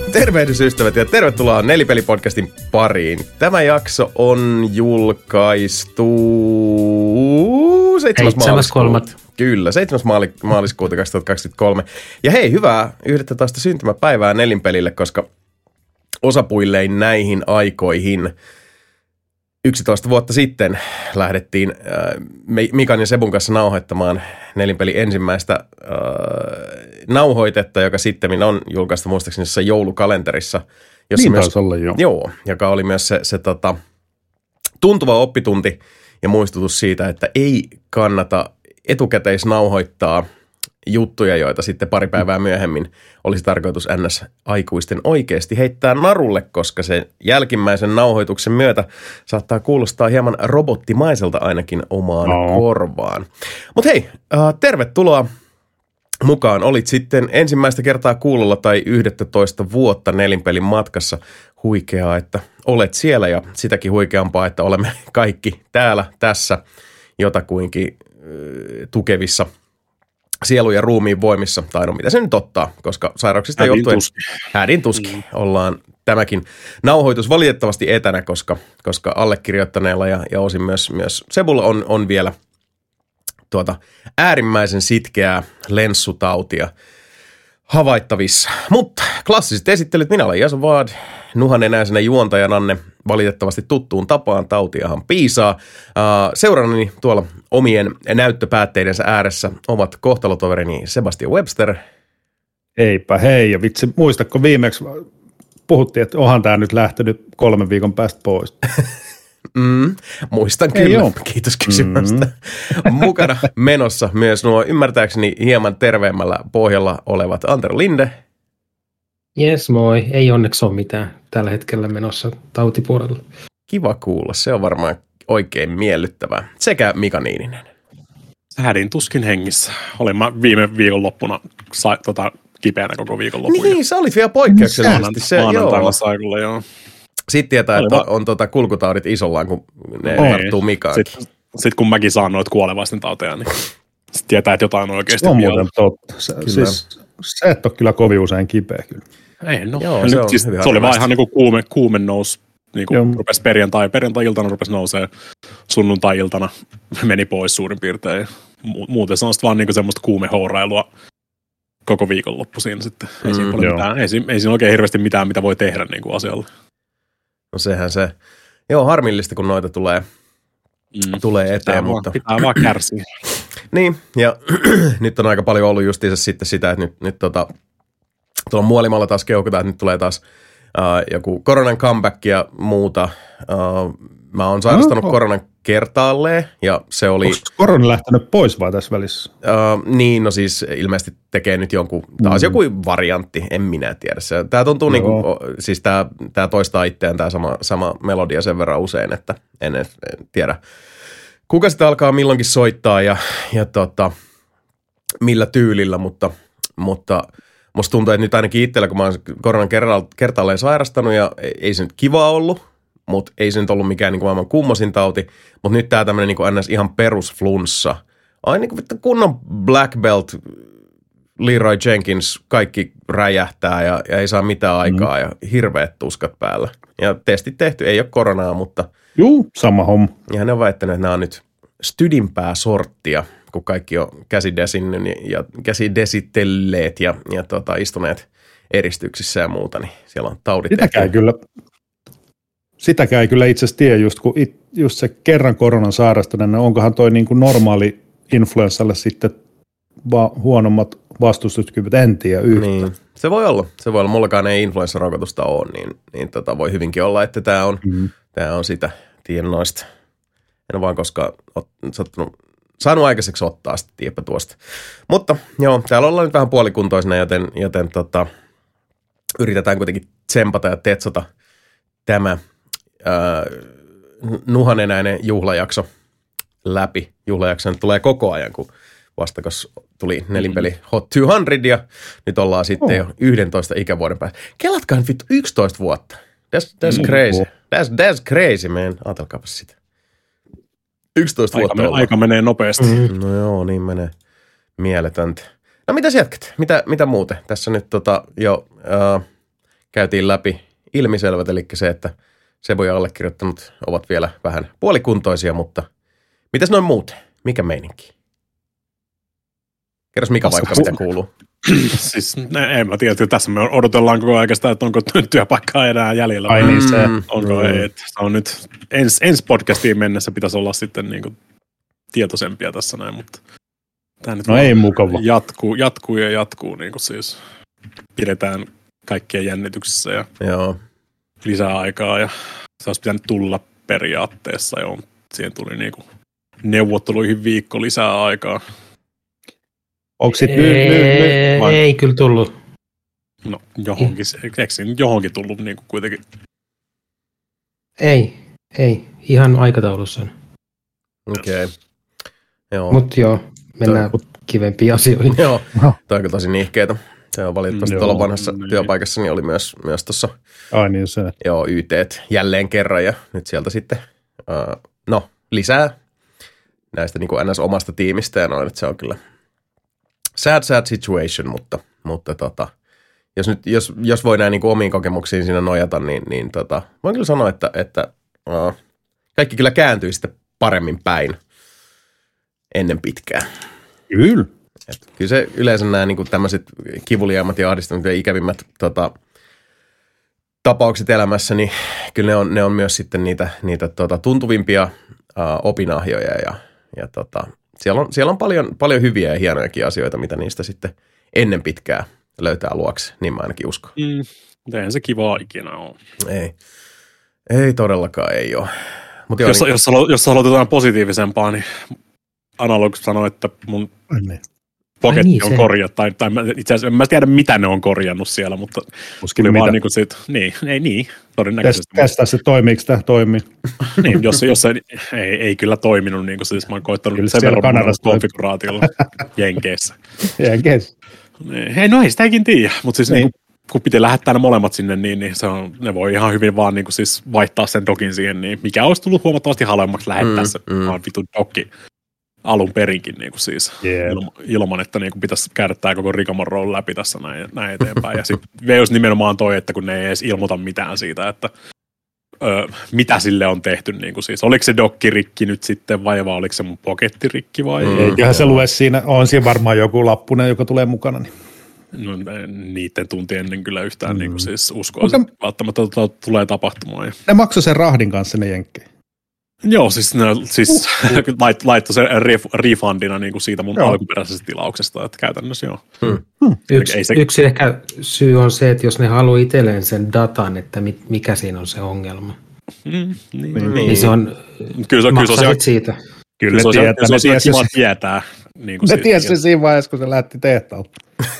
Tervehdysystävät ja tervetuloa Nelipeli-podcastin pariin. Tämä jakso on julkaistu 7. maaliskuuta. Kyllä, 7. maaliskuuta 2023. Ja hei, hyvää 11. syntymäpäivää Nelinpelille, koska osapuillein näihin aikoihin 11 vuotta sitten lähdettiin Mikan ja Sebun kanssa nauhoittamaan Nelinpelin ensimmäistä nauhoitetta, joka sitten on julkaistu muistaakseni jossain joulukalenterissa. Jossa niin myös, taisi olla, joo. Joo, joka oli myös se tuntuva oppitunti ja muistutus siitä, että ei kannata etukäteisnauhoittaa juttuja, joita sitten pari päivää myöhemmin olisi tarkoitus NS-aikuisten oikeasti heittää narulle, koska se jälkimmäisen nauhoituksen myötä saattaa kuulostaa hieman robottimaiselta ainakin omaan korvaan. Mutta hei, tervetuloa mukaan. Olit sitten ensimmäistä kertaa kuulolla tai 11 vuotta Nelinpelin matkassa. Huikeaa, että olet siellä ja sitäkin huikeampaa, että olemme kaikki täällä tässä jotakuinkin tukevissa sielu- ja ruumiin voimissa, tai no mitä se nyt ottaa, koska sairauksista johtuen hädin tuski ollaan tämäkin nauhoitus valitettavasti etänä, koska allekirjoittaneella ja osin myös Sebulla on vielä äärimmäisen sitkeää lenssutautia havaittavissa. Mutta klassiset esittelyt, minä olen Jason Vaad, nuhanenäisenä juontajananne valitettavasti tuttuun tapaan, tautiahan piisaa. Seurannani tuolla omien näyttöpäätteidensä ääressä ovat kohtalotoverini Sebastian Webster. Eipä hei, ja vitsi, muistatko viimeksi puhuttiin, että onhan tämä nyt lähtenyt 3 viikon päästä pois. Muistan kyllä, kiitos kysymästä. Mukana menossa myös nuo ymmärtääkseni hieman terveemmällä pohjalla olevat Antero Linde. Jes, moi. Ei onneksi ole mitään tällä hetkellä menossa tautipuolella. Kiva kuulla, se on varmaan oikein miellyttävää. Sekä Mika Niininen. Hädin tuskin hengissä. Olin mä viime viikonloppuna kipeänä koko viikonlopun. Niin, sä olit vielä poikkeuksellisesti. Maanantaina saikulla, joo. Sitten tietää, että on kulkutaudit isollaan, kun ne tarttuu Mikaankin. Sitten kun mäkin saan noita kuolevaisten tauteja, niin sitten tietää, että jotain on oikeasti on muuten totta. Sä et ole kyllä kovin usein kipeä kyllä. Ei, no. Joo, se oli vaan ihan niin kuin kuume nousi. Niin kuin rupesi perjantai-iltana rupesi nousee, sunnuntai-iltana meni pois suurin piirtein. Muuten se on sitten vaan niin kuin semmoista kuumehourailua koko viikonloppu siinä sitten. Ei siinä paljon mitään. Ei siinä oikein hirveästi mitään, mitä voi tehdä niin kuin asialle. No sehän se. Joo, harmillista, kun noita tulee eteen. Pitää vaan kärsiä. Niin, ja nyt on aika paljon ollut justiinsa sitten sitä, että nyt tuolla muualimalla taas keukutaan, että nyt tulee taas joku koronan comeback ja muuta. Mä oon sairastanut koronan kertaalleen ja se oli... Onko korona lähtenyt pois vai tässä välissä? Niin, no siis ilmeisesti tekee nyt joku variantti, en minä tiedä. Tää tuntuu niin kuin, siis tää toistaa itseään tää sama melodia sen verran usein, että en tiedä kuka sitä alkaa milloinkin soittaa ja millä tyylillä, mutta musta tuntuu, että nyt ainakin itsellä, kun mä oon koronan kertaalleen sairastanut ja ei se nyt kiva ollut, mutta ei se nyt ollut mikään niin kuin maailman kummosin tauti, mutta nyt tää tämmönen niin kuin ns. Ihan perusflunssa. Ai niin kuin kunnon black belt, Leroy Jenkins, kaikki räjähtää ja ei saa mitään aikaa ja hirveät tuskat päällä. Ja testit tehty, ei ole koronaa, mutta... Juu, sama homma. Ja ne on väittänyt, että nämä on nyt stydimpää sorttia, kun kaikki on käsidesitelleet ja istuneet eristyksissä ja muuta, niin siellä on taudit. Sitäkään ei kyllä itse asiassa tiedä, just se kerran koronan sairastuneena, onkohan toi niin kuin normaali influenssalle sitten huonommat vastustuskyvyt, en tiedä yhtään. Niin. Se voi olla. Mullakaan ei influenssarokotusta ole, niin voi hyvinkin olla, että tämä on sitä tiennoista. En ole vaan koskaan saanut aikaiseksi ottaa sitä, tiedäpä tuosta. Mutta joo, täällä ollaan nyt vähän puolikuntoisena, joten yritetään kuitenkin tsempata ja tetsata tämä nuhanenäinen juhlajakso läpi. Juhlajakso tulee koko ajan, kun vastakas tuli Nelinpeli Hot 200 ja nyt ollaan sitten jo 11 ikävuoden päästä. Kelatkaa nyt vittu 11 vuotta. That's crazy. That's crazy, man. Ajatelkaapas sitä. 11 vuotta ollaan. Aika menee nopeasti. No joo, niin menee. Mieletöntä. No mitäs jatkat? Mitä muuten? Tässä nyt jo käytiin läpi ilmiselvät, eli se, että Sebo ja allekirjoittanut ovat vielä vähän puolikuntoisia, mutta mitäs noin muut? Mikä meininki? Kerros Mika vaikka, mitä kuuluu. Siis en mä tiedä, että tässä me odotellaan koko ajan sitä, että onko työpaikkaa enää jäljellä. Ai niin se. Onko, se on nyt ensi podcastiin mennessä pitäisi olla sitten niin kuin tietoisempia tässä näin, mutta tämä nyt ei mukava. Jatkuu niin kuin siis pidetään kaikkien jännityksissä ja Joo. lisää aikaa ja se olisi pitänyt tulla periaatteessa ja siihen tuli niin kuin neuvotteluihin viikko lisää aikaa. Onko sitten Ei kyllä tullut. No johonkin, eikö siinä johonkin tullut niin kuin kuitenkin? Ei. Ihan aikataulussa. Okei. Joo. Mutta joo, mennään kivempiin asioihin. Joo, toi on kyllä tosi nihkeetä. Se on valitettavasti tuolla vanhassa työpaikassa, niin oli myös tuossa niin se. Joo, YT:t jälleen kerran ja nyt sieltä sitten lisää näistä niin kuin NS omasta tiimistä ja noin, että se on kyllä sad situation, mutta jos voi näin niin kuin omiin kokemuksiin siinä nojata, niin voin kyllä sanoa, että kaikki kyllä kääntyy sitten paremmin päin ennen pitkää. Kyllä. Kyllä se yleensä nämä niin kuin tämmöiset kivuliaimmat ja ahdistuneet ja ikävimmät tapaukset elämässä, niin kyllä ne on myös sitten niitä tuntuvimpia opinahjoja ja siellä on paljon hyviä ja hienojakin asioita, mitä niistä sitten ennen pitkää löytää luokse, niin mä ainakin uskon. Eihän se kivaa ikinä ole. Ei todellakaan ei ole. Mut jos aloitetaan positiivisempaa, niin Analog sanoi, että mun poketti on korjattu, tai itse asiassa en mä tiedä, mitä ne on korjannut siellä, mutta tuli vaan niin kuin siitä, todennäköisesti. Testaa se toimiiko tämä toimii. Niin, jos ei kyllä toiminut, niin kuin siis mä oon koittanut kyllä sen verran konfiguraatiolla Jenkeissä. Ei sitäkin tiedä, mutta siis niin. Kun piti lähettää ne molemmat sinne, niin ne voi ihan hyvin vaan niin kuin siis vaihtaa sen dokin siihen, niin mikä olisi tullut huomattavasti halvemmaksi lähettää se vaan vitun dokki alun perinkin niin kuin siis ilman, että niin kuin pitäisi käydä tämä koko rigmarole läpi tässä näin eteenpäin. Ja sitten veus nimenomaan toi, että kun ne ei edes ilmoita mitään siitä, että mitä sille on tehty. Niin kuin siis. Oliko se dokki rikki nyt sitten vai oliko se mun poketti rikki vai? Eiköhän se lue siinä, on siinä varmaan joku lappunen, joka tulee mukana. Niin. No, niiden tunti ennen kyllä yhtään niin kuin siis uskoa, että välttämättä tulee tapahtumaan. Ne maksoi sen rahdin kanssa ne jenkkejä. Joo, siis laittoi sen refundina niin kuin siitä mun alkuperäisestä tilauksesta, että käytännössä joo. Yksi ehkä syy on se, että jos ne haluaa itselleen sen datan, että mikä siinä on se ongelma. Niin se on, maksasit siitä. Kyllä se on kiva tietää. Niin ne tiesi sen siinä vaiheessa, kun se lähti tehtaalta.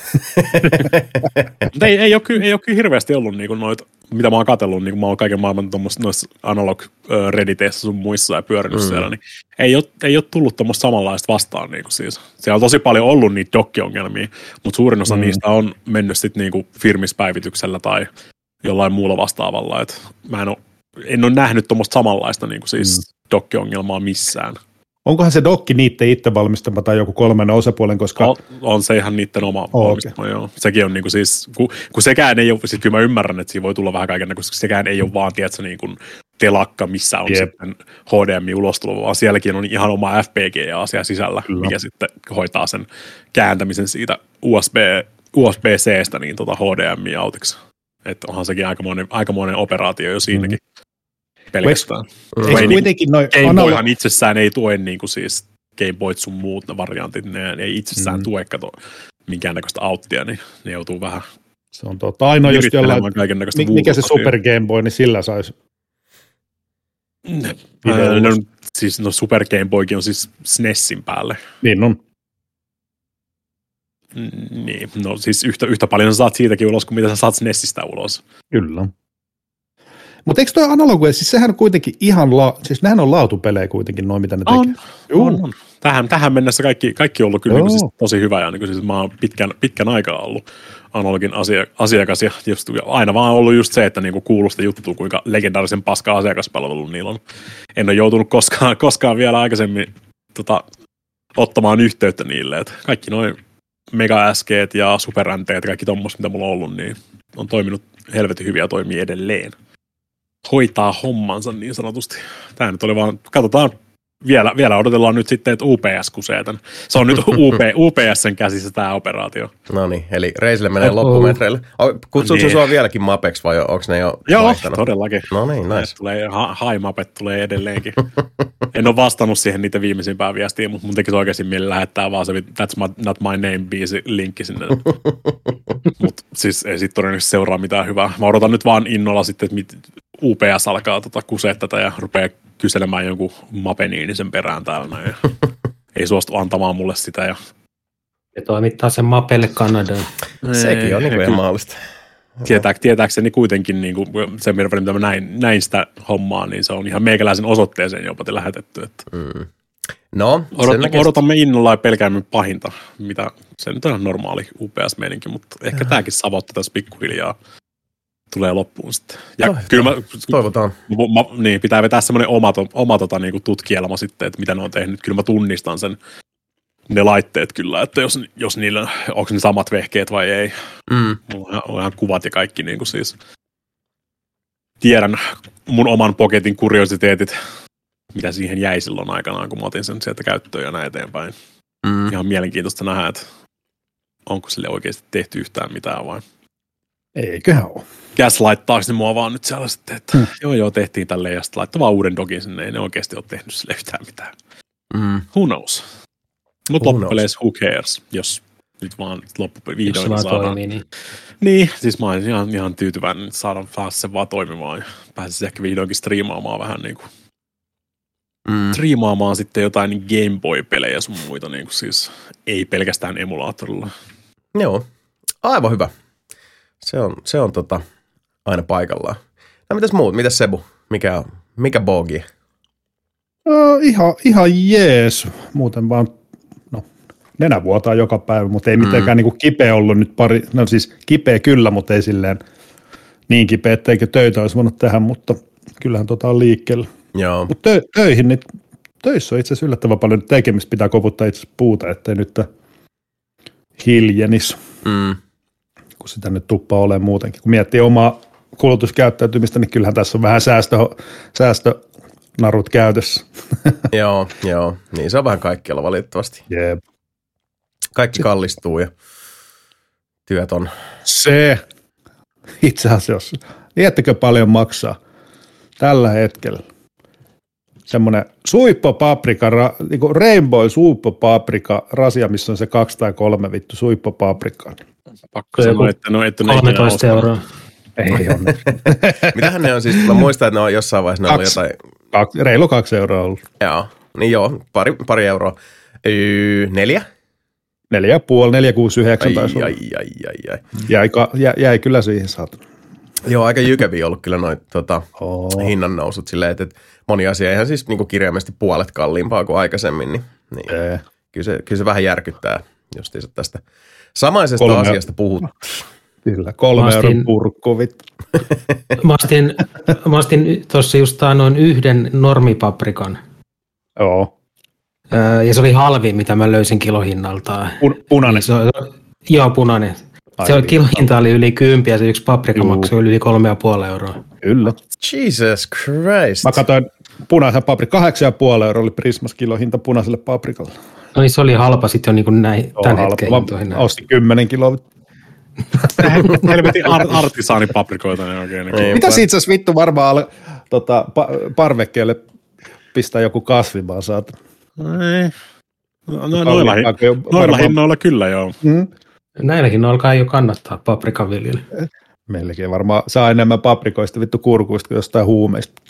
ei ole kyllä hirveästi ollut niin kuin noita, mitä mä oon katsellut, niin kuin mä oon kaiken maailman noissa analog redditeissä sun muissa ja pyörinyt siellä, niin ei ole tullut tuommoista samanlaista vastaan. Niin kuin siis. Siellä on tosi paljon ollut niitä dokkiongelmia, mutta suurin osa niistä on mennyt sitten niin kuin firmispäivityksellä tai jollain muulla vastaavalla. Et mä en ole nähnyt tuommoista samanlaista niin kuin siis dokkiongelmaa missään. Onkohan se dokki niiden itse valmistama tai joku kolmannen osapuolen, koska... On se ihan niiden oma valmistama, joo. Sekin on niinku siis, kun sekään ei ole, siis kyllä mä ymmärrän, että siinä voi tulla vähän kaiken, koska sekään ei ole vaan, tiedätkö, niin kuin telakka, missä on sitten HDMI-ulostulo, vaan sielläkin on ihan oma FPGA-asia sisällä, mikä sitten hoitaa sen kääntämisen siitä USB-C:stä niin HDMI-autiksi. Että onhan sekin aikamoinen operaatio jo siinäkin. Pelkästään. Gameboyhan itsessään ei tue niin kuin siis Gameboyt sun muut variantit, ne ei itsessään tue minkäännäköistä auttia, niin ne joutuu vähän se on ainoa just jollain, mikä se Super Gameboy, niin sillä saisi Super Gameboykin on siis SNESin päälle. Niin on. Niin, no siis yhtä paljon sä saat siitäkin ulos, kuin mitä sä saat SNESistä ulos. Kyllä. Mutta eikö toi Analogue, siis sehän on kuitenkin ihan, siis nehän on laatupelejä kuitenkin noin, mitä ne tekee. On. Tähän mennessä kaikki on ollut kyllä niin siis tosi hyvä, ja niin siis mä oon pitkän aikaa ollut Analogin asiakas, ja aina vaan ollut just se, että niinku kuuluu sitä juttua, kuinka legendaarisen paskaa asiakaspalvelu niillä on. En ole joutunut koskaan vielä aikaisemmin ottamaan yhteyttä niille, että kaikki noin Mega SG:t ja Super NT:t, kaikki tommoset, mitä mulla on ollut, niin on toiminut helvetin hyviä ja toimii edelleen. Hoitaa hommansa niin sanotusti. Tää nyt oli vaan, katsotaan, vielä odotellaan nyt sitten, että UPS kusee tämän. Se on nyt UPS:n käsissä tämä operaatio. No niin, eli reisille menee loppumetreille. Kutsuuko niin. Sua vieläkin Mapeksi vai onko ne jo vaihtanut? Joo, todellakin. No niin, nice. Hi Mapet tulee edelleenkin. En ole vastannut siihen niitä viimeisimpään viestiin, mutta mun tekisi oikeasti mieli lähettää vaan se That's Not My Name -biisi linkki sinne. Mutta siis ei sit todennäköisesti seuraa mitään hyvää. Mä odotan nyt vaan innolla sitten, että UPS alkaa kusea tätä ja rupeaa kyselemään jonkun Mapeniini sen perään täällä. Ja ei suostu antamaan mulle sitä. Ja toimittaa sen Mapelle Kanadaan. Sekin on ihan mahdollista. Tietääkseni kuitenkin niin kuin sen verran, mitä mä näin sitä hommaa, niin se on ihan meikäläisen osoitteeseen jopa lähetetty. Että. No, odotamme innolla ja pelkäämme pahinta, mitä se nyt on normaali UPS-meininki, mutta ehkä tämäkin savotta tässä pikkuhiljaa tulee loppuun sitten. Ja kyllä toivotaan. Niin, pitää vetää semmoinen oma niin kuin tutkielma sitten, että mitä ne on tehnyt. Kyllä mä tunnistan ne laitteet kyllä, että jos niillä, onko ne samat vehkeet vai ei. Mulla on ihan kuvat ja kaikki niin kuin siis. Tiedän mun oman poketin kuriositeetit, mitä siihen jäi silloin aikanaan, kun mä otin sen sieltä käyttöön ja näin eteenpäin. Ihan mielenkiintoista nähdä, että onko sille oikeasti tehty yhtään mitään vai. Eiköhän ole. Gaslighttaako ne mua vaan nyt sellaiset, että joo, tehtiin tälleen ja sitten laittoi vaan uuden dogin sinne, ei ne oikeasti ole tehnyt sille yhtään mitään. Who knows? Mutta loppupeleissä who cares, jos nyt vaan vihdoin saadaan. Niin, siis mä oon ihan tyytyväinen, että saadaan se vaan toimimaan ja pääsisi ehkä vihdoinkin striimaamaan vähän niin kuin. Striimaamaan sitten jotain Game Boy-pelejä sun muita, niin kuin siis ei pelkästään emulaattorilla. Joo, aivan hyvä. Se on aina paikallaan. No mitäs muut? Mitäs Sebu? Mikä bogi? Ihan jees. Muuten vaan, nenä vuotaa joka päivä, mutta ei mitenkään niinku kipeä ollut nyt siis kipeä kyllä, mutta ei silleen niin kipeä, etteikö töitä olisi voinut tehdä, mutta kyllähän on liikkeellä. Joo. Mutta töihin, niin töissä on itse asiassa yllättävän paljon tekemistä, pitää koputtaa itse asiassa puuta, ettei nyt hiljenis. Kun sitä nyt tuppaa olemaan muutenkin. Kun miettii omaa kulutuskäyttäytymistä, niin kyllähän tässä on vähän säästönarut käytössä. Joo. Niin se on vähän kaikkialla valitettavasti. Jep. Kaikki kallistuu ja työt on. Se itse asiassa. Tiedättekö paljon maksaa tällä hetkellä? Semmoinen suippopaprika, niin kuin Rainbow suippopaprika rasia, missä on se 2 tai 3 vittu suippopaprikaa. Pakko sanoa, että no ette 13 euroa. Ei ole. Mitähän ne on siis? Mä muistan, että ne on jossain vaiheessa ne on jotain. Reilu 2 euroa ollut. Joo, niin joo, pari euroa. 4? 4,5, 4,69 taisi olla. Jäi kyllä siihen saatana. Joo, aika jykeviä ollut kyllä noin hinnan nousut silleen, että moni asia ihan siis niin kirjaimellisesti puolet kalliimpaa kuin aikaisemmin, niin kyllä se vähän järkyttää justiinsa tästä samaisesta asiasta puhuttiin. Kyllä, 3 euron purkkuvit. Mä ostin tuossa just noin yhden normipaprikan. Joo. Ja se oli halvin, mitä mä löysin kilohinnaltaan. Punainen? Joo, punainen. Se kilohinta oli yli 10 ja se yksi paprika maksoi yli 3,5 euroa. Kyllä. Jesus Christ. Mä katsoin punaisen paprika, 8,5 euroa oli Prismas kilohinta punaiselle paprikalle. No niin se oli halpa sitten jo niin kuin näin tämän hetken hintoihin. Ostin 10 kiloa. Helvetin artisaanipaprikoita ne oikein. Mitä siitä olisi vittu varmaan parvekkeelle pistää joku kasvi vaan saat? Noilla hinnoilla kyllä joo. Näilläkin alkaa jo kannattaa paprikan viljely. Meilläkin varmaan saa enemmän paprikoista vittu kurkuista kuin jostain huumeista.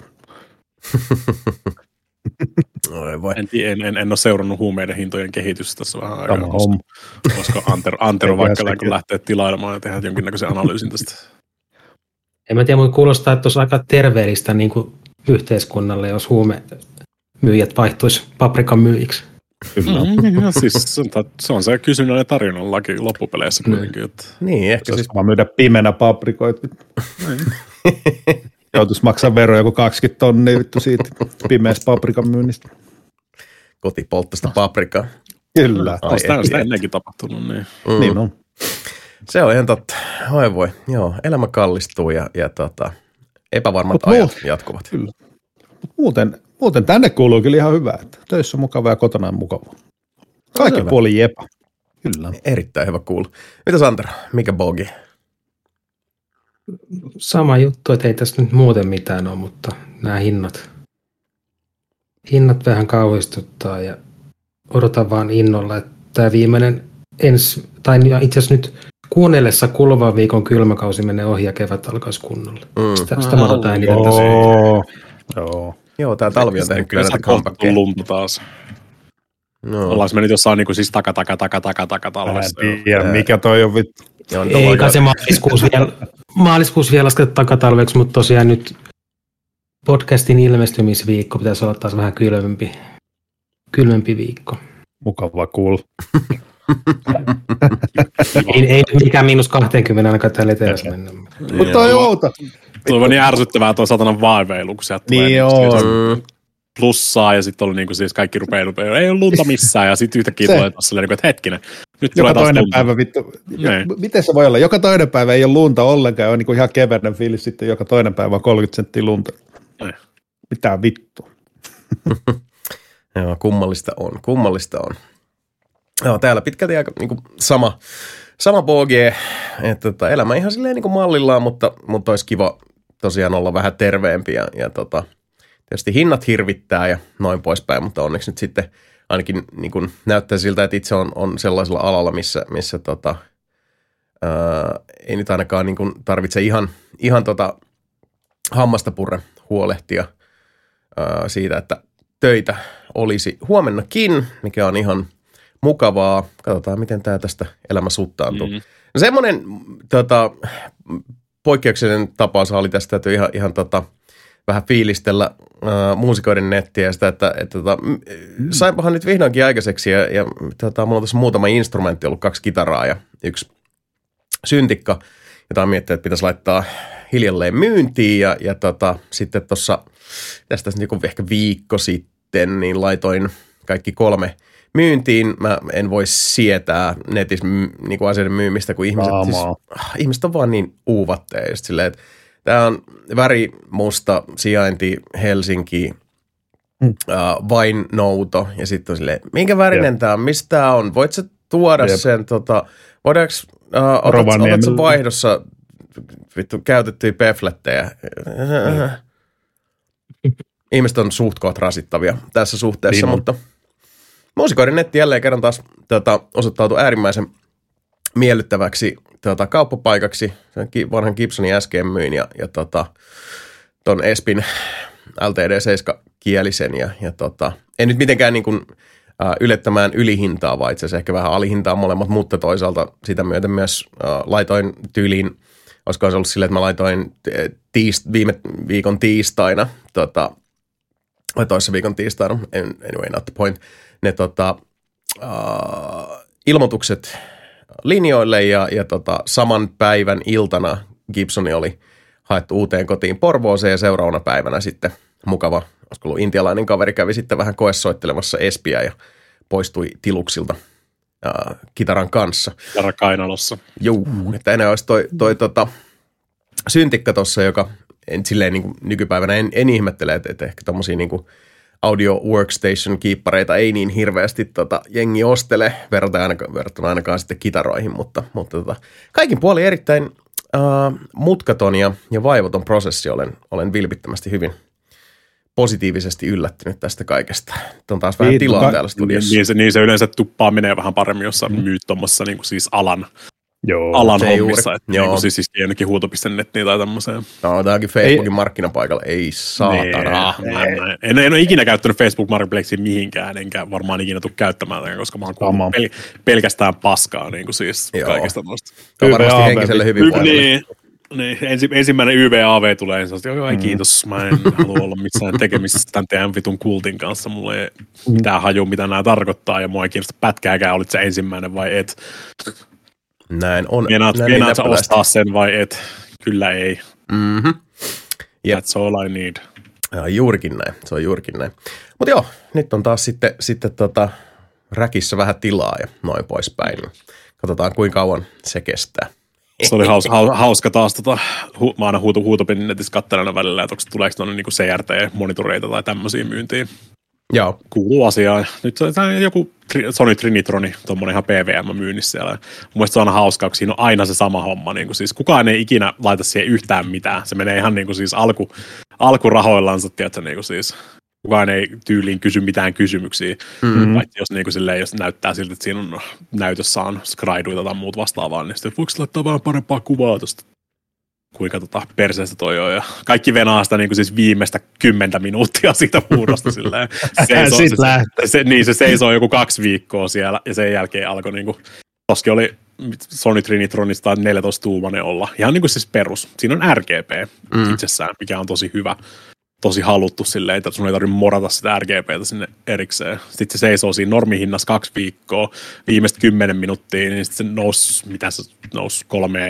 En ole seurannut huumeiden hintojen kehitystä tässä vähän aikaa, koska Antero vaikka lähtee tilailemaan ja tehdään jonkinnäköisen analyysin tästä. En mä tiedä, mutta kuulostaa, että olisi aika terveellistä niin kuin yhteiskunnalle, jos huumemyyjät vaihtuisi paprikan myyjiksi. Siis se on se kysynnän ja tarjonnan laki loppupeleissä kuitenkin. Että. Niin, ehkä siis vaan myydä pimeänä paprikoita. Joutuisi maksaa veroja joku 20 tonnia vittu siitä pimeästä paprikan myynnistä. Kotipolttaista paprikaa. Kyllä. On sitä ennenkin tapahtunut. Niin on. Se on ihan totta. Oi voi. Joo, elämä kallistuu ja epävarmat ajat jatkuvat. Kyllä. Muuten tänne kuuluu kyllä ihan hyvää, että töissä on mukavaa ja kotona on mukavaa. Kaikki puoli jepa. Kyllä. Erittäin hyvä kuulu. Mitä Santero, mikä bogi? Sama juttu, että ei tässä nyt muuten mitään ole, mutta nämä hinnat vähän kauhistuttaa ja odotan vaan innolla, että tämä viimeinen tai itse asiassa nyt kuunnellessa kuluvan viikon kylmäkausi menee ohi ja kevät alkaisi kunnolla. Sitä mä odotan eniten tässä. Joo, tää talvi on tehnyt kyllä näitä comebackia. Lunta taas. No. Ollaan mennyt jossain niin kuin siis taka talvessa. Mikä toi on vittu? Eikä se maaliskuussa vielä lasketa takatalveksi, mutta tosiaan nyt podcastin ilmestymisviikko pitäisi olla taas vähän kylmempi viikko. Mukava cool. ei mikään -20 ainakaan täällä etelässä mennä. Mutta toi outo. Tuo on niin ärsyttävää tuo satanan vaiveilu, kun sieltä niin tulee plussaa ja sitten oli niinku siis kaikki rupeaa, ei ole lunta missään ja sitten yhtäkkiä tulee taas silleen, että hetkinen, nyt tulee taas lunta. Päivä vittu, miten se voi olla? Joka toinen päivä ei ole lunta ollenkaan, on niinku ihan keväinen fiilis, sitten joka toinen päivä on 30 senttiä lunta. Mitä vittu? Joo, kummallista on. Joo, täällä pitkälti aika niinku sama bogie, että elämä ihan silleen niinku mallillaan, mutta olisi kiva tosiaan olla vähän terveempi ja tietysti hinnat hirvittää ja noin poispäin, mutta onneksi nyt sitten ainakin niin kuin näyttää siltä, että itse on sellaisella alalla, missä ei nyt ainakaan niin kuin tarvitse ihan hammasta purre huolehtia siitä, että töitä olisi huomennakin, mikä on ihan mukavaa. Katsotaan, miten tämä tästä elämä suttaantuu. No semmoinen poikkeuksellinen tapaus oli tästä, että ihan vähän fiilistellä muusikoiden nettiä ja sitä, että sainpahan nyt vihdoinkin aikaiseksi ja mulla on tässä muutama instrumentti, ollut 2 kitaraa ja 1 syntikka, jota on miettinyt, että pitäisi laittaa hiljalleen myyntiin ja sitten tuossa tästä niin ehkä viikko sitten niin laitoin kaikki 3 myyntiin. Mä en voi sietää netissä niin asioiden myymistä, kun ihmiset on vaan niin uuvatteja just silleen, että tämä on värimusta, sijainti Helsinki, vain nouto ja sitten on silleen, minkä värinen tämä on, mistä tämä on, voit sä tuoda sen, voidaanko, otatko vaihdossa vittu käytettyjä peflettejä? Ihmiset on suht koht rasittavia tässä suhteessa, mutta muusikoiden netti jälleen kerran taas osoittautui äärimmäisen miellyttäväksi kauppapaikaksi. Vanhan Gibsonin SG myin ja ton Espin LTD7-kielisen ja en nyt mitenkään niin kuin ylettämään ylihintaa, vaan itse asiassa ehkä vähän alihintaa molemmat, mutta toisaalta sitä myöten myös laitoin tyyliin, olisiko se ollut silleen, että mä laitoin viime viikon tiistaina, vai toissa viikon tiistaina, anyway, not the point, ne ilmoitukset linjoille ja saman päivän iltana Gibsoni oli haettu uuteen kotiin Porvooseen ja seuraavana päivänä sitten mukava, olisiko ollut intialainen kaveri, kävi sitten vähän koessoittelemassa Espiä ja poistui tiluksilta kitaran kanssa. Kitara kainalossa. Joo, että enää olisi toi syntikka tuossa, joka en silleen niin kuin nykypäivänä en ihmettele, että ehkä tommosia niin kuin audio workstation-kiippareita ei niin hirveästi jengi ostele, verrattuna ainakaan sitten kitaroihin, mutta kaikin puolin erittäin mutkaton ja vaivaton prosessi. Olen vilpittömästi hyvin positiivisesti yllättynyt tästä kaikesta. Nyt on taas vähän tilaa täällä studiossa. Niin se yleensä tuppaa menee vähän paremmin, jos sä myyt tuommoissa niin siis alan hommissa, että niin siis ainakin huuto.nettiin tai tämmöiseen. No, tämä onkin Facebookin markkinapaikalla. Ei saatana. En ole ikinä käyttänyt Facebook Marketplacea mihinkään, enkä varmaan ikinä tule käyttämään, koska mä oon kuullut pelkästään paskaa niin kuin siis kaikesta noista. On varmasti henkiselle hyvinvoinnille. Niin, ensimmäinen YVAV tulee, niin sanotaan, että kiitos, mä en halua olla missään tekemisissä tämän teidän vitun kultin kanssa, mulla ei mitään hajua, mitä nämä tarkoittaa, ja mua ei kiinnosta pätkääkään, olit se ensimmäinen vai et. Näin on. Meinaat sä ostaa sen vai et? Kyllä ei. Mm-hmm. Yep. That's all I need. Ja, juurikin näin, se on juurikin näin. Mutta joo, nyt on taas sitten räkissä vähän tilaa ja noin poispäin. Katsotaan, kuinka kauan se kestää. Se oli hauska taas. Mä aina huutopin netissä katselen välillä, että tuleeko tuonne niin CRT-monitoreita tai tämmöisiä myyntiin. Joo. Kuuluu asiaan. Nyt se on joku Sony Trinitroni, tuommoinen ihan PVM myynnissä siellä. Mun mielestä se on hauska, kun siinä on aina se sama homma. Niin siis kukaan ei ikinä laita siihen yhtään mitään. Se menee ihan niin kuin siis alkurahoillansa, tiedätkö, niin kuin siis kukaan ei tyyliin kysy mitään kysymyksiä. Vaikka jos, niin kuin silleen, jos näyttää siltä, että siinä on näytössä on skraiduita tai muut vastaavaa, niin sitten voiko laittaa vähän parempaa kuvaa tuosta, kuinka perseestä toi on. Ja kaikki venaa sitä niin kuin siis viimeistä 10 minuuttia siitä huudosta silleen. Se seisoo joku 2 viikkoa siellä ja sen jälkeen alkoi niin kuin, toski oli Sony Trinitronista 14-tuumainen olla. Ihan niin kuin siis perus. Siinä on RGB itsessään, mikä on tosi hyvä. Tosi haluttu silleen, että sun ei tarvitse morata sitä RGBtä sinne erikseen. Sitten se seisoo siinä normihinnassa 2 viikkoa, viimeistä 10 minuuttia, niin sitten se nousi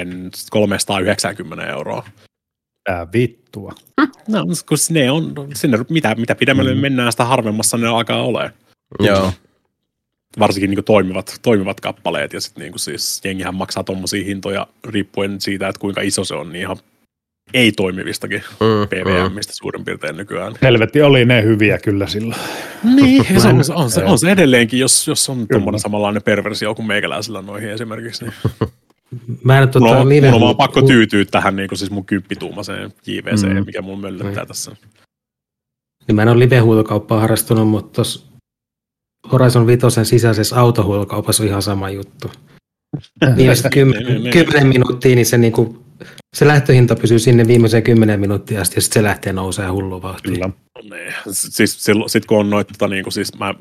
390 €. Vittua. No, kun ne on, sinne, mitä pidemmälle mennään, sitä harvemmassa ne alkaa olemaan. Joo. Varsinkin niin toimivat kappaleet, ja sitten niin siis jengihän maksaa tommosia hintoja riippuen siitä, että kuinka iso se on, niin ihan ei-toimivistakin PVMistä suurin piirtein nykyään. Helvetti, oli ne hyviä kyllä silloin. Niin, on se edelleenkin, jos on tuommoinen samanlainen perversio kuin meikäläisellä noihin esimerkiksi. Niin. Mä en mun on vaan pakko tyytyä tähän niin siis mun 10-tuumaiseen JVC, mikä mun möllöttää tässä. Niin mä en ole live-huutokauppaa harrastunut, mutta tuossa Horizon 5 sisäisessä autohuutokaupassa on ihan sama juttu. Viimeiset 10 minuuttia, niin se niinku se lähtöhinta pysyy sinne viimeiseen 10 minuuttia asti, ja sitten se lähtee nousee hullu vauhtiin. Kyllä. Siis sit kun on noita, niinku siis mä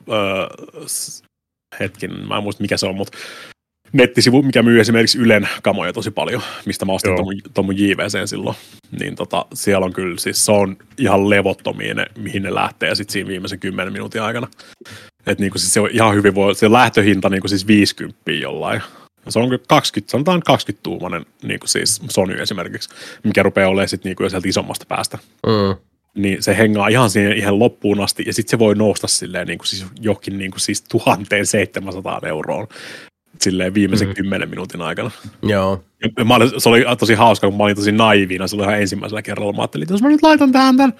en muista mikä se on, mutta nettisivu, mikä myy esimerkiksi Ylen kamoja tosi paljon, mistä mä ostin ton mun JVC silloin, niin siellä on kyllä, siis se on ihan levottomia ne, mihin ne lähtee sit siinä viimeisen 10 minuutin aikana. Että niinku siis se on ihan hyvin se lähtöhinta niinku siis 50 jollain. Se on 20-tuumainen niin kuin siis Sony esimerkiksi, mikä rupeaa olemaan sitten niin jo sieltä isommasta päästä. Niin se hengaa ihan siihen ihan loppuun asti, ja sitten se voi nousta silleen niin kuin siis johonkin niin kuin siis 1,700 € silleen viimeisen 10 minuutin aikana. Joo. Se oli tosi hauska, kun mä olin tosi naiviina silloin ihan ensimmäisellä kerralla. Mä ajattelin, että jos mä nyt laitan tähän tämän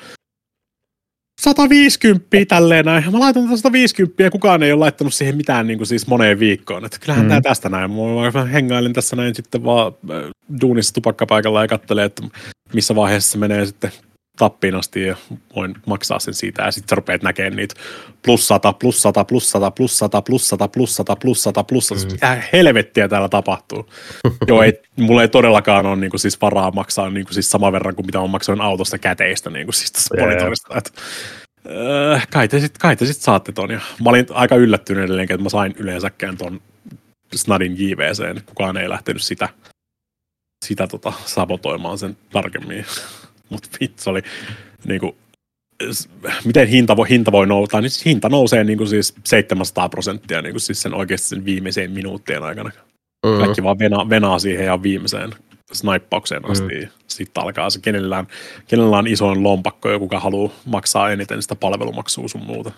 150 tälleen näin. Mä laitan 150 ja kukaan ei ole laittanut siihen mitään niin kuin siis moneen viikkoon. Että kyllähän tää tästä näin. Mä hengailin tässä näin sitten vaan duunissa tupakkapaikalla ja katselin, että missä vaiheessa se menee sitten tappiin asti ja voin maksaa sen siitä. Ja sitten sä rupeat näkemään niitä +100, +100, +100, +100, +100, +100, +100, +100. Mitä helvettiä täällä tapahtuu? Joo, mulla ei todellakaan ole niin kuin siis varaa maksaa niin kuin siis saman verran kuin mitä mä maksoin autosta käteistä niin kuin siis tässä monitorista. Kai te sit saatte ton. Ja mä olin aika yllättynyt edelleenkin, että mä sain yleensäkään ton Snadin JVC. Kukaan ei lähtenyt sitä sabotoimaan sen tarkemmin. Mutta vitsi oli niinku, miten hinta voi nousta, niin hinta nousee niinku siis 700% niinku siis sen oikeasti sen viimeiseen minuuttien aikana. Kaikki vaan venaa siihen ja viimeiseen snaippaukseen asti. Sitten alkaa se, kenellä on isoin lompakko ja kuka haluaa maksaa eniten sitä palvelumaksua sun muuta.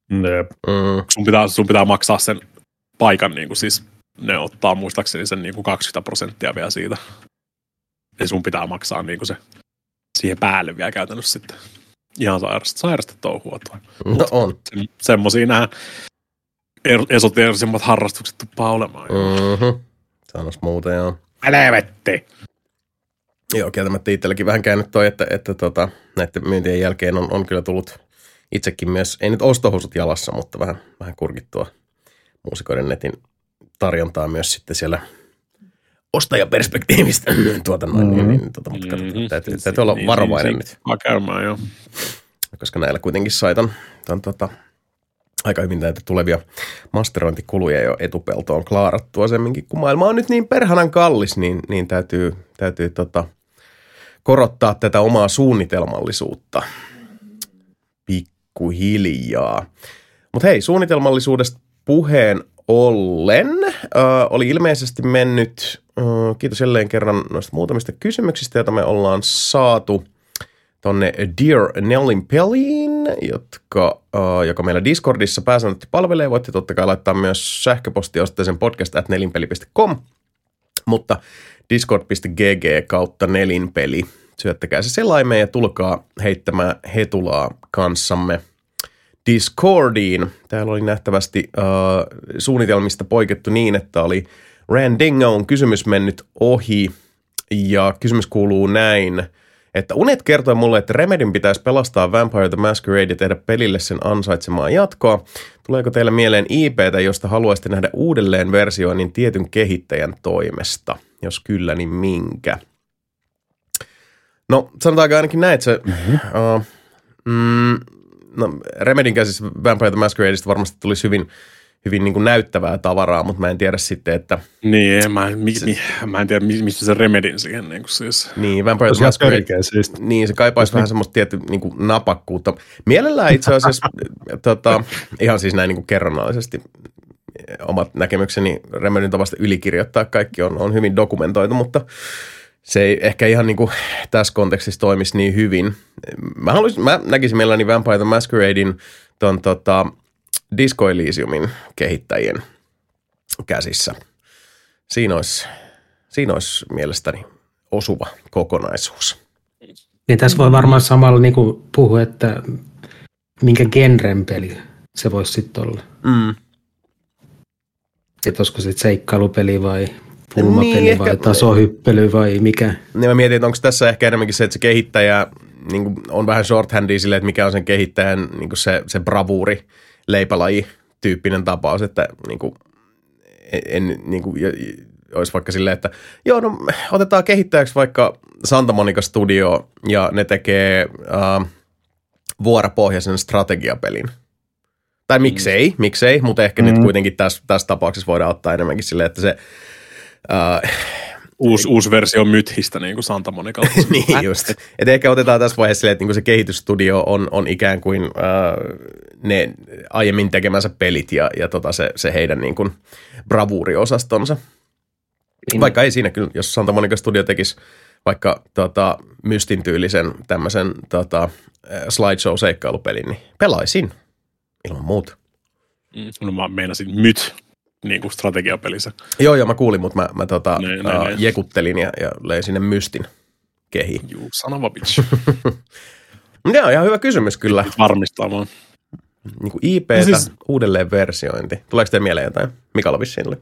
Sun pitää maksaa sen paikan, niinku siis ne ottaa muistaakseni sen niinku 20% vielä siitä. Ja sun pitää maksaa niinku se siihen päälle vielä käytännössä sitten. Ihan sairasta touhua tuo. No on. Semmosia nämä esoteerisemmat harrastukset tuppaa olemaan. Sanois muuten, joo. Helvetti! Joo, kieltämättä itselläkin vähän käynyt toi, että näiden myyntien jälkeen on kyllä tullut itsekin myös, ei nyt ostohousut jalassa, mutta vähän kurkittua muusikoiden netin tarjontaa myös sitten siellä ostajaperspektiivistä mutta täytyy olla varovainen nyt. Käymään, joo. Koska näillä kuitenkin sai ton aika hyvin näitä tulevia masterointikuluja jo etupeltoon klaarattua semminkin, kun maailma on nyt niin perhanan kallis, niin täytyy korottaa tätä omaa suunnitelmallisuutta pikkuhiljaa. Mutta hei, suunnitelmallisuudesta puheen ollen oli ilmeisesti mennyt, kiitos jälleen kerran noista muutamista kysymyksistä, joita me ollaan saatu tonne Dear Nellin peliin, joka meillä Discordissa pääsäännöllisesti palvelee. Voitte totta kai laittaa myös sähköpostia osoitteeseen podcast@nelinpeli.com, mutta discord.gg/nelinpeli. Syöttäkää se selaimeen ja tulkaa heittämään hetulaa kanssamme Discordiin. Täällä oli nähtävästi suunnitelmista poikettu niin, että oli Randingon kysymys mennyt ohi ja kysymys kuuluu näin, että Unet kertoi mulle, että Remedyn pitäisi pelastaa Vampire the Masquerade ja tehdä pelille sen ansaitsemaa jatkoa. Tuleeko teille mieleen IPtä, josta haluaisitte nähdä uudelleen versioinnin tietyn kehittäjän toimesta? Jos kyllä, niin minkä? No, sanotaanko ainakin näin, että se... Remedyn käsissä Vampire the Masqueradeista varmasti tulisi hyvin niin kuin näyttävää tavaraa, mutta mä en tiedä sitten, että... Niin, mä en tiedä, mistä se Remedyn siihen niin kuin siis... Niin, Vampire the Masquerade, niin se kaipaisi vähän semmoista tiettyä niin kuin napakkuutta. Mielellään itse asiassa, ihan siis näin niin kuin kerronnallisesti, omat näkemykseni Remedyn tavasta ylikirjoittaa kaikki on hyvin dokumentoitu, mutta se ei ehkä ihan niin kuin tässä kontekstissa toimisi niin hyvin. Mä näkisin mielelläni Vampire the Masqueradein ton Disco Elysiumin kehittäjien käsissä. Siinä olisi mielestäni osuva kokonaisuus. Niin tässä voi varmaan samalla niin kuin puhua, että minkä genren peli se voisi sitten olla. Että olisiko se seikkailupeli vai pulmapeli niin, vai tasohyppely vai mikä? Niin mä mietin, että onko tässä ehkä enemmänkin se, että se kehittäjä niin kuin on vähän shorthandia silleen, että mikä on sen kehittäjän niin kuin se bravuuri, leipälaji-tyyppinen tapaus, että niin kuin, niin kuin, olisi vaikka silleen, että joo, no otetaan kehittäjäksi vaikka Santa Monica Studio ja ne tekee vuoropohjaisen strategiapelin. Tai miksei, mutta ehkä nyt kuitenkin tässä tapauksessa voidaan ottaa enemmänkin silleen, että se... Uusi versio Mythistä niin kuin Santa Monicalta. Niin just. Et ehkä otetaan tässä vaiheessa silleen, että niin kuin se kehitysstudio on ikään kuin ne aiemmin tekemänsä pelit ja se heidän niin kuin bravuuriosastonsa. Vaikka ei siinä kyllä, jos Santa Monica Studio tekisi vaikka Mystin tyylisen tämmöisen slideshow-seikkailupelin, niin pelaisin ilman muuta. No mä meinasin Myth. Niin kuin strategiapelissä. Joo, mä kuulin, mutta mä jekuttelin ja löin sinne Mystin kehiin. Juu, sanova bitch. Joo, ihan hyvä kysymys kyllä. Varmistaa vaan. Niin kuin IPtä, no siis... uudelleen versiointi. Tuleeko teille mieleen jotain? Mika Lovissinille?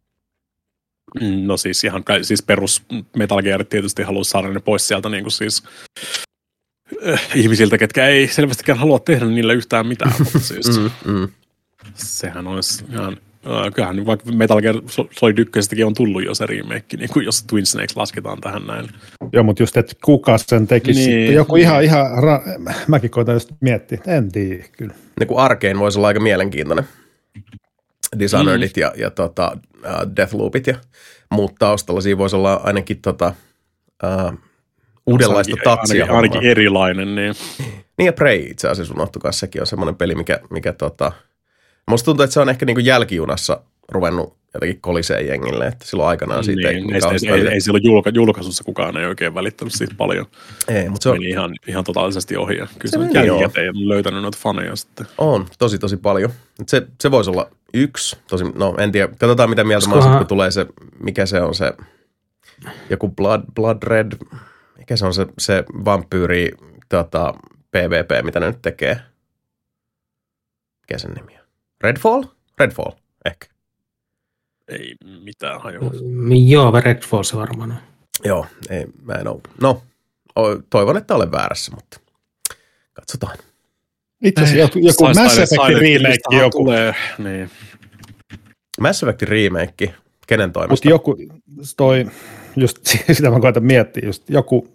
No siis ihan siis perus Metal Gear tietysti haluaa saada ne pois sieltä niin kuin siis ihmisiltä, ketkä ei selvästikään halua tehdä niille yhtään mitään. Mutta siis sehän olisi ihan... Kyllähän vaikka Metal Gear Solid 1 on tullut jo se remake, niin kuin jos Twin Snakes lasketaan tähän näin. Joo, mutta just, että kuka sen tekisi niin. Sitten. Joku ihan mäkin koitan just miettiä, en tiedä kyllä. Niin kuin Arkane voisi olla aika mielenkiintoinen. Dishonoredit ja Deathloopit ja muut taustalla. Siinä voisi olla ainakin uudenlaista tatsia. Ainakin erilainen. Niin ja Prey itse asiassa unohtukaan. Sekin on semmoinen peli, mikä musta tuntuu, että se on ehkä niinku jälkijunassa ruvennut jotenkin koliseen jengille, että silloin aikanaan siitä ei silloin julkaisussa kukaan ei oikein välittänyt siitä paljon. Ei, mutta se on... meni ihan totaalisesti ohi ja kyllä se on jälkikäteen ja löytänyt noita faneja sitten. On, tosi paljon. Se voisi olla yksi, no en tiedä, katsotaan mitä mieltä mä oon, kun tulee se, mikä se on se, joku Blood Red, mikä se on se vampyyri PvP, mitä ne nyt tekee. Mikä sen nimi on? Redfall, ehkä. Ei mitään hajoa. Joo, Redfall se varmaan on. Joo, mä en ole. No, toivon, että olen väärässä, mutta katsotaan. Itse asiassa joku Mass Effectin remake joku. Tulee, niin. Mass Effectin remake, kenen toimesta? Mutta joku, just sitä mä koitan miettiä, just joku,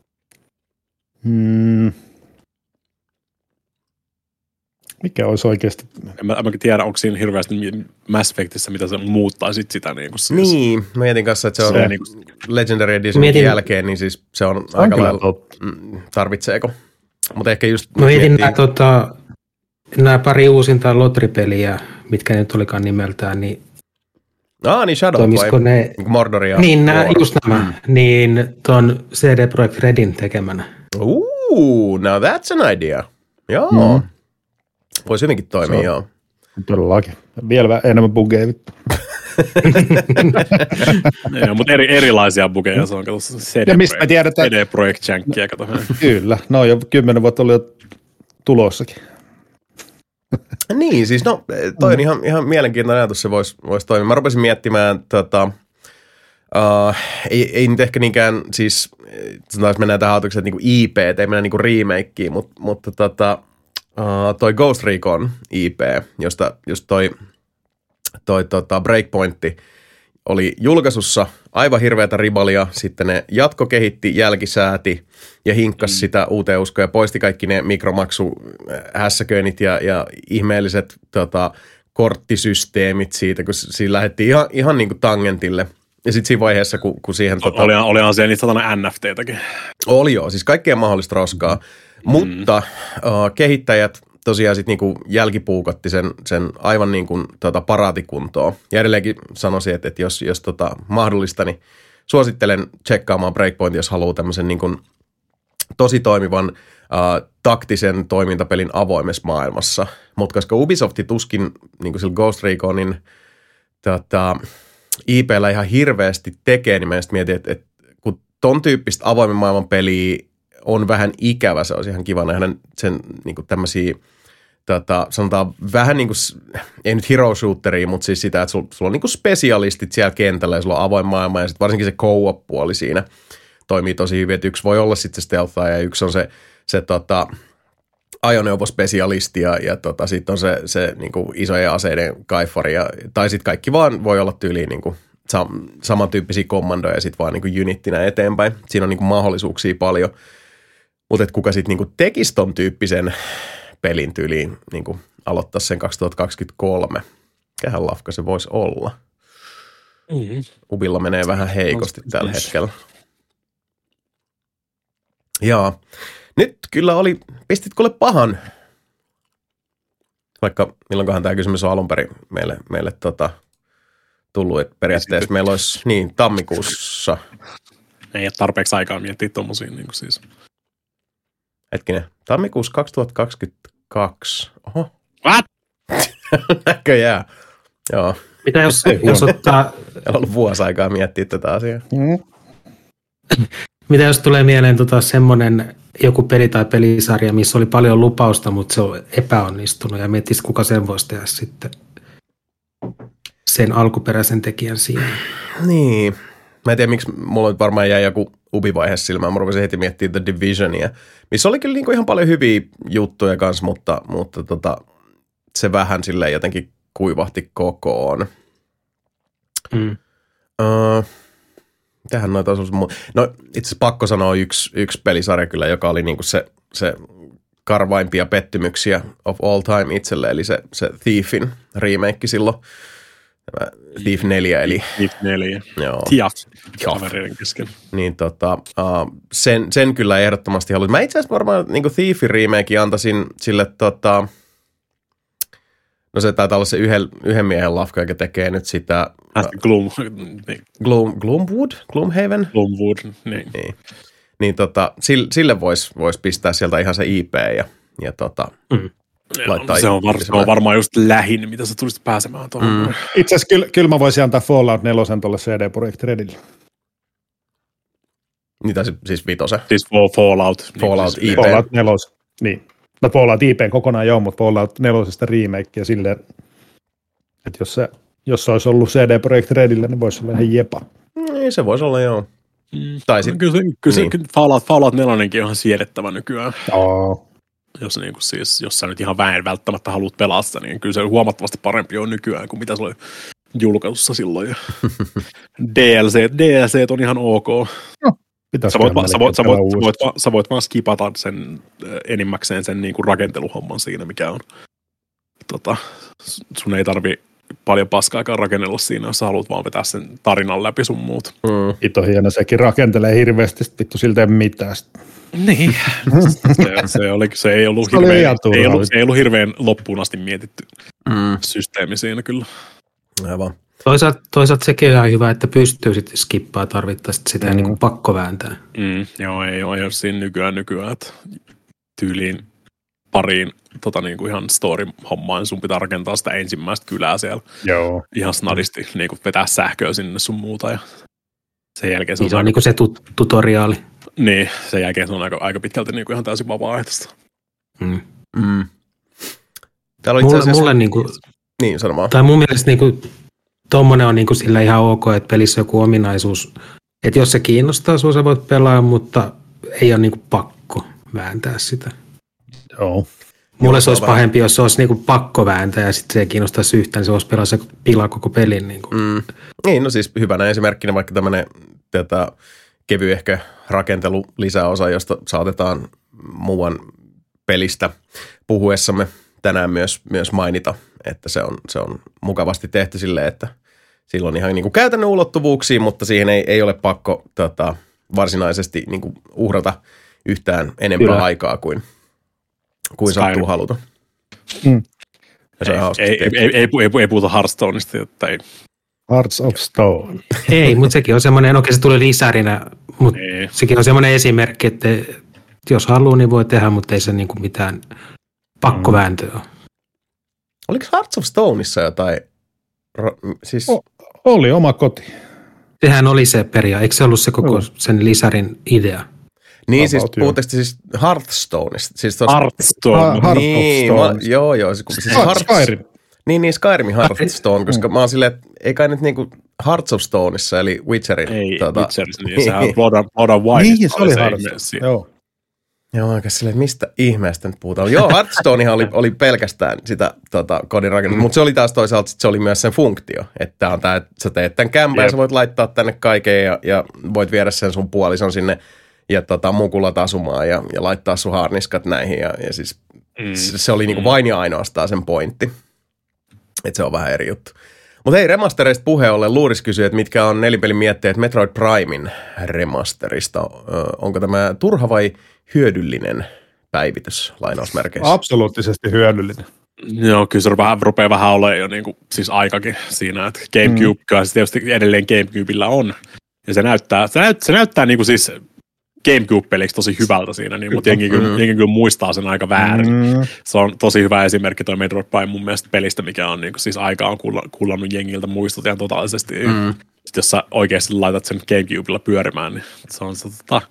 mikä olisi oikeasti? En mä tiedä, onko siinä hirveästi Mass Effectissä, mitä se muuttaa sitä. Niin, siis. Niin, mä mietin kanssa, että se on niin Legendary Editionin jälkeen, niin siis se on aika lailla, tarvitseeko. Mutta ehkä just... Mä mietin nämä pari uusinta Lotri-peliä, mitkä nyt olikaan nimeltään, niin... niin Shadow vai? Ne... Mordoria. Niin, just nämä. Niin ton CD Projekt Redin tekemänä. Now that's an idea. Joo. Voisi hyvinkin toimia, joo. Todellakin. Vielä enemmän bugeja. Mutta erilaisia bugeja, se on CD Projekt Jankia. Kyllä, no jo 10 vuotta oli jo tulossakin. Niin, siis no, toi on ihan mielenkiintoinen ajatus, se voisi toimia. Mä rupesin miettimään, ei nyt ehkä niinkään, siis taas mennään tähän ajatukseen, että niinku IP, ei mennä niinku remakeen, mutta toi Ghost Recon IP, josta just toi Breakpointti oli julkaisussa aivan hirveätä ribalia, sitten ne jatkokehitti, jälkisääti ja hinkkasi sitä uuteen uskoon ja poisti kaikki ne mikromaksuhässäköinnit ja ihmeelliset korttisysteemit siitä, kun siinä lähdettiin ihan niin kuin tangentille. Ja sitten siinä vaiheessa, kun siihen... Olihan siellä niitä NFT:täkin. Oli joo, siis kaikkea mahdollista roskaa, mutta kehittäjät tosiaan sitten niinku jälkipuukotti sen aivan niin kuin paraatikuntoon. Ja edelleenkin sanoisin, että jos mahdollista, niin suosittelen tsekkaamaan Breakpoint, jos haluaa tämmöisen niin kuin tosi toimivan taktisen toimintapelin avoimessa maailmassa. Mutta koska Ubisofti tuskin niin kuin sillä Ghost Reconin IP:llä ihan hirveästi tekee, niin mä mietin, että kun ton tyyppistä avoimen maailman peliä on vähän ikävä, se olisi ihan kiva nähdä sen niin kuin tämmöisiä sanotaan vähän niin kuin, ei nyt hero shooteria, mutta siis sitä, että sulla on niin kuin spesialistit siellä kentällä ja sulla on avoin maailma ja sitten varsinkin se co-op-puoli siinä toimii tosi hyvin, että yksi voi olla sitten se stealtha ja yksi on se ajoneuvospesialisti ja sitten on se niin kuin isojen aseiden kaifari tai sitten kaikki vaan voi olla tyyliin niin kuin samantyyppisiä kommandoja ja sitten vaan niin kuin unittinä eteenpäin. Siinä on niin kuin mahdollisuuksia paljon, mutta kuka sitten niin kuin tekisi ton tyyppisen pelin tyyliin niin kuin aloittaa sen 2023. Mikähän lafka se voisi olla? Ubilla menee vähän heikosti tällä hetkellä. Jaa. Nyt kyllä pistit kuule pahan. Vaikka milloinkohan tämä kysymys on alun perin meille tullut, että periaatteessa meillä olisi tammikuussa. Ei ole tarpeeksi aikaa miettiä tuommoisia niin kuin siis. Hetkinen, tammikuussa 2022. Oho. What? Näköjään. Joo. Mitä jos ottaa... On ollut vuosi aikaa miettiä tätä asiaa. Mitä jos tulee mieleen semmoinen joku peli tai pelisarja, missä oli paljon lupausta, mutta se on epäonnistunut ja miettis, kuka sen voisi tehdä sitten sen alkuperäisen tekijän siinä. Niin. Mä en tiedä, miksi mulla varmaan jäi joku Ubi-vaihe silmään. Mä rupesin heti miettimään The Divisionia, missä oli kyllä niinku ihan paljon hyviä juttuja kanssa, mutta se vähän silleen jotenkin kuivahti kokoon. Mitähän noita olisi ollut? No itse asiassa pakko sanoa yksi pelisarja kyllä, joka oli niinku se karvaimpia pettymyksiä of all time itselle, eli se Thiefin remake silloin. Thief 4, eli... Thief 4. Joo. Kavereiden kesken. Niin sen kyllä ehdottomasti haluaisin. Mä itse asiassa varmaan niin Thiefin remake antaisin sille no se taitaa olla se yhden miehen lafka, joka tekee nyt sitä... Gloomwood? Gloomhaven? Gloomwood, niin. Niin sille vois pistää sieltä ihan se IP ja se on varmaan just lähin, mitä sä tulisit pääsemään tuohon. Itse asiassa kyllä mä voisin antaa Fallout 4 tuolle CD Projekt Redille. Mitä siis vitose? Siis Fallout IP. Fallout 4, niin. No Fallout IPn kokonaan joo, mutta Fallout 4 remakea silleen, että jos se olisi ollut CD Projekt Redille, niin voisi olla ihan jepa. Niin, se voisi olla joo. Tai sitten niin. Fallout 4 on ihan siedettävä nykyään. Oh. Jos sä nyt ihan vähän välttämättä haluat pelaa sitä, niin kyllä se huomattavasti parempi on nykyään kuin mitä se oli julkaisussa silloin. Ja DLC on ihan ok. No, sä voit vaan skipata sen enimmäkseen sen niin kuin rakenteluhomman siinä, mikä on. Sun ei tarvi paljon paskaakaan rakennella siinä, jos sä haluat vaan vetää sen tarinan läpi sun muut. Ito hieno, sekin rakentelee hirveästi, vittu siltä ei mitään. Niin, se ei ollut hirveän loppuun asti mietitty systeemi siinä kyllä. Aivan. Toisaalta sekin on ihan hyvä, että pystyy sitten skippaa tarvittaessa, sitä niin kuin pakko vääntää. Joo, ei ole siinä nykyään, että tyyliin pariin niin kuin ihan story-hommaan sun pitää rakentaa sitä ensimmäistä kylää siellä. Joo. Ihan snadisti, niin kuin vetää sähköä sinne sun muuta ja sen jälkeen se on niin kuin se tutoriaali. Niin, sen jälkeen se on aika pitkälti niin kuin ihan täysin vapaaehtoista. Täällä on itse asiassa... Mulle niin kuin... Niin, sano vaan. Tai mun mielestä niin kuin, tommonen on niin kuin sillä ihan ok, että pelissä on joku ominaisuus. Että jos se kiinnostaa sua, sä voit pelaa, mutta ei ole niin kuin pakko vääntää sitä. Joo. Mulle se olisi pahempi, jos se olisi niin kuin pakko vääntää ja sitten se ei kiinnostaisi yhtään, niin se olisi pilaa koko pelin. Niin, niin, no siis hyvänä esimerkkinä vaikka tämmöinen kevyehkö rakentelu lisäosa, josta saatetaan muuan pelistä puhuessamme tänään myös mainita, että se on mukavasti tehty silleen, että sillä on ihan niin kuin käytännön ulottuvuuksia, mutta siihen ei ole pakko varsinaisesti niin kuin uhrata yhtään enempää aikaa kuin sattuu haluta. Ei puhuta Hearthstoneista, että ei. Hearts of Stone. Ei, mutta sekin on semmoinen, se tuli lisärinä, mutta sekin on semmoinen esimerkki, että jos haluaa, niin voi tehdä, mutta ei se niin kuin mitään pakkovääntöä ole. Oliko Hearts of Stoneissa jotain? Siis... Oli oma koti. Sehän oli se eikö se ollut se koko sen lisärin idea? Niin, siis puhutteko siis Hearthstoneista? Siis Hearthstone. Niin, joo. Skyrim. Niin, Skyrimin Hearthstone, koska mä oon silleen, että ei kai nyt niinku Hearts of Stoneissa, eli Witcherin. Ei, Witcherissa, niin sehän on Blood and Wine. Niin, se oli Hearthstone, joo. Joo, aika silleen, mistä ihmeestä nyt puhutaan. Joo, Hearthstonehan oli pelkästään sitä kodin rakennusta, mutta se oli taas toisaalta, se oli myös sen funktio, että on tämä, että sä teet tämän kämpän ja sä voit laittaa tänne kaiken ja voit viedä sen sun puolison sinne ja mukulat asumaan ja laittaa sun haarniskat näihin ja siis se oli niinku vain ja ainoastaan sen pointti, että se on vähän eri juttu. Mutta hei, remastereista puheen ollen Luuris kysyy, että mitkä on nelipelin mietteet Metroid Primein remasterista. Onko tämä turha vai hyödyllinen päivitys lainausmerkeissä? Absoluuttisesti hyödyllinen. Joo, kyllä se rupeaa vähän olemaan jo niin kuin, siis aikakin siinä, että GameCube, kyllä se tietysti edelleen GameCubella on. Ja se näyttää niin kuin siis GameCube-peliksi tosi hyvältä siinä, niin, mutta jengi kyllä muistaa sen aika väärin. Se on tosi hyvä esimerkki toi Metroid Prime mun mielestä pelistä, mikä on niin kuin, siis aikaan kullannut jengiltä muistut ihan totaalisesti. Sitten jos sä oikeasti laitat sen GameCubella pyörimään, niin se on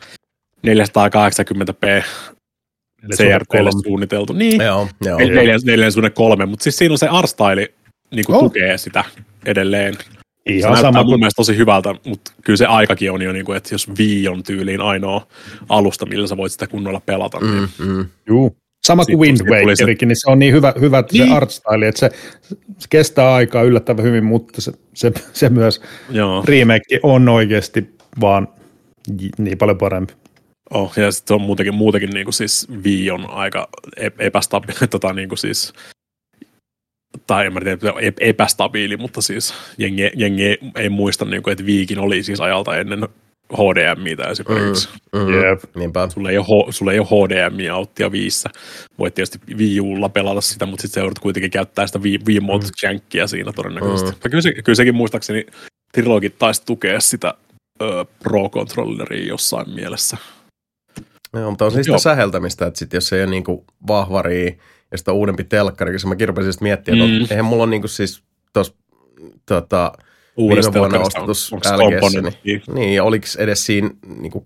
480p CRT:lle suunniteltu. Niin, 4:3, mutta siis siinä on se art-style niin kuin tukee sitä edelleen. Ihan se sama näyttää mun mielestä tosi hyvältä, mutta kyllä se aikakin on jo, niin kuin, että jos Wii on tyyliin ainoa alusta, millä sä voit sitä kunnolla pelata. Niin. Juu. Sama kuin Wind Wakerikin, niin se on niin hyvä se art style, että se kestää aikaa yllättävän hyvin, mutta se myös remake on oikeasti vaan niin paljon parempi. Ja sitten on muutenkin niin kuin siis Wii on aika epästabiili, niin kuin siis, tai en mä tiedä, epästabiili, mutta siis jengi ei muista, niin kuin, että Wiikin oli siis ajalta ennen HDMi:tä esimerkiksi. Niinpä. Sulla ei ole HDMI-auttia Wiissä. Voit tietysti Wii Ulla pelata sitä, mutta sitten sä joudut kuitenkin käyttää sitä Wiimote Jankia siinä todennäköisesti. Kyllä sekin muistaakseni Trilogit taisi tukea sitä Pro-controlleria jossain mielessä. Joo, mutta on siis sitä säheltämistä, että sit jos ei ole niinku vahvaria ja sitä uudempi telkkari, koska mä kirjoitin sitten miettiä, että eihän mulla on niinku siis tuossa viime vuonna ostetus LG:ssä, niin ja oliko edes siinä niinku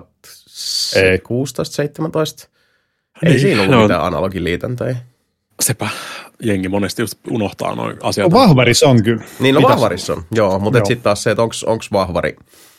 2016-17? Ei siinä ollut mitään analogiliitäntöjä. Sepä jengi monesti just unohtaa noin asiat. Vahvaris on kyllä. Niin, no vahvaris on, joo, mutta sitten taas se, että onko vahvari,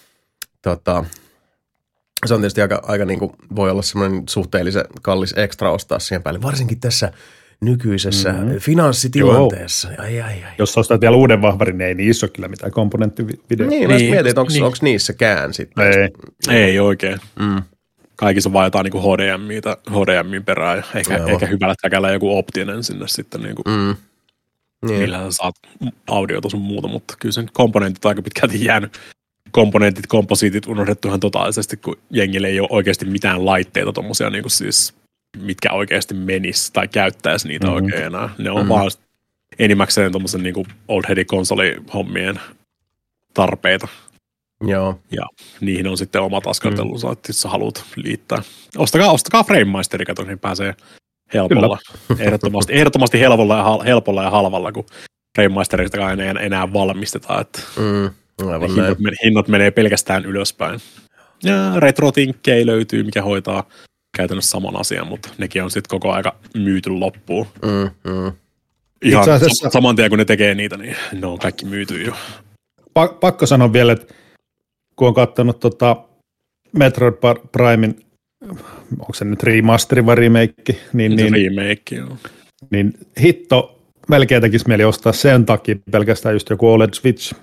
se on tietysti aika niin kuin, voi olla semmoinen suhteellisen kallis ekstra ostaa siihen päälle, varsinkin tässä nykyisessä finanssitilanteessa. Ai. Jos ostat vielä uuden vahvarin, niin ei niissä ole kyllä mitään komponenttivideoita. Niin, mä mietin, että onko niissäkään sitten. Ei oikein. Kaikissa on vaan jotain niin HDMIin perään, ja ehkä hyvällä täkällä joku optinen sinne sitten, niin kuin, millä sä saat audiota sun muuta, mutta kyllä sen komponentit on aika pitkälti jäänyt. Komposiitit unohdettu ihan totaalisesti, kun jengille ei ole oikeasti mitään laitteita tommosia, niin kuin siis, mitkä oikeasti menis tai käyttäisi niitä oikein enää. Ne on vaan enimmäkseen tuommoisen niin old heady konsolihommien tarpeita. Joo. Ja niihin on sitten omat askartelunsa, että jos sä haluat liittää. Ostakaa Frame-maisteri, kato, niin pääsee helpolla. Ehdottomasti helpolla ja halvalla, kun Frame-maisteristakaan ei enää valmisteta. Että hinnat menee pelkästään ylöspäin. Ja retrotinkkejä löytyy, mikä hoitaa käytännössä saman asian, mutta nekin on sitten koko aika myyty loppuun. Ihan saman tien, kun ne tekee niitä, niin ne on kaikki myyty jo. Pakko sanoa vielä, että kun on katsonut Metroid Primein, onko se nyt remasteri vai remake? Remake, joo. Niin hitto, melkein tekisi mieli ostaa sen takia pelkästään just joku OLED Switch.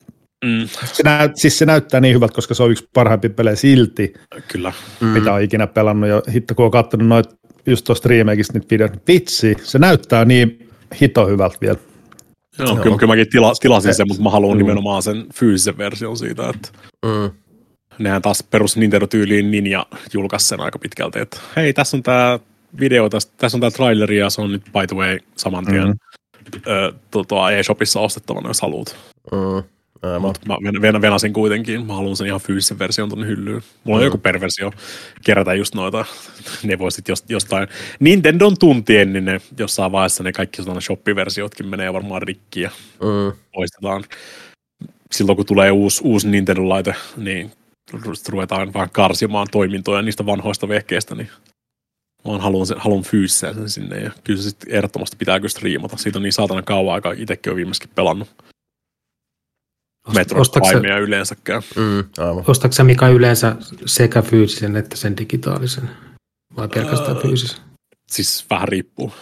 Se näyttää niin hyvältä, koska se on yksi parhaimpia pelejä silti, kyllä. Mitä on ikinä pelannut. Ja hitto, kun on katsonut noita just tuosta remakeista niitä videoita, vitsi, se näyttää niin hito hyvältä vielä. Joo, kyllä mäkin tilasin sen, mutta mä haluan nimenomaan sen fyysisen version siitä, että nehän taas perus Nintendo-tyyliin Ninja julkaisi sen aika pitkälti, että hei, tässä on tää video, tässä on tää traileri ja se on nyt by the way saman tien eShopissa ostettavana, jos haluat. Mä venasin kuitenkin, mä haluan sen ihan fyysisen version tonne hyllyyn. Mulla on joku perversio kerätä just noita, ne voi sit jostain Nintendon tuntien, niin ne jossain vaiheessa ne kaikki shoppiversiotkin menee varmaan rikki ja poistetaan. Silloin kun tulee uusi Nintendo-laite, niin ruvetaan vaan karsimaan toimintoja niistä vanhoista vehkeistä, niin mä haluan fyysisen sen sinne ja kyllä se sitten ehdottomasti pitää kyllä striimata. Siitä on niin saatana kauan aikaa, itsekin on viimeiskin pelannut. Metroid Primea yleensäkään. Ostatko sä, Mika, yleensä sekä fyysisen että sen digitaalisen? Vai pelkästään fyysisen? Siis vähän riippuu.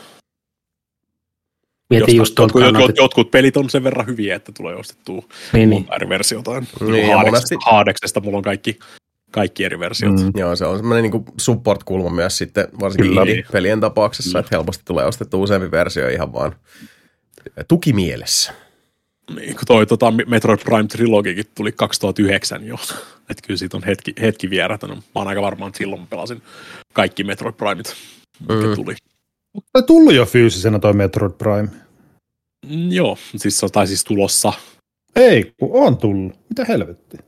Mietin just jotkut pelit on sen verran hyviä, että tulee ostettua monta eri versiota. Haadeksesta mulla on kaikki eri versiot. Joo, se on semmoinen niin support-kulma myös sitten, varsinkin indie-pelien tapauksessa, että helposti tulee ostettua useampi versio ihan vaan tukimielessä. Niin, kun toi Metroid Prime Trilogikin tuli 2009 jo. Että kyllä siitä on hetki vierähtänyt. Mä oon aika varmaan, että silloin pelasin kaikki Metroid Primeit, mitkä tuli. On tullut jo fyysisenä toi Metroid Prime. Joo, siis tulossa. Ei, kun on tullut. Mitä helvettiä?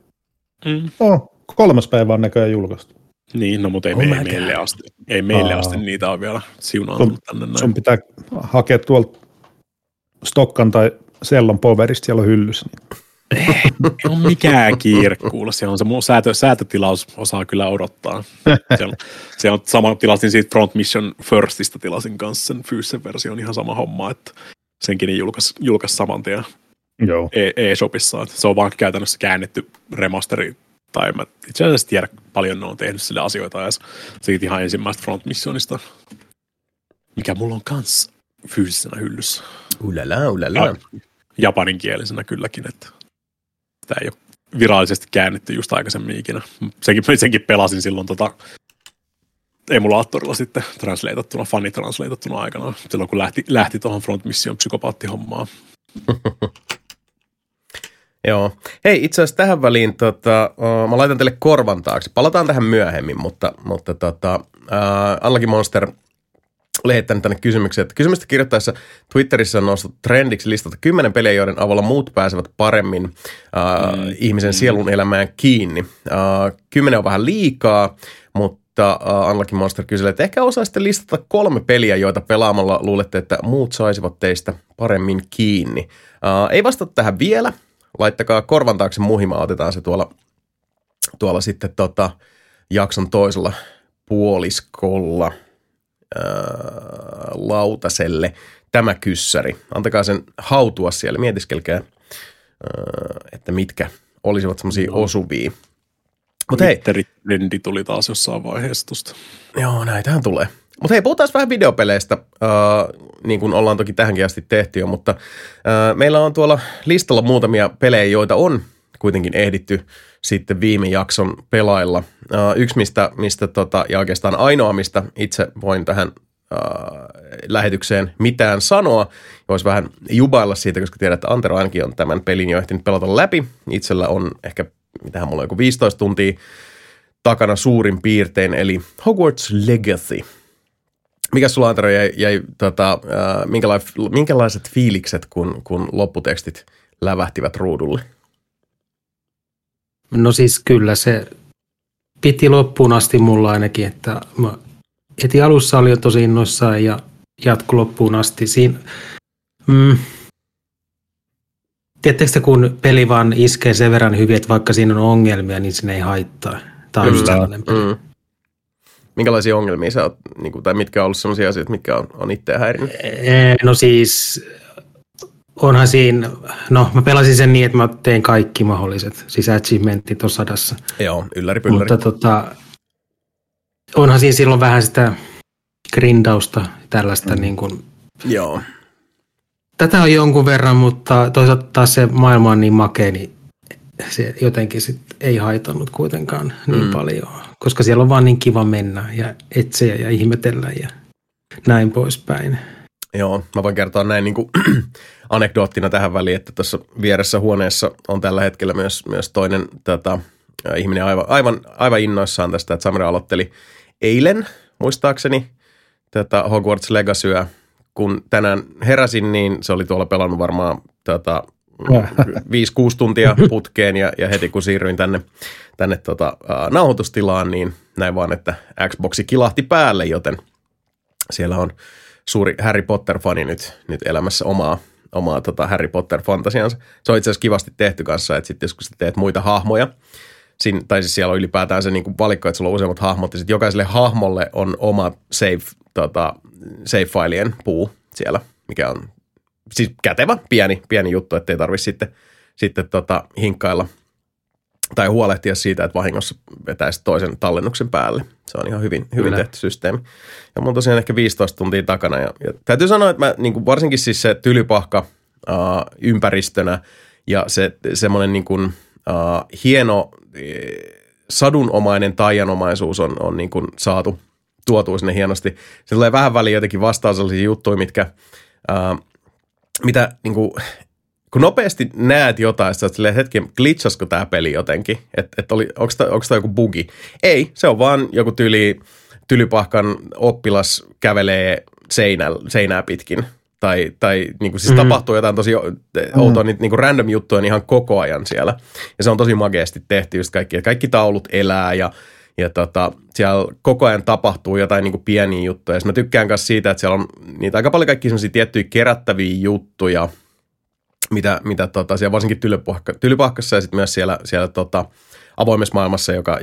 3. päivä on näköjään julkaistu. Niin, no mutta ei meille asti. Ei meille asti niitä on vielä siunaantunut tänne näin. Sun pitää hakea tuolta Stokkan tai Sellon Powerista, siellä on hyllyssä. Ei ole mikään kiire kuulla. Siellä on se mun säätötilaus osaa kyllä odottaa. Se on sama, tilasin siitä Front Mission Firstista tilasin kanssa sen fyysisen version, ihan sama homma, että senkin julkaisi saman tien eShopissa. Se on vaan käytännössä käännetty remasteri, tai mä itse asiassa tiedä paljon ne on tehnyt sille asioita ja siitä ihan ensimmäistä Front Missionista, mikä mulla on kans fyysisenä hyllyssä. Ulala. Japaninkielisenä kylläkin, että sitä ei ole virallisesti käännetty just aikaisemmin ikinä. Senkin pelasin silloin emulaattorilla sitten fanitranslateattuna aikana, silloin kun lähti tuohon Front Mission psykopaattihommaan. Joo. Hei, itse asiassa tähän väliin mä laitan teille korvan taakse. Palataan tähän myöhemmin, mutta Unlucky Monster oli heittänyt tänne kysymyksiä, että kysymystä kirjoittaessa Twitterissä on noussut trendiksi listata 10 peliä, joiden avulla muut pääsevät paremmin ihmisen sielun elämään kiinni. 10 on vähän liikaa, mutta Unlucky Monster kyselee, että ehkä osaisitte listata 3 peliä, joita pelaamalla luulette, että muut saisivat teistä paremmin kiinni. Ei vastata tähän vielä. Laittakaa korvan taakse muhimaan, otetaan se tuolla sitten jakson toisella puoliskolla lautaselle tämä kyssäri. Antakaa sen hautua siellä, mietiskelkää, että mitkä olisivat semmoisia osuvia. Mutta hei. Trendi tuli taas jossain vaiheessa tuosta. Joo, näitähän tulee. Mutta hei, puhutaan vähän videopeleistä, niin kuin ollaan toki tähänkin asti tehty jo, mutta meillä on tuolla listalla muutamia pelejä, joita on kuitenkin ehditty sitten viime jakson pelailla. Yksi, mistä ja oikeastaan ainoa, mistä itse voin tähän lähetykseen mitään sanoa, voisi vähän jubailla siitä, koska tiedän, että Antero ainakin on tämän pelin jo ehtinyt pelata läpi. Itsellä on ehkä, mitähän mulla on, joku 15 tuntia takana suurin piirtein, eli Hogwarts Legacy. Mikä sulla, Antero, jäi minkälaiset fiilikset, kun lopputekstit lävähtivät ruudulle? No siis kyllä se piti loppuun asti mulla ainakin, että mä heti alussa oli jo tosi innoissaan ja jatku loppuun asti. Tiedättekö, kun peli vaan iskee sen verran hyvin, että vaikka siinä on ongelmia, niin sinne ei haittaa. Tämä on just sellainen peli. Minkälaisia ongelmia sä oot, tai mitkä on ollut sellaisia asioita, mitkä on itseä häirinnyt? No siis, onhan siinä, mä pelasin sen niin, että mä tein kaikki mahdolliset, siis achievementit on 100. Joo, ylläri-pylläri. Mutta onhan siinä silloin vähän sitä grindausta, tällaista niin kuin. Joo. Tätä on jonkun verran, mutta toisaalta taas se maailma on niin makea, niin se jotenkin sit ei haitannut kuitenkaan niin paljon, koska siellä on vaan niin kiva mennä ja etsiä ja ihmetellä ja näin poispäin. Joo, mä voin kertoa näin niin kuin anekdoottina tähän väliin, että tuossa vieressä huoneessa on tällä hetkellä myös toinen ihminen aivan innoissaan tästä, että Samira aloitteli eilen, muistaakseni, tätä Hogwarts Legacyä. Kun tänään heräsin, niin se oli tuolla pelannut varmaan 5-6 tuntia putkeen ja heti kun siirryin tänne nauhoitustilaan, niin näin vaan, että Xboxi kilahti päälle, joten siellä on suuri Harry Potter-fani nyt elämässä omaa Harry Potter-fantasiansa. Se on itse asiassa kivasti tehty kanssa, että sitten jos sä teet muita hahmoja, tai siis siellä on ylipäätään se niin kuin valikko, että sulla on useammat hahmot, ja sitten jokaiselle hahmolle on oma save-filien puu siellä, mikä on siis kätevä, pieni juttu, ettei tarvitse sitten hinkkailla tai huolehtia siitä, että vahingossa vetäisi toisen tallennuksen päälle. Se on ihan hyvin tehty systeemi. Ja mun tosiaan ehkä 15 tuntia takana. Ja täytyy sanoa, että mä niin kuin varsinkin siis se tylypahka ympäristönä ja se semmoinen niin kuin, hieno sadunomainen taianomaisuus on niin kuin saatu tuotua sinne hienosti. Se tulee vähän väliin jotenkin vastaan sellaisia juttuja, mitä niin kuin, kun nopeasti näet jotain, sä oot silleen, hetken, glitchasko tää peli jotenkin? Onko tämä joku bugi? Ei, se on vaan joku tylypahkan oppilas kävelee seinää pitkin. Tai niin kuin, siis tapahtuu jotain tosi outoa, niin kuin random juttuja ihan koko ajan siellä. Ja se on tosi makeasti tehty just kaikki taulut elää ja siellä koko ajan tapahtuu jotain niin kuin pieniä juttuja. Ja mä tykkään myös siitä, että siellä on niitä aika paljon kaikkia sellaisia tiettyjä kerättäviä juttuja, mitä siellä varsinkin tylypahkassa ja sitten myös siellä avoimessa maailmassa, joka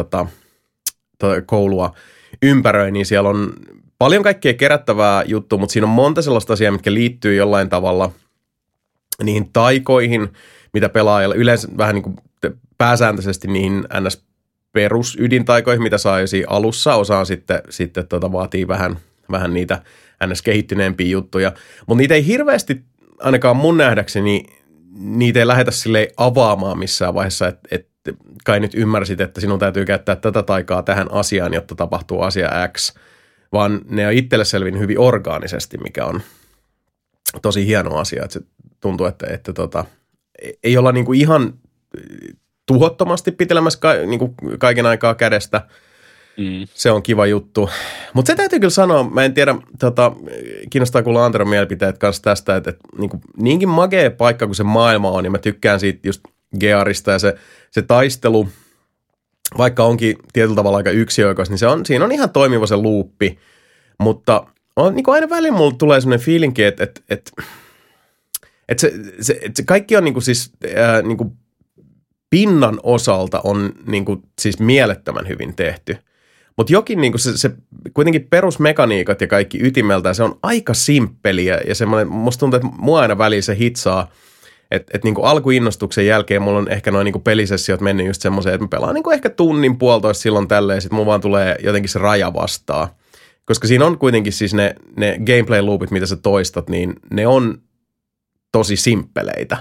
koulua ympäröi, niin siellä on paljon kaikkea kerättävää juttua, mutta siinä on monta sellaista asiaa, mitkä liittyy jollain tavalla niihin taikoihin, mitä pelaajalla yleensä vähän niin kuin pääsääntöisesti niihin NS-perusydintaikoihin, mitä saa jo siinä alussa. Osaan sitten vaatii vähän niitä NS-kehittyneempiä juttuja, mutta niitä ei hirveästi, ainakaan mun nähdäkseni, niitä ei lähdetä silleen avaamaan missään vaiheessa, että kai nyt ymmärsit, että sinun täytyy käyttää tätä taikaa tähän asiaan, jotta tapahtuu asia X, vaan ne on itselle selvinnyt hyvin orgaanisesti, mikä on tosi hieno asia, että se tuntuu, että ei olla niinku ihan tuhottomasti pitelemässä niinku kaiken aikaa kädestä. Se on kiva juttu. Mutta se täytyy kyllä sanoa, mä en tiedä, kiinnostaa kuulla Anteron mielipiteet kanssa tästä, että niinkin magea paikka kuin se maailma on, ja mä tykkään siitä just Gearista ja se taistelu, vaikka onkin tietyllä tavalla aika yksioikois, niin siinä on ihan toimiva se luuppi, mutta on, niin kuin aina välillä mulla tulee sellainen fiilinki, että se kaikki on niin kuin siis niin kuin pinnan osalta on niin kuin siis mielettömän hyvin tehty. Mutta jokin niin kuin se kuitenkin perusmekaniikat ja kaikki ytimeltään, se on aika simppeliä ja semmoinen, musta tuntuu, että mua aina väliin se hitsaa, että niin kuin alkuinnostuksen jälkeen mulla on ehkä noin niin kuin pelisessiot mennyt just semmoiseen, että mä pelaan niin kuin ehkä tunnin puolitoista silloin tälleen, sitten mulla vaan tulee jotenkin se raja vastaan. Koska siinä on kuitenkin siis ne gameplay loopit, mitä sä toistat, niin ne on tosi simppeleitä.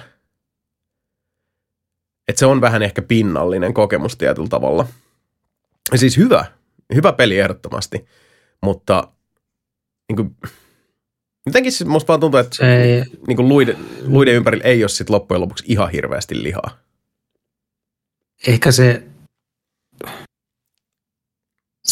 Että se on vähän ehkä pinnallinen kokemus tietyllä tavalla. Ja siis hyvä peli ehdottomasti, mutta niin kuin, jotenkin siis musta vaan tuntuu, että niin kuin luiden ympärillä ei ole sit loppujen lopuksi ihan hirveästi lihaa.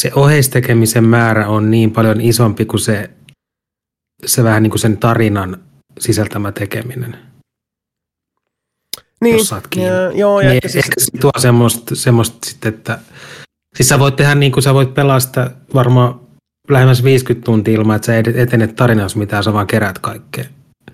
se oheistekemisen määrä on niin paljon isompi kuin se vähän niin kuin sen tarinan sisältämä tekeminen. Niin, jos saat kiinni. Joo, niin ehkä se tuo semmoista sitten, että siis sä voit tehdä niin kuin sä voit pelaa sitä varmaan lähemmäs 50 tuntia ilman, että sä etenet tarinassa mitään, sä vaan keräät kaikkea.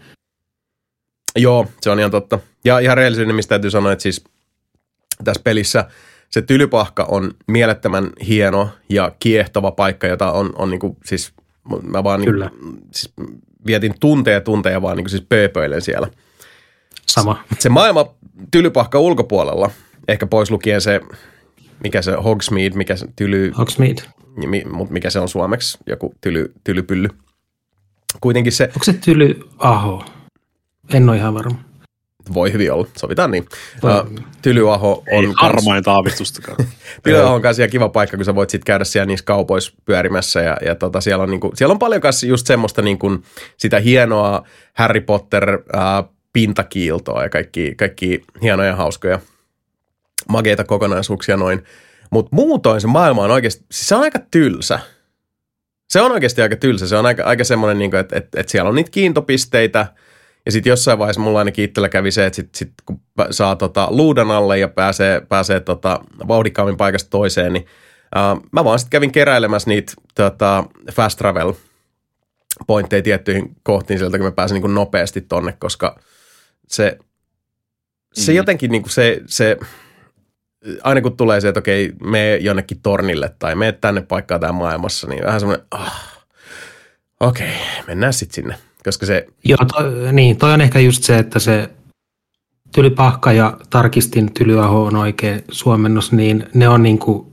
Joo, se on ihan totta. Ja ihan rehellisyyden mistä täytyy sanoa, että siis tässä pelissä se Tylypahka on mielettömän hieno ja kiehtova paikka, jota on niin kuin, siis mä vaan niin, siis vietin tunteja vaan niin kuin siis pööpöilen siellä. Sama. Se maailma Tylypahka ulkopuolella, ehkä pois lukien se, mikä se Hogsmeade, mikä se Hogsmeade. Mutta mikä se on suomeksi, joku tylypylly. Kuitenkin se... Onko se Tylyaho? En ole ihan varma. Voi hyvin olla, sovitaan niin. Tylyaho on... Ei harmainta aavistustakaan. Tylyaho on kanssa ihan kiva paikka, kun sä voit sitten käydä siellä niissä kaupoissa pyörimässä. Ja siellä, on niinku, siellä on paljon kanssa just semmoista niinku, sitä hienoa Harry Potter pintakiiltoa ja kaikki hienoja, hauskoja, mageita kokonaisuuksia noin. Mutta muutoin se maailma on oikeasti, siis se on aika tylsä. Se on oikeasti aika tylsä. Se on aika semmoinen, niinku, että siellä on niitä kiintopisteitä. Ja sitten jossain vaiheessa mulla ainakin itsellä kävi se, että sit kun saa luudan alle ja pääsee vauhdikkaammin paikasta toiseen, niin mä vaan sitten kävin keräilemässä niitä fast travel pointteja tiettyihin kohtiin sieltä, kun mä pääsen niin nopeasti tonne, koska se jotenkin niin se aina kun tulee se, että okei, mene jonnekin tornille tai mene tänne paikkaan täällä maailmassa, niin vähän semmoinen, okei, mennään sitten sinne. Koska se... Joo, toi on ehkä just se, että se Tylypahka ja tarkistin Tylyaho on oikein suomennos, niin ne on niinku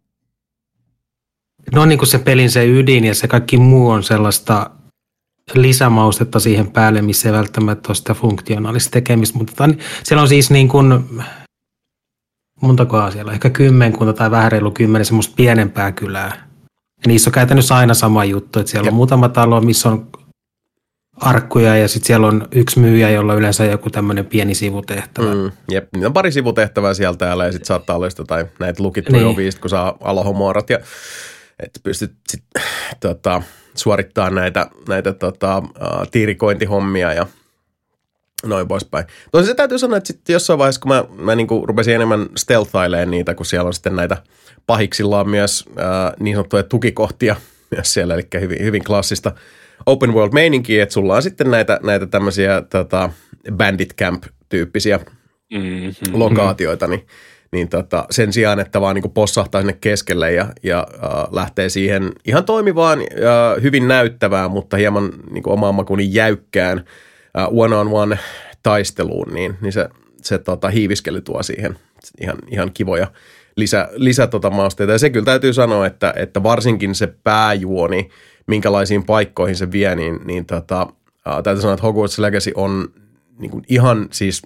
se pelin se ydin ja se kaikki muu on sellaista lisämaustetta siihen päälle, missä ei välttämättä ole sitä funktionaalista tekemistä, mutta siellä on siis niin kuin, montakohan siellä on, ehkä 10 tai vähän reilu 10 semmoista pienempää kylää. Ja niissä on käytännössä aina sama juttu, että siellä on muutama talo, missä on arkkuja ja sitten siellä on yksi myyjä, jolla yleensä joku tämmöinen pieni sivutehtävä. Jep, niitä on pari sivutehtävää sieltä täällä ja sitten saattaa olla tai näitä lukittuja oviista, kun saa alohomuorat ja että pystyt sitten suorittamaan näitä tiirikointihommia ja noin poispäin. Tosin se täytyy sanoa, että sitten jossain vaiheessa, kun mä niinku rupesin enemmän stealthailemaan niitä, kun siellä on sitten näitä pahiksilla on myös niin sanottuja tukikohtia myös siellä, eli hyvin klassista open world meininkiä, että sulla on sitten näitä tämmöisiä bandit camp-tyyppisiä lokaatioita, niin sen sijaan, että vaan niinku possahtaa sinne keskelle ja lähtee siihen ihan toimivaan, hyvin näyttävään, mutta hieman niinku omaan makuun jäykkään one-on-one taisteluun, niin se hiiviskely tuo siihen ihan kivoja lisä mausteita. Ja se kyllä täytyy sanoa, että varsinkin se pääjuoni, minkälaisiin paikkoihin se vie, niin täytyy sanoa, että Hogwarts Legacy on niin kuin ihan siis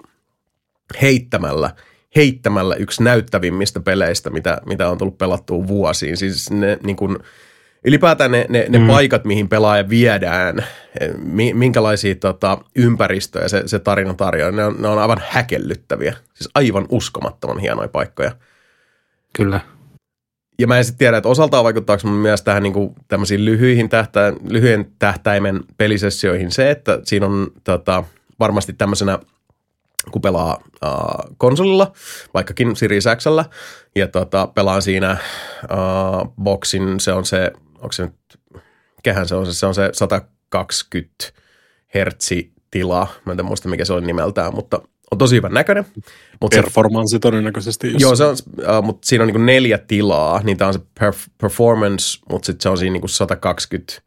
heittämällä yksi näyttävimmistä peleistä, mitä on tullut pelattua vuosiin. Siis ne niin kuin, ylipäätään ne paikat, mihin pelaaja viedään, minkälaisia ympäristöjä se tarina tarjoaa, ne on aivan häkellyttäviä. Siis aivan uskomattoman hienoja paikkoja. Kyllä. Ja mä en sitten tiedä, että osaltaan vaikuttaako mun mielestä tähän niinku tämmöisiin lyhyen tähtäimen pelisessioihin se, että siinä on varmasti tämmöisenä, kun pelaa konsolilla, vaikkakin Series X:llä, ja pelaan siinä boxin, se on se, onko se nyt, mikähän se on se 120 hertsitila, mä en muista mikä se on nimeltään, mutta on tosi hyvän näköinen. Performance todennäköisesti. Joo, se on, mutta siinä on niin 4 tilaa, niin tämä on se performance, mutta sitten se on siinä niin 120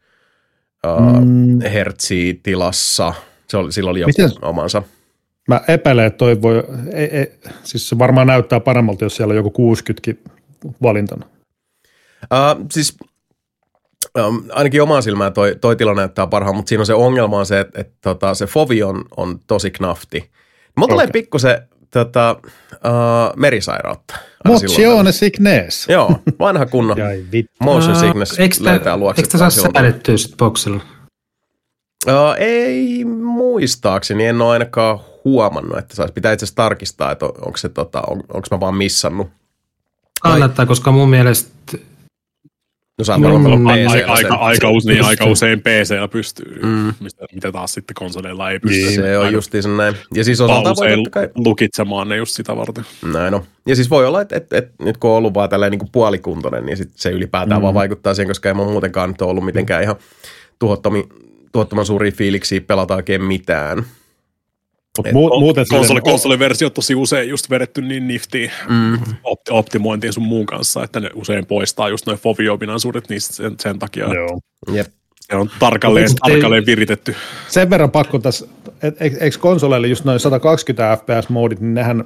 hertsiä tilassa. Sillä oli joku omansa. Mä epäilen, että toi voi, siis se varmaan näyttää paremmalta, jos siellä on joku 60kin valintana. Siis ainakin omaan silmään toi tila näyttää parhaan, mutta siinä on se ongelma on se, että se fovi on tosi knafti. Mulla tulee pikkusen merisairautta. Motione sickness. Joo, vanha kunnon motion sickness löytää luokse. Eikö tämä saa säädettyä sitten boksilla? Ei muistaakseni, en ole ainakaan huomannut, että pitää itse asiassa tarkistaa, että onko mä vaan missannut. Kannattaa, koska mun mielestä No aika usein PC:llä pystyy, mitä taas sitten konsoleilla ei pysty. Se on justiinsa näin. Ja siis osaltaan voi totta kai lukitsemaan ne just sitä varten. Näin on. Ja siis voi olla, että nyt kun on ollut vaan tällainen niin kuin puolikuntoinen, niin sit se ylipäätään vaan vaikuttaa siihen, koska ei mä muutenkaan nyt ollut mitenkään ihan tuhottoman suuria fiiliksiä pelata oikein mitään. Konsoliversio on tosi usein just vedetty niin niftiin optimointiin sun muun kanssa, että ne usein poistaa just noin FOVI-ominaisuudet niistä sen takia. Joo. Jep. Se on tarkalleen viritetty. Sen verran pakko tässä, eikö konsoleille just noin 120 fps-moodit, niin nehän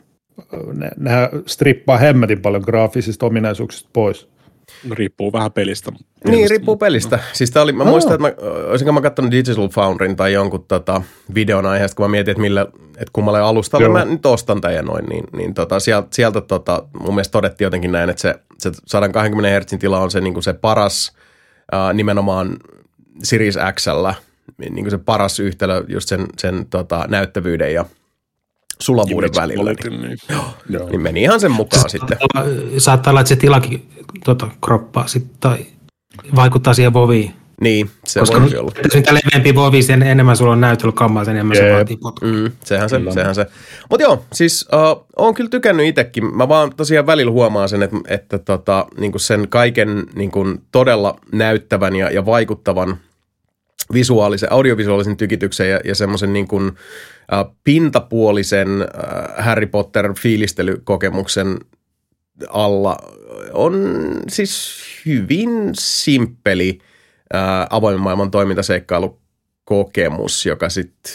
strippaa hemmetin paljon graafisista ominaisuuksista pois. No, riippuu vähän pelistä. Niin, riippuu pelistä. Siis mä muistan, että olisinko mä katsonut Digital Foundryn tai jonkun videon aiheesta, kun mä mietin, että kummalle alustalle mä nyt ostan tämän ja noin, niin sieltä mun mielestä todettiin jotenkin näin, että se 120 Hz tila on se, niin kuin se paras nimenomaan Series X:llä, niin kuin se paras yhtälö just sen näyttävyyden ja sulavuuden välillä. Niin meni ihan sen mukaan sitten. Saattaa olla, että se tilakin kroppaa sitten tai vaikuttaa siihen voviin. Niin, se voi olla. Koska mitä leveämpi vovi, sen enemmän sulla on näytelykammaa, sen enemmän se vaatii potkua. Sehän se. Mutta joo, siis oon kyllä tykännyt itsekin. Mä vaan tosiaan välillä huomaan sen, että niinku sen kaiken niinku todella näyttävän ja vaikuttavan audiovisuaalisen tykityksen ja semmoisen niin kuin pintapuolisen Harry Potter-fiilistelykokemuksen alla on siis hyvin simppeli avoimen maailman toimintaseikkailukokemus, joka sitten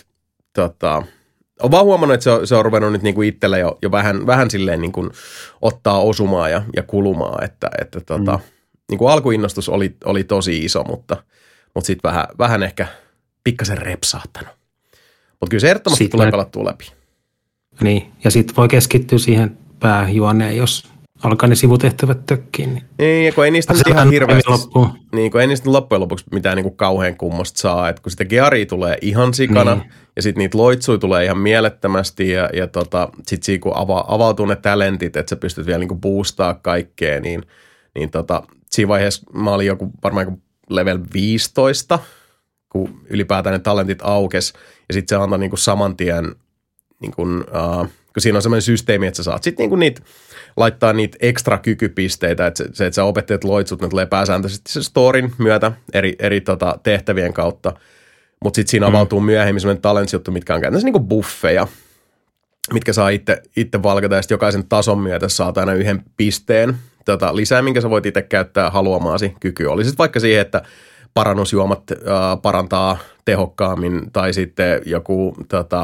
on vaan huomannut, että se on ruvennut nyt niinku itsellä jo vähän silleen niinku ottaa osumaa ja kulumaa, että niinku alkuinnostus oli tosi iso, mutta sitten vähän ehkä pikkasen repsahtanut. Mutta kyllä se ehdottomasti tulee pelattua läpi. Niin, ja sitten voi keskittyä siihen pääjuoneen, jos alkaa ne sivutehtävät tökkiin. Niin, ja kun ei niistä ihan hirveästi, niin, kun ei niistä loppujen lopuksi mitään niin kauhean kummosta saa, että kun sitä gearia tulee ihan sikana, ja sitten niitä loitsuja tulee ihan mielettömästi, ja sitten siinä kun avautuu ne talentit, että sä pystyt vielä niin boostaa kaikkea, niin siinä vaiheessa mä olin varmaan joku level 15, kun ylipäätään ne talentit aukes, ja sitten se antoi niinku saman tien, niinku, kun siinä on sellainen systeemi, että sä saat sitten niinku niitä, laittaa niitä ekstra kykypisteitä, että se, että sä opettajat loitsut, ne tulee pääsääntöisesti se storin myötä eri tehtävien kautta, mutta sitten siinä avautuu myöhemmin sellainen talentsjuttu, mitkä on käytännössä niinku buffeja, mitkä saa itse valkata, ja sitten jokaisen tason myötä saat aina yhden pisteen lisää, minkä sä voit itse käyttää haluamaasi kykyä. Oli sitten vaikka siihen, että parannusjuomat parantaa tehokkaammin, tai sitten joku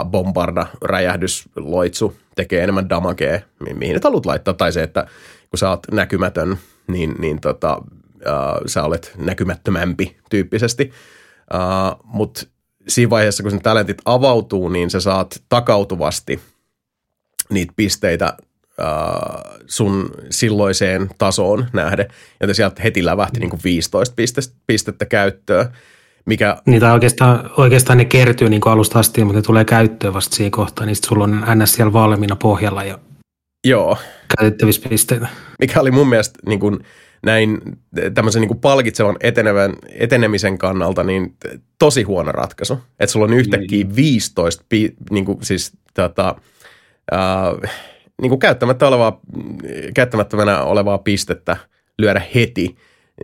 bombarda-räjähdysloitsu tekee enemmän damagea, mihin et haluat laittaa, tai se, että kun sä oot näkymätön, niin sä olet näkymättömämpi tyyppisesti. Mutta siinä vaiheessa, kun sen talentit avautuu, niin sä saat takautuvasti niitä pisteitä sun silloiseen tasoon nähden, joten sieltä heti lävähti niin kuin 15 pistettä käyttöön. Niitä oikeastaan ne kertyy niin kuin alusta asti, mutta ne tulee käyttöön vasta siinä kohtaa, niin sitten sulla on NS siellä valmiina pohjalla ja käytettävissä pisteitä. Mikä oli mun mielestä niin kuin näin tämmöisen niin kuin palkitsevan etenemisen kannalta niin tosi huono ratkaisu. Että sulla on yhtäkkiä 15 niin kuin siis niin kuin käyttämättömänä olevaa pistettä lyödä heti.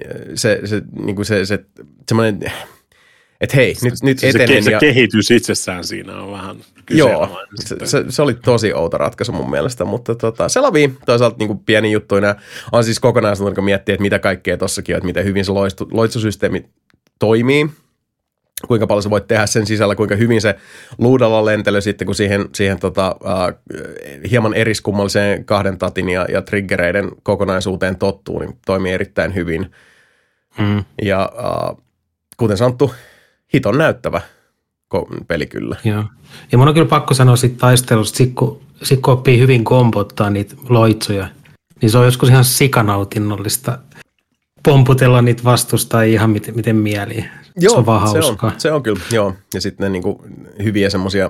Semmoinen, että hei, nyt etenen. Se kehitys itsessään siinä on vähän kyseenalainen. Joo, se oli tosi outo ratkaisu mun mielestä, mutta se lavii toisaalta niin kuin pieni juttu. On siis kokonaisuus, kun miettii, että mitä kaikkea tossakin on, että miten hyvin se loitsusysteemi toimii. Kuinka paljon sä voit tehdä sen sisällä, kuinka hyvin se luudalla lentely sitten, kun siihen hieman eriskummalliseen 2 tatin ja triggereiden kokonaisuuteen tottuu, niin toimii erittäin hyvin. Ja kuten sanottu, hiton näyttävä peli kyllä. Joo. Ja mun on kyllä pakko sanoa siitä taistelusta, kun oppii hyvin kompottaa niitä loitsuja, niin se on joskus ihan sikanautinnollista pomputella niitä vastustaa ihan miten mieliin. Joo, se on vaan hauskaa. Se on kyllä, joo. Ja sitten ne niinku hyviä semmoisia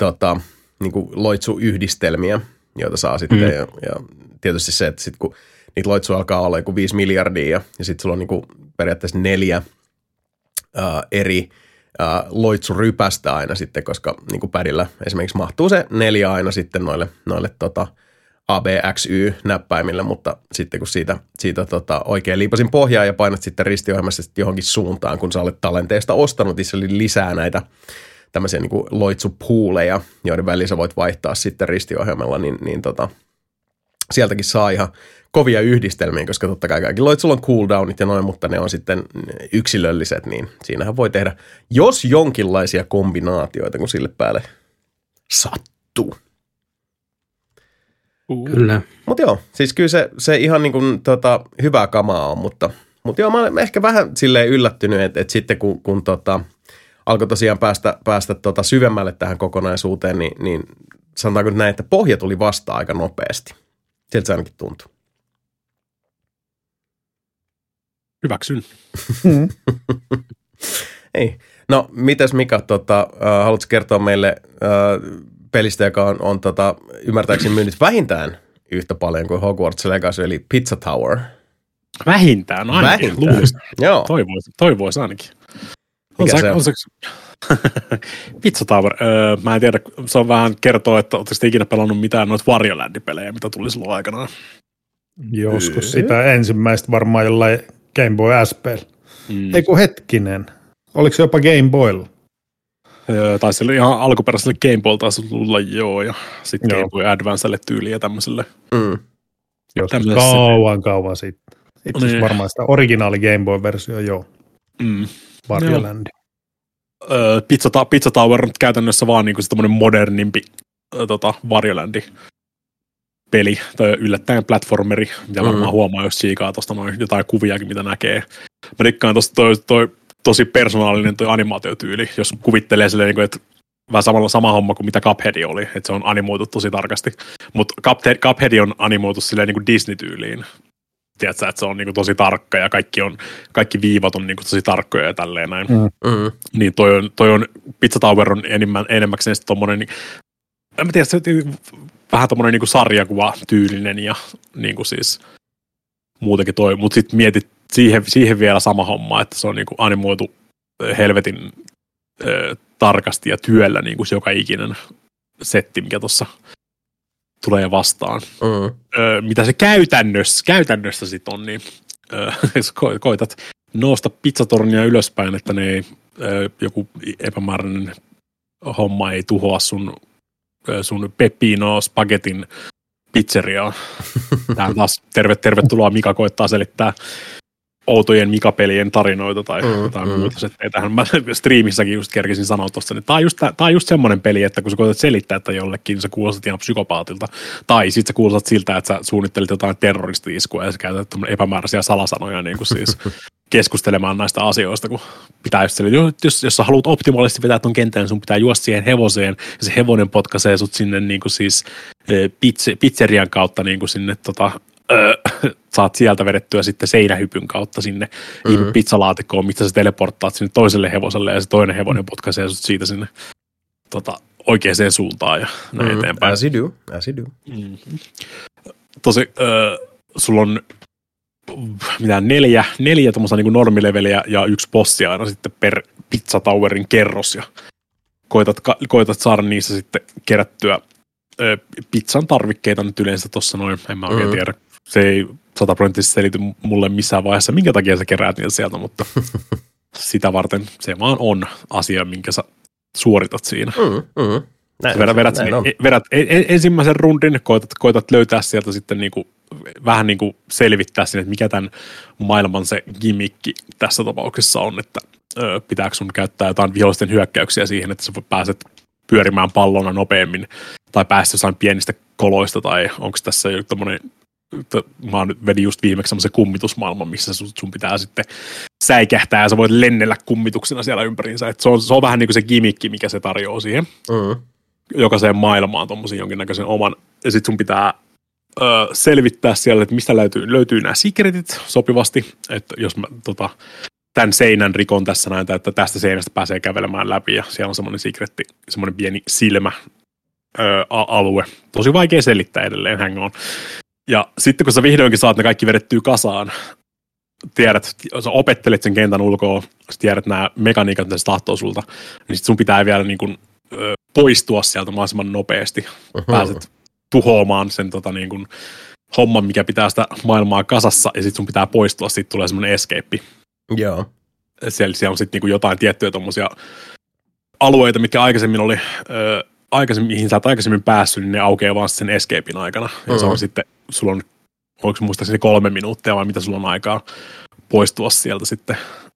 niinku loitsuyhdistelmiä, joita saa sitten. Ja tietysti se, että sitten kun niitä loitsuja alkaa olla joku 5 miljardia ja sitten sulla on niinku periaatteessa 4 eri loitsurypästä aina sitten, koska niinku pädillä esimerkiksi mahtuu se 4 aina sitten noille ABXY-näppäimille, mutta sitten kun siitä oikein liipasin pohjaa ja painat sitten ristiohjelmassa sitten johonkin suuntaan, kun sä olet tallenteesta ostanut, niin se lisää näitä tämmöisiä niin kuin loitsupuuleja, joiden väliin sä voit vaihtaa sitten ristiohjelmalla, niin sieltäkin saa ihan kovia yhdistelmiä, koska totta kai kaikki loitsulla on cooldownit ja noin, mutta ne on sitten yksilölliset, niin siinähän voi tehdä jos jonkinlaisia kombinaatioita, kun sille päälle sattuu. Kyllä. Mutta joo, siis kyllä se ihan niin kuin, hyvää kamaa on, mutta joo, mä olen ehkä vähän silleen yllättynyt, että sitten kun alkoi tosiaan päästä syvemmälle tähän kokonaisuuteen, niin sanotaanko näin, että pohja tuli vasta aika nopeasti. Sieltä se ainakin tuntuu. Hyväksyn. Ei. No, mitäs Mika, haluatko kertoa meille pelistä, joka on ymmärtääkseni myynyt vähintään yhtä paljon kuin Hogwarts Legacy, eli Pizza Tower. Vähintään ainakin. Joo. Toivoisi ainakin. On se? Pizza Tower. Mä en tiedä, se on vähän kertoo, että ootteko te ikinä pelannut mitään noita Varjoland-pelejä, mitä tuli silloin aikanaan? Joskus sitä ensimmäistä varmaan jollain Game Boy SP:llä. Eiku hetkinen. Oliko se jopa Game Boylla? Taisi olla ihan alkuperäiselle Game Boylla taisi olla joo, ja sitten Game Boy Advancelle tyyliin ja tämmöiselle. Joskus kauan sitten. Itse asiassa varmaan sitä originaali Game Boy-versio, joo. Varjolandi. Pizza Tower on käytännössä vaan niinku semmoinen modernimpi Varjolandi peli, tai yllättäen platformeri, mitä varmaan huomaa, jos siikaa tuosta noin jotain kuviakin, mitä näkee. Mä dikkaan tuosta toi tosi persoonallinen toi animaatiotyyli, jos kuvittelee silleen, että vähän sama homma kuin mitä Cuphead oli, että se on animoitu tosi tarkasti. Mutta Cuphead on animoitu silleen niin kuin Disney-tyyliin. Tiedätkö, että se on niin kuin tosi tarkka ja kaikki viivat on niin kuin tosi tarkkoja ja tälleen näin. Niin toi on Pizza Tower on enemmäkseen sitten tommonen, en mä tiedä, se on vähän tommonen niin kuin sarjakuva-tyylinen ja niin kuin siis muutenkin toi, mutta sitten mietit siihen vielä sama homma, että se on niin kuin animoitu helvetin tarkasti ja työllä niin kuin joka ikinen setti, mikä tuossa tulee vastaan. Mitä se käytännössä sitten on, niin jos koitat nousta pizzatornia ylöspäin, että ne ei, joku epämääräinen homma ei tuhoa sun Peppino Spagetin pizzeriaa. Tää taas tervetuloa Mika koittaa selittää outojen Mika-pelien tarinoita tai jotain muuta. Tähän mä striimissäkin just kerkisin sanoa tuosta, että tää on just semmoinen peli, että kun sä koetat selittää, että jollekin, niin sä kuulostat ihan psykopaatilta. Tai sit sä kuulostat siltä, että sä suunnittelit jotain terroristi-iskua ja sä käytät epämääräisiä salasanoja niin kuin siis keskustelemaan näistä asioista, kun pitää just jos sä haluat optimaalisesti vetää ton kentän, sun pitää juosta siihen hevoseen ja se hevonen potkaisee sut sinne niin kuin siis pizzerian kautta niin kuin sinne saat sieltä vedettyä sitten seinähypyn kautta sinne pizzalaatikkoon, mistä sä teleporttaat sinne toiselle hevoselle ja se toinen hevonen potkaisee sut siitä sinne oikeaan suuntaan ja näin eteenpäin. As you do. Tosi, sulla on neljä tommoista niin kuin normileveliä ja 1 bossi aina sitten per Pizza Towerin kerros ja koetat saada niissä sitten kerättyä pizzan tarvikkeita nyt yleensä tossa noin, en mä oikein tiedä. Se ei 100% selity mulle missään vaiheessa, minkä takia sä keräät niitä sieltä, mutta sitä varten se vaan on asia, minkä sä suoritat siinä. Vedät ensimmäisen rundin, koetat löytää sieltä sitten niinku, vähän niinku selvittää sinne, että mikä tämän maailman se gimmikki tässä tapauksessa on, että pitääkö sun käyttää jotain vihollisten hyökkäyksiä siihen, että sä pääset pyörimään pallona nopeammin tai päästä jossain pienistä koloista tai onko tässä joku tommonen, mä vedin just viimeksi semmoisen kummitusmaailman, missä sun pitää sitten säikähtää ja sä voit lennellä kummituksena siellä ympäriinsä. Et se on vähän niin kuin se gimmikki, mikä se tarjoaa siihen. Jokaiseen maailmaan tommosen jonkinnäköisen oman. Ja sit sun pitää selvittää siellä, että mistä löytyy nämä secretit sopivasti. Että jos mä tämän seinän rikon tässä näin, että tästä seinästä pääsee kävelemään läpi ja siellä on semmoinen secretti, semmoinen pieni silmä alue. Tosi vaikea selittää edelleen, hang on. Ja sitten kun sä vihdoinkin saat ne kaikki vedettyä kasaan, tiedät, sä opettelet sen kentän ulkoa, sä tiedät nämä mekaniikat, mitä se tahtoo sulta, niin sit sun pitää vielä niin kuin, poistua sieltä mahdollisimman nopeasti. Pääset tuhoamaan sen niin kuin, homman, mikä pitää sitä maailmaa kasassa, ja sit sun pitää poistua, sit tulee semmoinen escape. Joo. Siellä on sitten niin kuin jotain tiettyjä tommosia alueita, mitkä aikaisemmin oli, mihin sä et aikaisemmin päässyt, niin ne aukeaa vaan sen escapein aikana. Ja se on sitten, sulla on, voiko muistaakseni 3 minuuttia vai mitä sulla on aikaa poistua sieltä sitten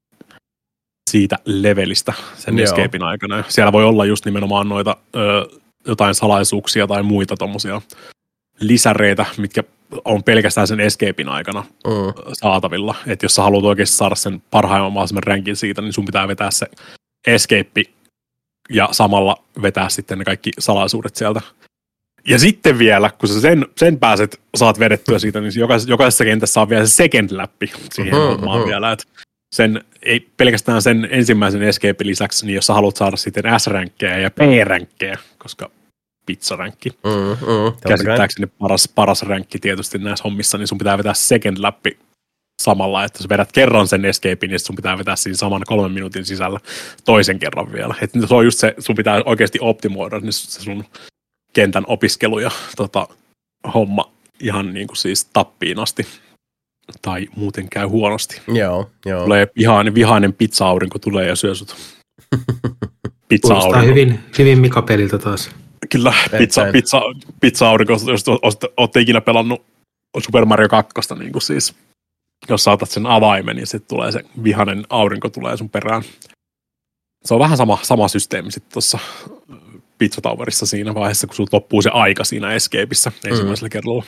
siitä levelistä sen escapein aikana. Ja siellä voi olla just nimenomaan noita jotain salaisuuksia tai muita tommosia lisäreitä, mitkä on pelkästään sen escapein aikana saatavilla. Että jos sä haluat oikeasti saada sen parhaimman mahdollisimman ränkin siitä, niin sun pitää vetää se escape ja samalla vetää sitten ne kaikki salaisuudet sieltä. Ja sitten vielä, kun sä sen saat vedettyä siitä, niin jokaisessa kentässä on vielä se second läppi siihen hommaan vielä. Että ei pelkästään sen ensimmäisen escape lisäksi, niin jos sä haluat saada sitten S-ränkkejä ja P-ränkkejä, koska pizzaränkki. Käsittääkseni paras ränkki tietysti näissä hommissa, niin sun pitää vetää second läppi samalla, että sä vedät kerran sen escapein, niin sun pitää vetää siinä saman 3 minuutin sisällä toisen kerran vielä. Et se on just se, sun pitää oikeasti optimoida se sun kentän opiskelu ja homma ihan niin kuin siis tappiin asti. Tai muuten käy huonosti. Joo. Tulee vihainen pizza-aurinko tulee ja syö sut. Kuulostaa hyvin Mika-peliltä taas. Kyllä, pizza-aurinko, jos olette ikinä pelannut Super Mario 2, niin kuin siis, jos saatat sen avaimen, niin sitten tulee se vihainen aurinko tulee sun perään. Se on vähän sama systeemi sitten tuossa Pizza Towerissa siinä vaiheessa, kun sulta loppuu se aika siinä escapeissa ensimmäisellä kerralla.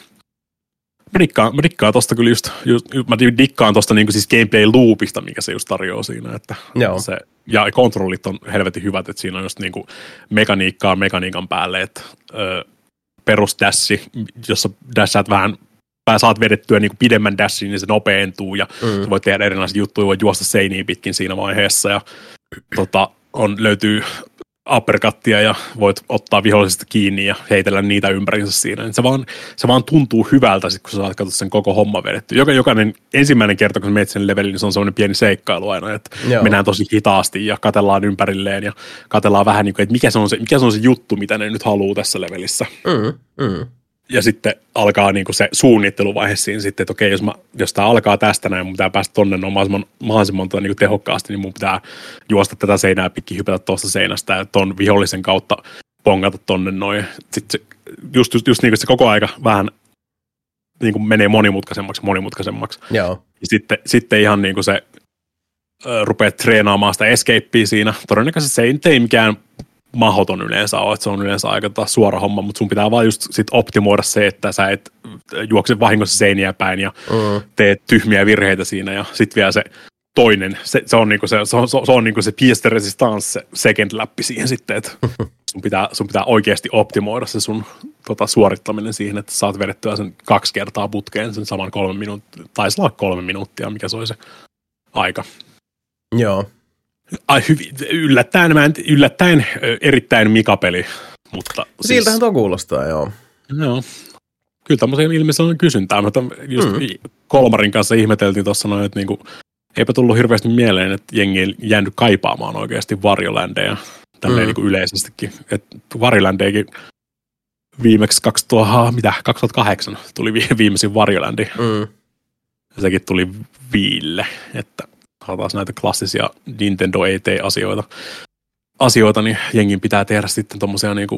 Mä dikkaan tosta kyllä mä dikkaan tosta niinku siis gameplay loopista, mikä se just tarjoaa siinä, että se, ja kontrollit on helvetin hyvät, että siinä on just niinku mekaniikan päälle, että perusdashi, jossa dashaat vähän, saat vedettyä niinku pidemmän dashin, niin se nopeentuu, ja sä voit tehdä erilaisia juttuja, voit juosta seiniä pitkin siinä vaiheessa, ja löytyy uppercuttia ja voit ottaa vihollisesta kiinni ja heitellä niitä ympärinsä siinä. Se vaan tuntuu hyvältä, sit, kun sä saat katsoa sen koko homma vedetty. Jokainen ensimmäinen kerta, kun sä menet sen levelin, niin se on semmoinen pieni seikkailu aina, että mennään tosi hitaasti ja katellaan ympärilleen ja katellaan vähän niin kuin, että mikä se on se juttu, mitä ne nyt haluaa tässä levelissä. Ja sitten alkaa niinku se suunnitteluvaihe siinä sitten, että okei, jos tämä alkaa tästä näin, mun pitää päästä tonne mahdollisimman niinku tehokkaasti, niin mun pitää juosta tätä seinää pitkin, hypätä tuosta seinästä ja ton vihollisen kautta pongata tonne noin. Sitten just niin kuin se koko aika vähän niin kuin menee monimutkaisemmaksi. Joo. Ja sitten ihan niin kuin se rupeat treenaamaan sitä escapea siinä. Todennäköisesti se ei mikään mahdoton yleensä ole, että se on yleensä aika suora homma, mutta sun pitää vaan just sit optimoida se, että sä et juokse vahingossa seiniä päin ja teet tyhmiä virheitä siinä ja sit vielä se toinen, se on niinku se pièce de résistance, se second läppi siihen sitten, että sun pitää oikeasti optimoida se sun suorittaminen siihen, että saat vedettyä sen 2 kertaa putkeen sen saman 3 minuuttia, taisi olla 3 minuuttia, mikä se oli se aika. Joo. Yllättäen erittäin Mika-peli, mutta siltähän tuo kuulostaa, joo. Joo. Kyllä tämmöisen ilmeisesti on kysyntää, mutta just Kolmarin kanssa ihmeteltiin tuossa noin, että niinku, eipä tullut hirveästi mieleen, että jengi ei jäänyt kaipaamaan oikeasti Varjolandeja tälleen niinku yleisestikin. Että Varjolandeikin viimeksi 2008 tuli viimeisin Varjolandi. Ja sekin tuli Viille, että taas näitä klassisia Nintendo ET-asioita, niin jengin pitää tehdä sitten tommosia niinku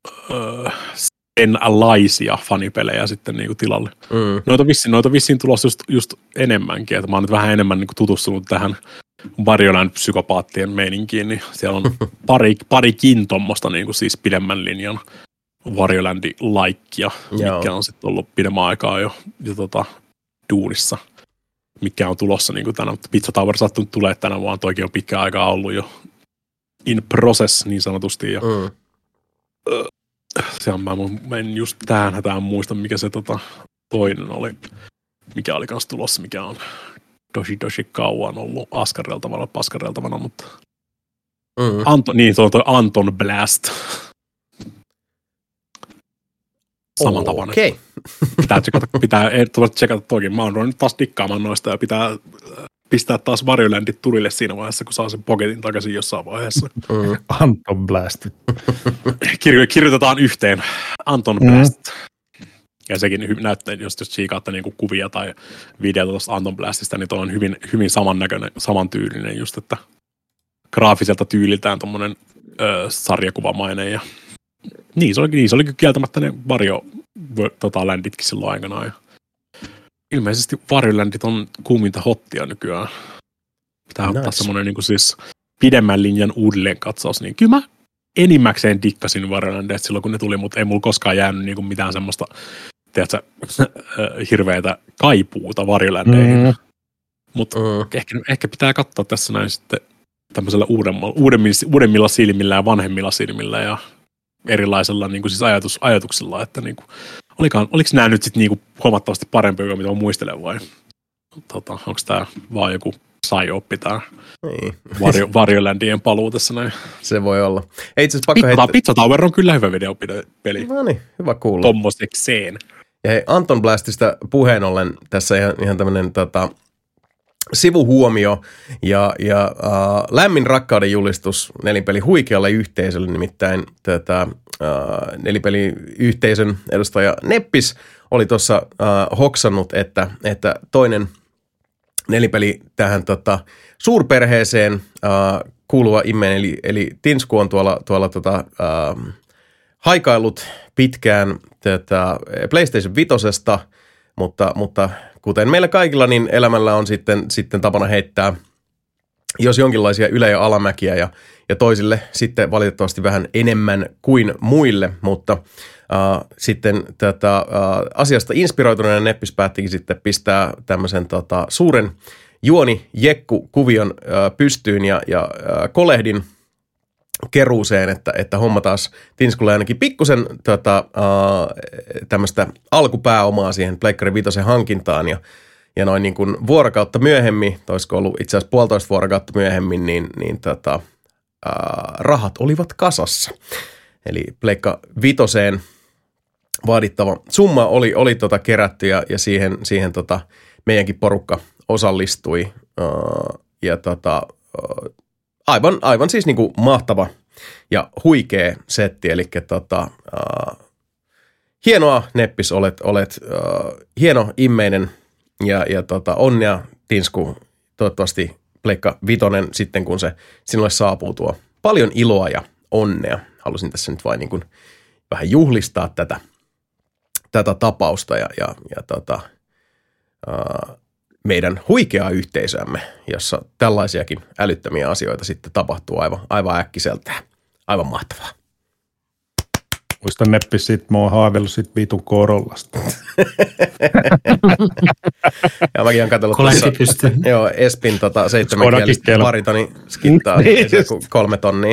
sen-alaisia fanipelejä sitten niinku tilalle. Noita vissiin tulossa just enemmänkin, että mä oon nyt vähän enemmän niinku tutustunut tähän Varjoland-psykopaattien meininkiin, niin siellä on parikin tommosta niinku siis pidemmän linjan Varjolandi-laikkia, mikä on sitten ollut pidemmän aikaa jo duunissa. Mikä on tulossa niin kuin tänään, mutta Pizza Tower sattunut tulee tänä vuonna, toikin on pitkään aikaa ollut jo in process niin sanotusti. Ja, mä en just tähän hätään muista, mikä se toinen oli, mikä oli kans tulossa, mikä on tosi kauan ollut paskareltavana, mutta se on toi Anton Blast. samantapainen. Okei. Pitää ehdottomasti tsekata toikin. Mä oon ruvennut taas dikkaamaan noista ja pitää pistää taas Varjoländit tulille siinä vaiheessa, kun saa sen poketin takaisin jossain vaiheessa. Anton Blast. Kirjoitetaan yhteen. Anton Blast. Ja sekin näyttää, jos tsiikaatte niinku kuvia tai videota tuosta Anton Blastista, niin tuo on hyvin, hyvin samannäköinen, samantyylinen just, että graafiselta tyyliltään tommonen sarjakuvamainen. Ja niin se oli kieltämättä ne Varjo-länditkin silloin aikanaan. Ja ilmeisesti Varjoländit on kuuminta hottia nykyään. Pitää ottaa semmoinen niinku siis pidemmän linjan uudelleen katsaus. Niin kyllä mä enimmäkseen dikkasin Varjoländit silloin, kun ne tuli, mutta ei mulla koskaan jäänyt niinku mitään semmoista, tiedätkö, hirveätä kaipuuta Varjoländeihin. Mutta ehkä pitää katsoa tässä näin sitten tämmöisellä uudemmilla silmillä ja vanhemmilla silmillä ja erilaisella niinku siis ajatuksilla, että niinku, oliko nämä nyt sitten niinku huomattavasti parempia kuin mitä mä muistelen vai onko tämä vaan joku sai-oppi tämä Varjoländien paluu tässä näin? Se voi olla. Itse asiassa Pizza Tower on kyllä hyvä videopeli. No niin, hyvä kuulla. Tommosekseen. Ja hei, Anton Blastista puheen ollen tässä ihan tämmöinen sivuhuomio ja lämmin rakkauden julistus Nelipeli huikealle yhteisölle, nimittäin Nelipeli-yhteisön edustaja Neppis oli tuossa hoksannut, että toinen Nelipeli tähän suurperheeseen kuuluva immeen, eli Tinsku on tuolla haikaillut pitkään PlayStation 5:sta, mutta kuten meillä kaikilla, niin elämällä on sitten tapana heittää, jos jonkinlaisia ylä- ja alamäkiä ja toisille sitten valitettavasti vähän enemmän kuin muille, mutta sitten asiasta inspiroituneena Neppis päättikin sitten pistää tämmöisen suuren juoni-jekku-kuvion pystyyn ja kolehdin keruuseen, että homma taas Tinskulle ainakin pikkusen tämmöistä alkupääomaa siihen Pleikkari 5 hankintaan ja noin niin kuin vuorokautta myöhemmin, olisiko ollut itse asiassa 1,5 vuorokautta myöhemmin, niin rahat olivat kasassa. Eli Pleikka 5 vaadittava summa oli kerätty ja siihen meidänkin porukka osallistui ja aivan siis niinku mahtava ja huikea setti, eli hienoa Neppis, olet hieno immeinen ja onnea Tinsku, toivottavasti Pleikka 5 sitten kun se sinulle saapuu tuo paljon iloa ja onnea. Halusin tässä nyt vain niin kuin vähän juhlistaa tätä tapausta ja meidän huikeaa yhteisöämme, jossa tällaisiakin älyttömiä asioita sitten tapahtuu aivan äkkiseltään. Aivan mahtavaa. Muista Neppis sit, mä oon haaveillut sit vitun Corollasta. Ja mäkin oon katsellut tuossa, Espin 7-kielistä Baritoni skittaa, niin, 3 tonnia.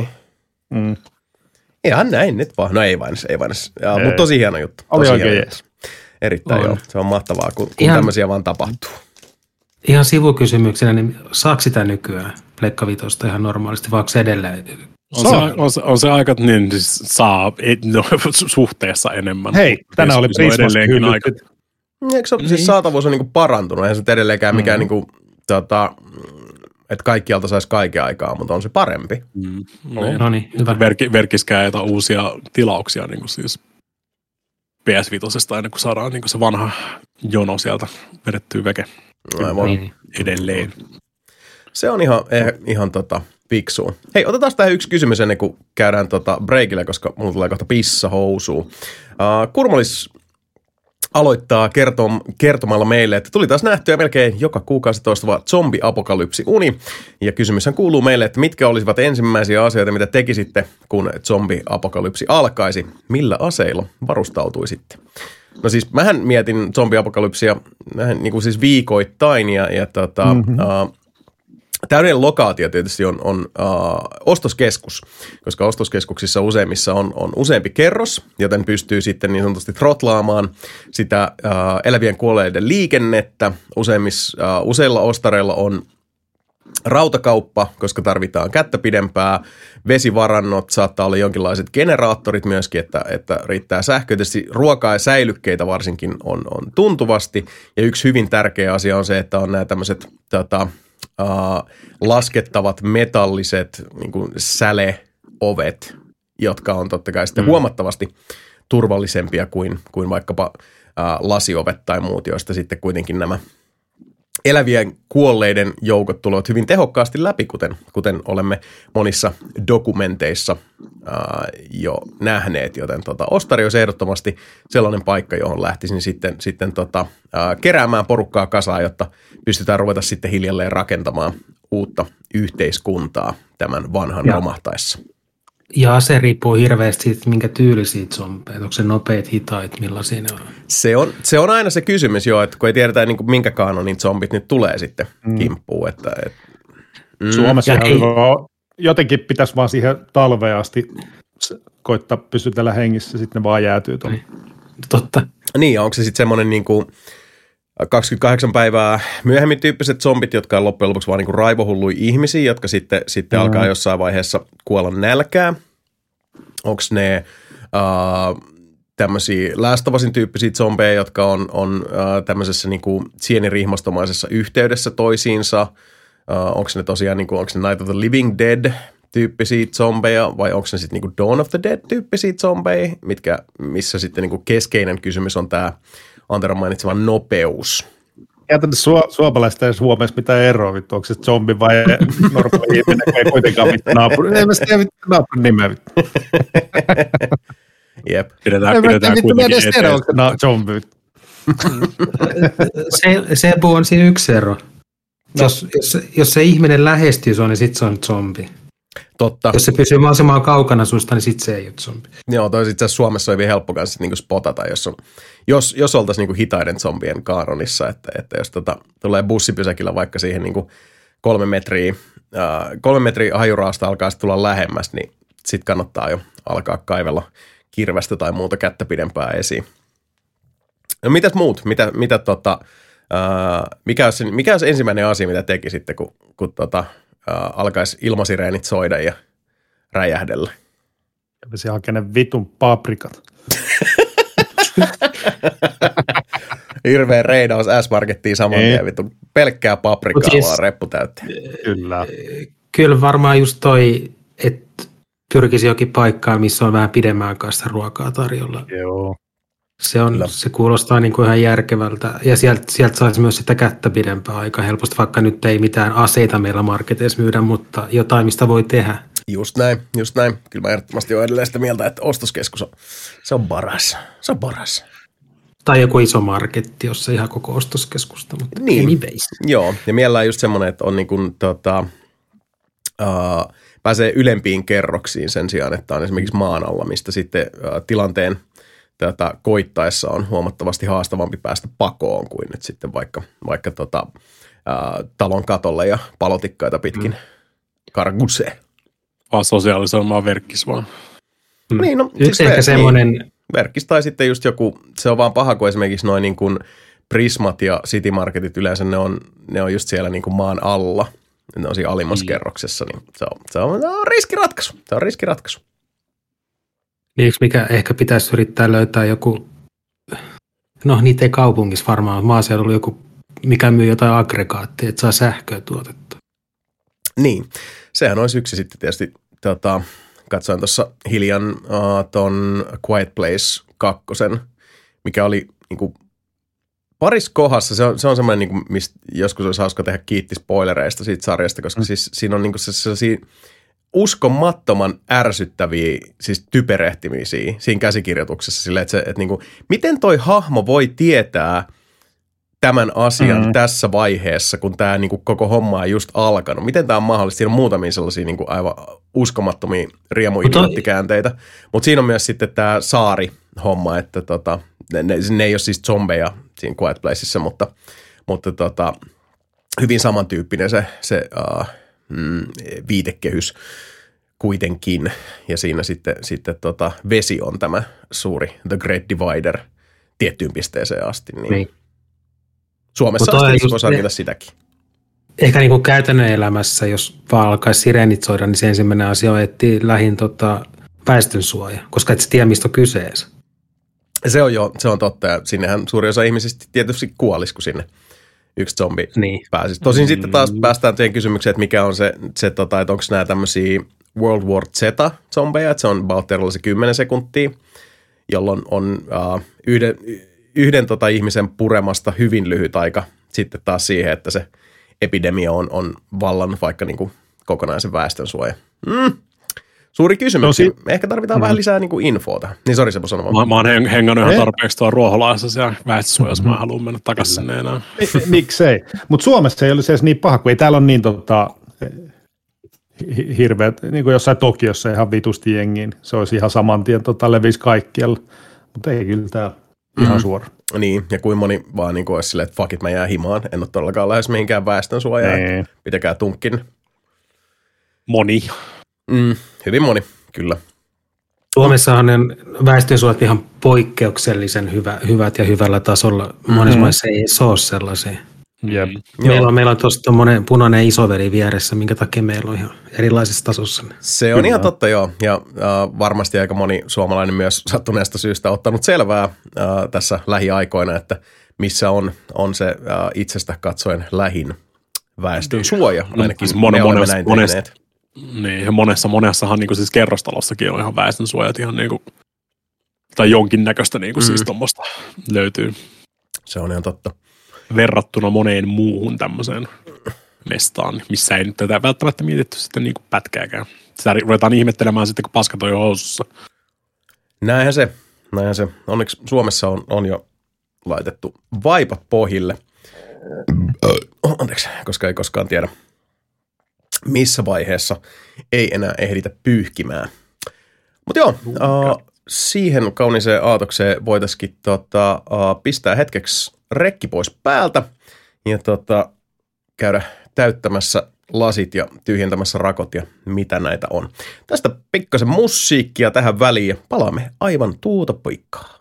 Ihan näin nyt vaan. No ei vain. Mutta tosi hieno juttu. Oli oikein jees. Erittäin joo. Se on mahtavaa, kun tämmöisiä vaan tapahtuu. Ihan sivukysymyksenä, niin saako sitä nykyään Pleikka 5 ihan normaalisti, vai onko se edelleen? On se aika, niin siis saa suhteessa enemmän. Hei, tänään oli Prismassa hyllyt. Eikö se siis saatavuus on niinku parantunut? Eihän se nyt edelleenkään mikään niinku, että kaikkialta saisi kaiken aikaa, mutta on se parempi. No niin, hyvä. Verkiskää ei uusia tilauksia niin kuin siis PS5 ennen kuin saadaan niin kuin se vanha jono sieltä vedettyä veke edelleen. Se on ihan fiksua. Hei, otetaan tähän yksi kysymys ennen kuin käydään breakille, koska mulla tulee kohta pissa housuun. Kurmolis aloittaa kertomalla meille, että tuli taas nähtyä melkein joka kuukausi toistuva zombi-apokalypsi-uni. Ja kysymyshän kuuluu meille, että mitkä olisivat ensimmäisiä asioita, mitä tekisitte, kun zombi-apokalypsi alkaisi? Millä aseilla varustautuisitte? No siis mähän mietin zombi-apokalypsia niin kuin siis viikoittain ja täydellinen lokaatio tietysti on ostoskeskus, koska ostoskeskuksissa useimmissa on useampi kerros, joten pystyy sitten niin sanotusti trotlaamaan sitä elävien kuolleiden liikennettä. Useilla ostareilla on rautakauppa, koska tarvitaan kättä pidempää, vesivarannot, saattaa olla jonkinlaiset generaattorit myöskin, että riittää sähköä. Tietysti ruokaa ja säilykkeitä varsinkin on tuntuvasti, ja yksi hyvin tärkeä asia on se, että on nämä tämmöiset laskettavat metalliset niin kuin säleovet, jotka on totta kai sitten huomattavasti turvallisempia kuin vaikkapa lasiovet tai muut, joista sitten kuitenkin nämä elävien kuolleiden joukot tulevat hyvin tehokkaasti läpi, kuten olemme monissa dokumenteissa jo nähneet, joten Ostari olisi ehdottomasti sellainen paikka, johon lähtisin sitten keräämään porukkaa kasaan, jotta pystytään ruveta sitten hiljalleen rakentamaan uutta yhteiskuntaa tämän vanhan romahtaessa. Ja se riippuu hirveästi siitä, minkä tyylisiä zombeja. Onko se nopeat, hitaat, millaisia ne on? Se on aina se kysymys jo, että kun ei tiedetä niin kuin minkä kaanonin zombit nyt tulee sitten kimppuun. Suomessa jotenkin pitäisi vaan siihen talveen asti koittaa pysytellä hengissä, sitten ne vaan jäätyy tuolla. Totta. Niin, onko se sitten semmoinen niin kuin 28 päivää myöhemmin tyyppiset zombit, jotka on loppujen lopuksi vaan niin kuin raivohulluja ihmisiä, jotka sitten alkaa jossain vaiheessa kuolla nälkää. Onko ne tämmöisiä Last of Usin tyyppisiä zombeja, jotka on tämmöisessä niin kuin sienirihmastomaisessa yhteydessä toisiinsa? Onko ne tosiaan, niin kuin, onko ne Night of the Living Dead tyyppisiä zombeja vai onko ne sitten niin kuin Dawn of the Dead tyyppisiä zombeja, missä sitten niin kuin keskeinen kysymys on tämä Anteron mainitsema nopeus. Käytännössä suomalaista ei Suomessa mitään eroa, vittu. Onko se zombi vai normaali ihminen, ei kuitenkaan mitään naapuri. Ei mä tiedä naapurin nimeä, vittu. Jep. Pidetään kuitenkin eteen. Onko se zombi? Se on siinä yksi ero. Jos se ihminen lähestyy sua, niin sitten se on zombi. Totta. Jos se pysyy mahdollisimman kaukana susta, niin sitten se ei ole zombi. Joo, toi itse asiassa Suomessa on hyvin helppo kanssa niin spotata, jos oltaisiin niin hitaiden zombien kaaronissa, että jos tulee bussipysäkillä vaikka siihen niin 3 metriä hajuraasta alkaa sitten tulla lähemmäs, niin sitten kannattaa jo alkaa kaivella kirvestä tai muuta kättä pidempää esiin. No mitäs muut? Mikä olisi ensimmäinen asia, mitä teki sitten, kun alkaisi ilmasireenit soida ja räjähdellä? Se hakee ne vitun paprikat. Hirveä reidaus S-Markettiin saman tien, vittu. Pelkkää paprikaa siis, vaan reppu täyteen. Kyllä varmaan just toi, että pyrkisi jokin paikkaan, missä on vähän pidemmän kanssa ruokaa tarjolla. Joo. Se kuulostaa niin kuin ihan järkevältä. Ja sieltä saisi myös sitä kättä pidempää aika helposti, vaikka nyt ei mitään aseita meillä marketeissa myydä, mutta jotain, mistä voi tehdä. Just näin. Kyllä mä ehdottomasti olen edelleen sitä mieltä, että ostoskeskus on paras. Tai joku iso marketti, jossa ihan koko ostoskeskusta, mutta niin. Joo, ja mielellään just semmoinen, että on niin kuin, pääsee ylempiin kerroksiin sen sijaan, että on esimerkiksi maan alla, mistä sitten tilanteen koittaessa on huomattavasti haastavampi päästä pakoon kuin nyt sitten vaikka talon katolle ja palotikkaita pitkin karkusee. Vaan sosiaalisoimaan verkkis vaan. Niin, no, yksi ehkä semmoinen. Verkkis tai sitten just joku, se on vaan paha, kun esimerkiksi noin niin kuin Prismat ja City Marketit yleensä ne on just siellä niin kuin maan alla. Ne on siinä alimmassa kerroksessa, niin se on riskiratkaisu. Niin mikä ehkä pitäisi yrittää löytää joku, no niitä ei kaupungissa varmaan, maaseudulla joku, mikä myy jotain aggregaattia, että saa sähköä tuotettua. Niin, sehän olisi yksi sitten tietysti, katsoin tuossa hiljan ton Quiet Place 2, mikä oli niinku parissa kohdassa, se on semmoinen, niinku, mistä joskus olisi hauska tehdä kiitti spoilereista siitä sarjasta, koska siis siinä on niinku sellaisia uskomattoman ärsyttäviä, siis typerehtimisiä siinä käsikirjoituksessa silleen, että niinku, miten toi hahmo voi tietää tämän asian tässä vaiheessa, kun tämä niinku koko homma on just alkanut. Miten tämä on mahdollista? Siinä on muutamia sellaisia niinku aivan uskomattomia riemuidioottikäänteitä, mutta siinä on myös sitten tämä saari-homma, että ne ei ole siis zombeja siinä Quiet Placeissa, mutta hyvin samantyyppinen se viitekehys kuitenkin, ja siinä sitten vesi on tämä suuri The Great Divider tiettyyn pisteeseen asti. Niin. Suomessa asti voisi harkita sitäkin. ehkä niin kuin käytännön elämässä, jos vaan alkaisi sireenit soida, niin se ensimmäinen asia on etsiä lähin väestönsuoja, koska et sä tiedä, mistä on kyseessä. Se on totta, ja sinnehän suuri osa ihmisistä tietysti kuolisi, kun sinne yksi zombi pääsisi. Tosin sitten taas päästään siihen kysymykseen, että mikä on se että onko nämä tämmöisiä World War Z-zombeja, että se on about 10 sekuntia, jolloin on yhden ihmisen puremasta hyvin lyhyt aika sitten taas siihen, että se epidemia on vallannut vaikka niin kuin kokonaisen väestönsuoja. Suuri kysymys. Ehkä tarvitaan vähän lisää niin kuin infoa. Niin sori Seppo sanomaan. Mä oon hengannut ihan tarpeeksi tuolla Ruoholaissa siellä väestönsuojassa, mä haluan mennä takaisin sinne enää. Miksei? Mutta Suomessa ei olisi edes niin paha, kun ei täällä ole niin hirveät, niin kuin jossain Tokiossa ihan vitusti jengiin. Se olisi ihan saman tien levisi kaikkialla. Mutta ei kyllä täällä ihan suora. Niin, ja kuin moni vaan niin olisi silleen, että fuck it, mä jää himaan. En ole todellakaan lähes mihinkään väestönsuojaan. Pitäkää tunkkin. Moni. Hyvin moni, kyllä. Suomessahan on väestönsuojat ihan poikkeuksellisen hyvät ja hyvällä tasolla. Monissa maissa ei ole sellaisia. Jep. Meillä on tuossa tuommoinen punainen isoveli vieressä, minkä takia meillä on ihan erilaisessa tasossa. Se on ihan totta, joo. Ja varmasti aika moni suomalainen myös sattuneesta syystä ottanut selvää tässä lähiaikoina, että missä on se itsestä katsoen lähin väestön suoja. Ainakin me olemme näin tehneet. Niin, ja monessahan niin kuin siis kerrostalossakin on ihan väestönsuojat ihan niin kuin, tai jonkinnäköistä niin kuin siis tuommoista löytyy. Se on ihan totta. Verrattuna moneen muuhun tämmöiseen mestaan, missä ei nyt tätä välttämättä mietitty sitten niin kuin pätkääkään. Sitä ruvetaan ihmettelemään sitten, kun paskat on jo housussa. Näinhän se. Onneksi Suomessa on jo laitettu vaipat pohjille. Anteeksi, koska ei koskaan tiedä, missä vaiheessa ei enää ehditä pyyhkimään. Mutta joo, siihen kauniiseen aatokseen voitaisiin pistää hetkeksi rekki pois päältä ja käydä täyttämässä lasit ja tyhjentämässä rakot ja mitä näitä on. Tästä pikkasen musiikkia tähän väliin ja palaamme aivan tuota poikkaa.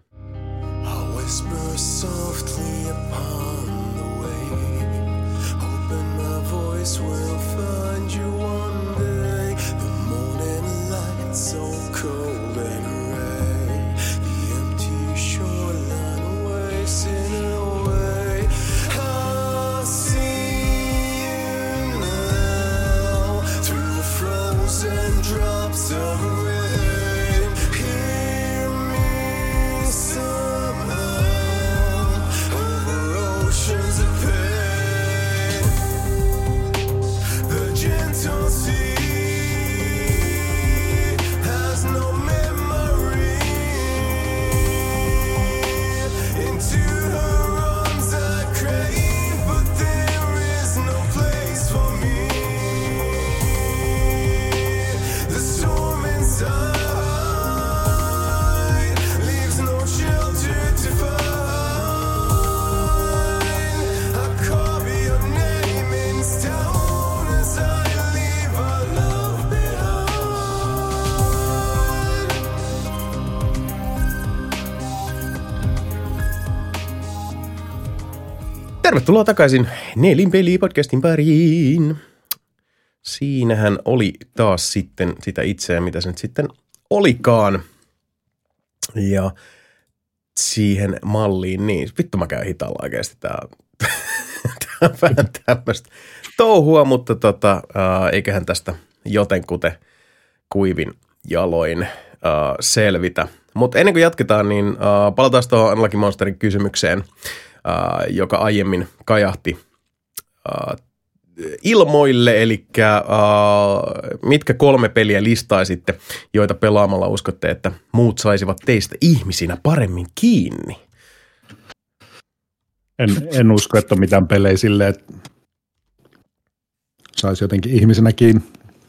Tervetuloa takaisin Nelinpeli-podcastin pariin. Siinähän oli taas sitten sitä itseä, mitä se nyt sitten olikaan. Ja siihen malliin, niin vittu mä käyn hitaalla oikeasti. Tää on vähän tämmöistä touhua, mutta eiköhän tästä jotenkuten kuivin jaloin selvitä. Mutta ennen kuin jatketaan, niin palataan tuohon Unlucky Monsterin kysymykseen, joka aiemmin kajahti ilmoille, eli mitkä 3 peliä listaisitte, joita pelaamalla uskotte, että muut saisivat teistä ihmisinä paremmin kiinni? En usko, että on mitään pelejä silleen, että saisi jotenkin ihmisenä kiinni.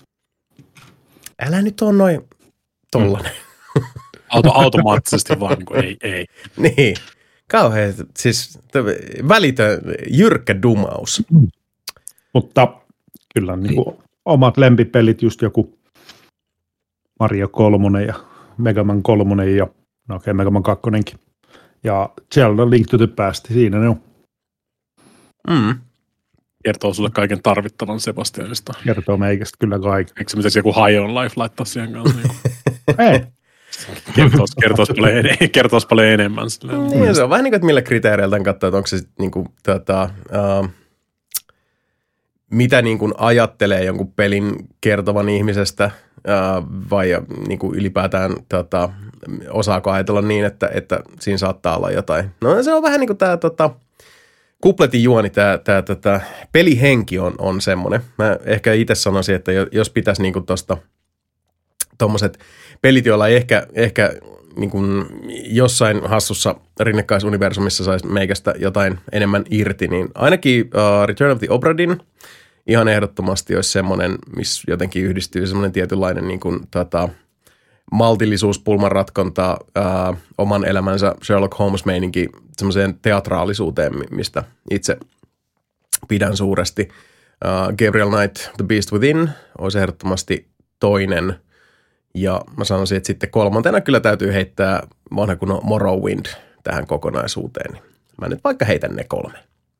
Älä nyt ole noin tollanen. Automaattisesti vaan ei. Niin. Kauhean, siis välitön, jyrkkä dumaus. Mutta kyllä niin kuin omat lempipelit, just joku Mario 3 ja Mega Man 3 ja Mega Man 2 ja Zelda Link to the Past, siinä ne on. Kertoo sulle kaiken tarvittavan Sebastianista. Kertoo meikästä kyllä kaiken. Eikö se pitäisi joku High on Life laittaa siihen kanssa? Ei. Kertoisi paljon enemmän. Niin, se on vähän niin kuin, että millä kriteereiltä katsoo, että onko se niin kuin, mitä niin kuin ajattelee jonkun pelin kertovan ihmisestä vai niin kuin ylipäätään osaako ajatella niin, että siinä saattaa olla jotain. No se on vähän niin kuin tämä kupletin juoni, tämä pelihenki on semmoinen. Mä ehkä itse sanoisin, että jos pitäisi niin kuin tuommoiset pelit, joilla ei ehkä niin kuin jossain hassussa rinnakkaisuniversumissa saisi meikästä jotain enemmän irti, niin ainakin Return of the Obra Dinn ihan ehdottomasti olisi semmoinen, missä jotenkin yhdistyy semmoinen tietynlainen niin kuin, maltillisuus, pulmanratkonta, oman elämänsä Sherlock Holmes-meininki semmoiseen teatraalisuuteen, mistä itse pidän suuresti. Gabriel Knight, The Beast Within olisi ehdottomasti toinen. Ja mä sanoisin, että sitten kolmantena kyllä täytyy heittää vanha kunnon Morrowind tähän kokonaisuuteen. Mä nyt vaikka heitän ne 3.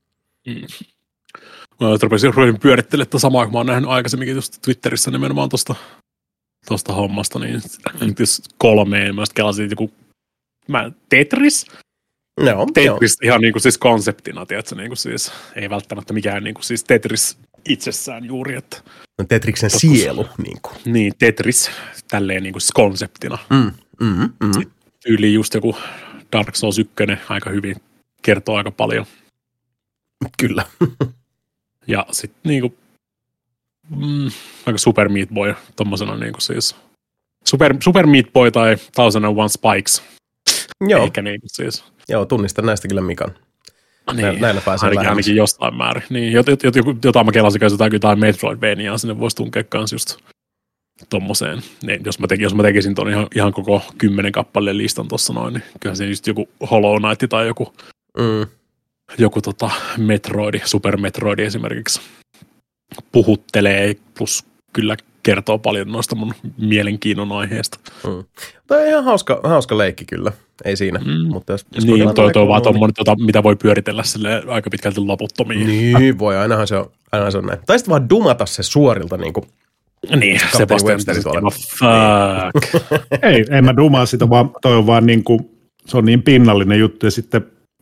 Mä rupesin pyörittelemään samaa, kun mä oon nähnyt aikaisemminkin just Twitterissä nimenomaan tuosta hommasta, niin jos 3, mä kelasin joku Tetris? No, Tetris ihan niin kuin siis konseptina, tiedätkö, niin kuin siis ei välttämättä mikään niin kuin siis Tetris itsessään juuri, että no, Tetriksen sielu. Niin, kuin. Niin, Tetris tälleen niin kuin siis konseptina. Tyyli just joku Dark Souls 1 aika hyvin kertoo aika paljon. Kyllä. Ja sitten niinku aika Super Meat Boy tommosena niinku siis Super Meat Boy tai Thousand and One Spikes. Joo. Eikä niinku siis. Joo, tunnistan näistä kyllä Mikan. Niin, näillä pääsee lähemmäs. Ainakin jostain määrin. Niin, jotain mä kelasin kanssa jotain Metroidvaniaa, sinne voisi tunkea kans just tommoseen. Niin, jos mä tekisin ton ihan koko 10 kappaleen listan tossa noin, niin kyllähän se just joku Hollow Knight tai joku Metroid, Super Metroid esimerkiksi puhuttelee, plus kyllä kertoo paljon noista mun mielenkiinnon aiheesta. Tämä on ihan hauska leikki kyllä, ei siinä. Mutta jos niin, toi on vaan tommonen, mitä voi pyöritellä aika pitkälti loputtomiin. Niin, voi, ainahan se on näin. Tai sitten vaan dumata se suorilta niin kuin niin, Sebastian fuck. Ei, en mä dumaa sitä, vaan toi on vaan niin kuin, se on niin pinnallinen juttu ja sitten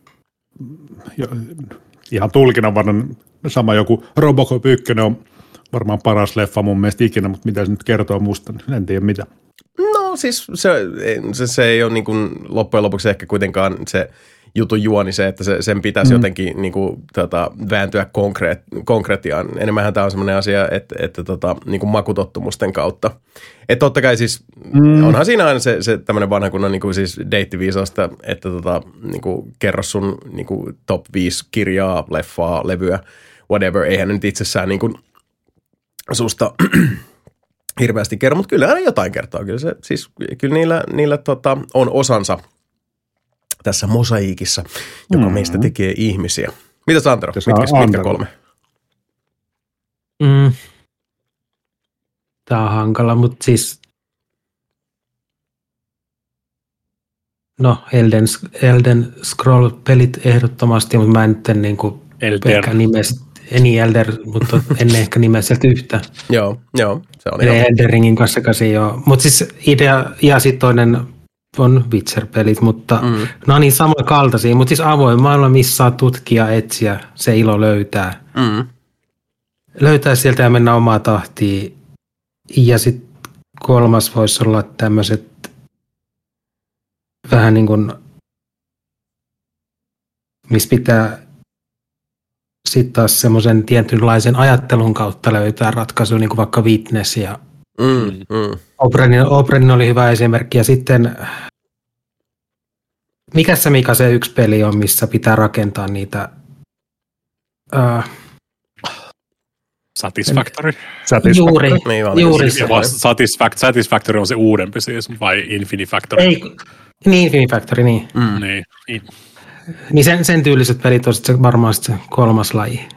ihan tulkinnanvarainen sama joku Robocop 1 on varmaan paras leffa mun mielestä ikinä, mutta mitä se nyt kertoo musta, en tiedä mitä. No siis se ei ole niin kuin loppujen lopuksi ehkä kuitenkaan se jutun juoni se, että sen pitäisi jotenkin niin kuin, vääntyä konkretiaan. Enemmänhän tämä on sellainen asia, että niin kuin makutottumusten kautta. Että totta kai siis onhan siinä aina se tämmöinen vanha kunnon niin kuin siis deittiviisausta, että niin kuin kerro sun niin kuin top 5 kirjaa, leffaa, levyä, whatever. Eihän nyt itsessään niin kuin susta hirveästi kerro, mutta kyllä aina jotain kertoo. Kyllä niillä on osansa tässä mosaiikissa, joka meistä tekee ihmisiä. Mitäs Antero? Mitkä 3? Tämä on hankala, mutta siis no Elden Scroll-pelit ehdottomasti, mutta mä en nyt ehkä nimestä, Elder, mutta en ehkä nimeä sieltä yhtä. Joo, se on ihan. Elden Ringin kanssa käsin joo. Mutta siis idea, ja sitten toinen on Witcher-pelit, mutta ne on niin samankaltaisia, mutta siis avoin maailma, missä saa tutkia, etsiä, se ilo löytää. Löytää sieltä ja mennä omaa tahtiin. Ja sitten 3 voisi olla tämmöiset vähän niin kuin, missä pitää sitten taas semmoisen tietynlaisen ajattelun kautta löytää ratkaisu, niin kuin vaikka Witness ja Obrenin oli hyvä esimerkki. Ja sitten, mikä se yksi peli on, missä pitää rakentaa niitä... Satisfactory. Juuri se. Satisfactory on se uudempi siis, vai Infinifactory? Ei, niin Infinifactory, niin. Niin sen tyyliset pelit on sitten varmaan se 3. laji.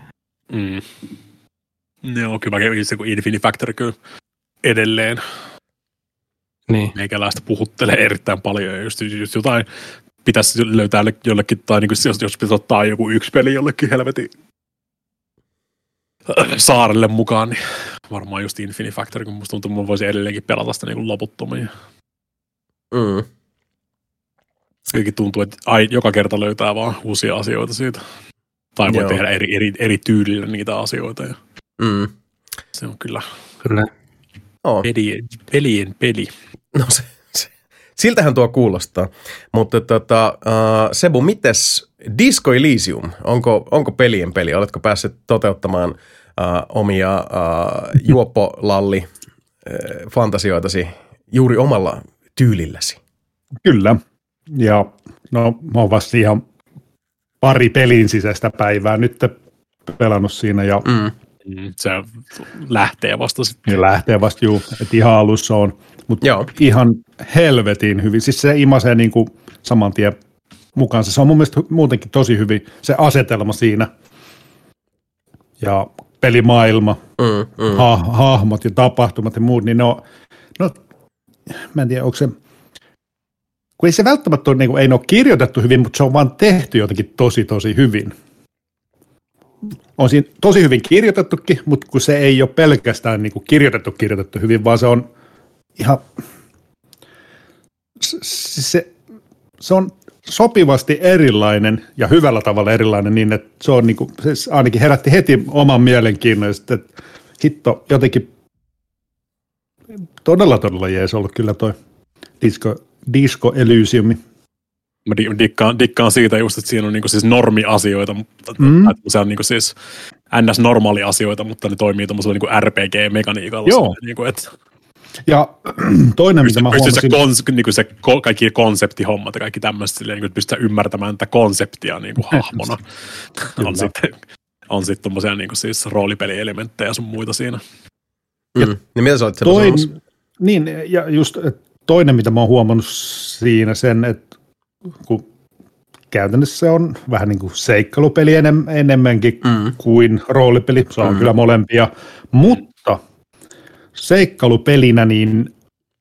Joo, kyllä mäkin se kuin Infinifactory kyllä edelleen. Niin. Meikäläistä puhuttelee erittäin paljon ja just jotain pitäisi löytää jollekin, tai niin kuin, jos pitäisi ottaa joku yksi peli jollekin helvetin saarelle mukaan, niin varmaan just Infinifactor, kun musta tuntuu, että mä voisin edelleenkin pelata sitä niin loputtomiin. Kaikki tuntuu, että joka kerta löytää vaan uusia asioita siitä. Tai voi tehdä eri tyylillä niitä asioita. Ja se on kyllä pelien peli. No siltähän tuo kuulostaa. Mutta Sebu, mites Disco Elysium? Onko pelien peli? Oletko päässyt toteuttamaan omia juoppolalli-fantasioitasi juuri omalla tyylilläsi? Kyllä. Ja no mä oon vasta ihan pari pelin sisäistä päivää nyt pelannut siinä. Ja se lähtee vasta sitten. Niin lähtee vasta, juu. Että ihan alussa on. Mutta ihan helvetin hyvin. Siis se imasee niin kuin saman tien mukaan. Se on mun mielestä muutenkin tosi hyvin. Se asetelma siinä. Ja pelimaailma, hahmot ja tapahtumat ja muut, niin no mä en tiedä, onko se, kun ei se välttämättä ole, niin kuin, ei ne ole kirjoitettu hyvin, mutta se on vaan tehty jotenkin tosi hyvin. On siinä tosi hyvin kirjoitettukin, mutta kun se ei ole pelkästään niin kuin kirjoitettu hyvin, vaan se on ihan, se on sopivasti erilainen ja hyvällä tavalla erilainen niin, että se on niin kuin, se ainakin herätti heti oman mielenkiinnon, että hitto jotenkin todella jees ollut kyllä toi Disco Elysium. Mä dikkaan siitä just, että siinä on niinku siis normiasioita, mutta se on niinku siis NS-normaali asioita, mutta ne toimii tuollaisella niinku RPG-mekaniikalla. Joo. Niinku, et ja toinen, mitä mä huomasin. Niinku se kaikki konseptihommat ja kaikki tämmöiset, niin että pystytään ymmärtämään tätä konseptia niinku hahmona. on sitten tommosia niinku siis roolipelielementtejä sun muita siinä. Niin mitä sä olet niin, ja just toinen, mitä mä oon huomannut siinä sen, että kun käytännössä se on vähän niin kuin seikkailupeli enemmänkin kuin roolipeli, se on kyllä molempia, mutta seikkailupelinä niin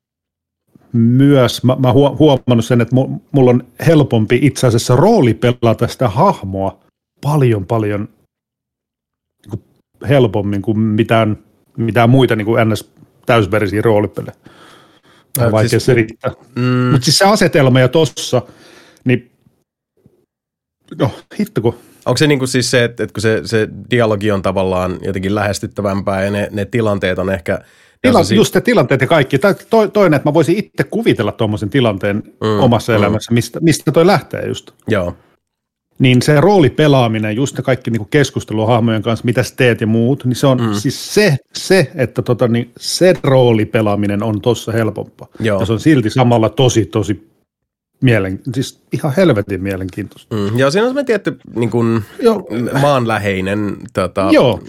myös mä huomannut sen, että mulla on helpompi itse asiassa roolipelata sitä hahmoa paljon niin kuin helpommin kuin mitään muita niin kuin NS-täysverisiä roolipelejä. On vaikea selittää. Mutta siis se asetelma ja tossa, niin no hitto kun. Onko se niinku siis se, että kun se dialogi on tavallaan jotenkin lähestyttävämpää ja ne tilanteet on ehkä. Just ne tilanteet ja kaikki. Toinen, että mä voisin itse kuvitella tuommoisen tilanteen omassa elämässä, mistä toi lähtee just. Joo. Niin se roolipelaaminen, just ne kaikki niinku keskustelua hahmojen kanssa, mitä sä teet ja muut, niin se on siis se että niin se roolipelaaminen on tossa helpompaa. Joo. Ja se on silti samalla tosi siis ihan helvetin mielenkiintoista. Ja siinä on semmoinen tietty niin kuin maanläheinen Joo.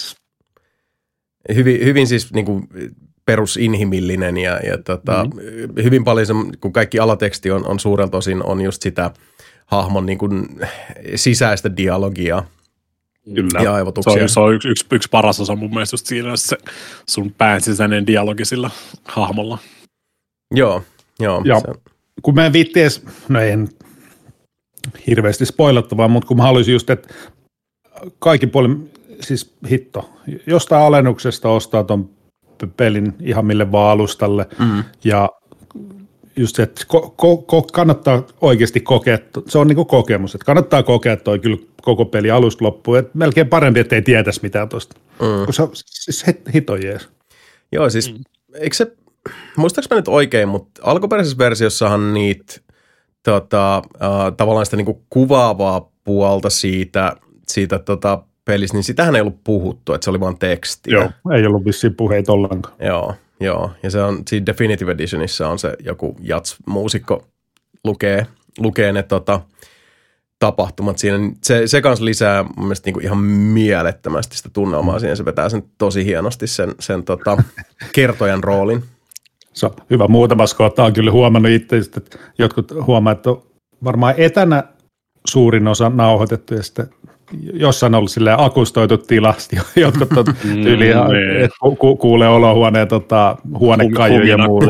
Hyvin siis niin kuin perusinhimillinen ja hyvin paljon, kun kaikki alateksti on suurelta osin on just sitä hahmon niin kuin sisäistä dialogia. Kyllä. Ja aivotuksia. Se on yksi paras osa mun mielestä just siinä, se sun pään sisäinen dialogi sillä hahmolla. Joo. Ja kun mä en viitti edes, no en hirveästi spoilattavaa, mutta kun mä haluaisin just, että kaikin puolin, siis hitto, jostain alennuksesta ostaa ton pelin ihan mille vaan alustalle ja just se, että kannattaa oikeasti kokea, se on niinku kokemus, että kannattaa kokea toi kyllä koko peli alusta loppuun, että melkein parempi, ettei tietäisi mitään tosta, kun se on siis hito jees. Joo, siis eikö se, muistaaks mä nyt oikein, mutta alkuperäisessä versiossahan niitä tavallaan sitä niinku kuvaavaa puolta siitä pelissä, niin sitähän ei ollut puhuttu, että se oli vaan tekstiä. Joo, ei ollut vissiin puheita ollenkaan. Joo, ja se on siinä Definitive Editionissa on se joku jats-muusikko lukee ne tapahtumat siinä. Se kanssa lisää mun mielestä niinku ihan mielettömästi sitä tunnelmaa siinä. Se vetää sen tosi hienosti sen kertojan roolin. Se on hyvä. Muutamassa kohtaa on kyllä huomannut itse, että jotkut huomaa, että on varmaan etänä suurin osa nauhoitettu ja sitten jossain on ollut silleen akustoitu tilasti, jotkut yli kuulee olohuoneen huonekaiju ja muu.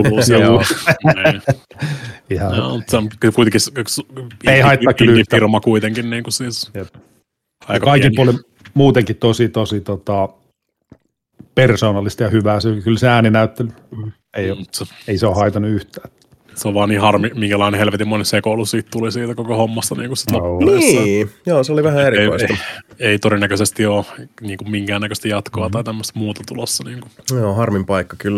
Se on kuitenkin ei haittaa kyllä firma kuitenkin. Niin kuin siis kaikin puolin muutenkin tosi persoonallista ja hyvää. Kyllä se ääninäyttely ei se ole haitannut yhtään. Se on vaan niin harmi, minkälainen helvetin moni sekoilu siitä tuli siitä koko hommasta. Niin, joo, se oli vähän erikoista. Ei todennäköisesti ole niin kuin minkäännäköistä jatkoa tai tämmöistä muuta tulossa. Niin kuin. Joo, harmin paikka kyllä.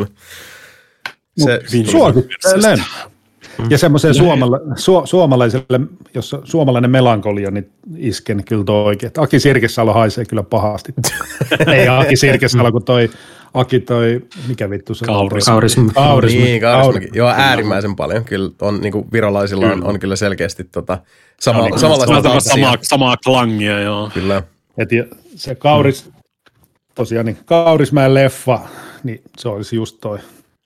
Suosittelen. Ja semmoiseen suomalaiselle, jos suomalainen melankolia, niin isken kyllä toi oikein. Aki Sirkesalo haisee kyllä pahasti. Ei Aki Sirkesalo, kun mikä vittu se on? Kaurismäki. Joo, äärimmäisen paljon. Kyllä on, niin kuin virolaisilla on kyllä selkeästi samanlaista samaa klangia, joo. Kyllä. Et se tosiaan niin Kaurismäen leffa, niin se olisi just toi.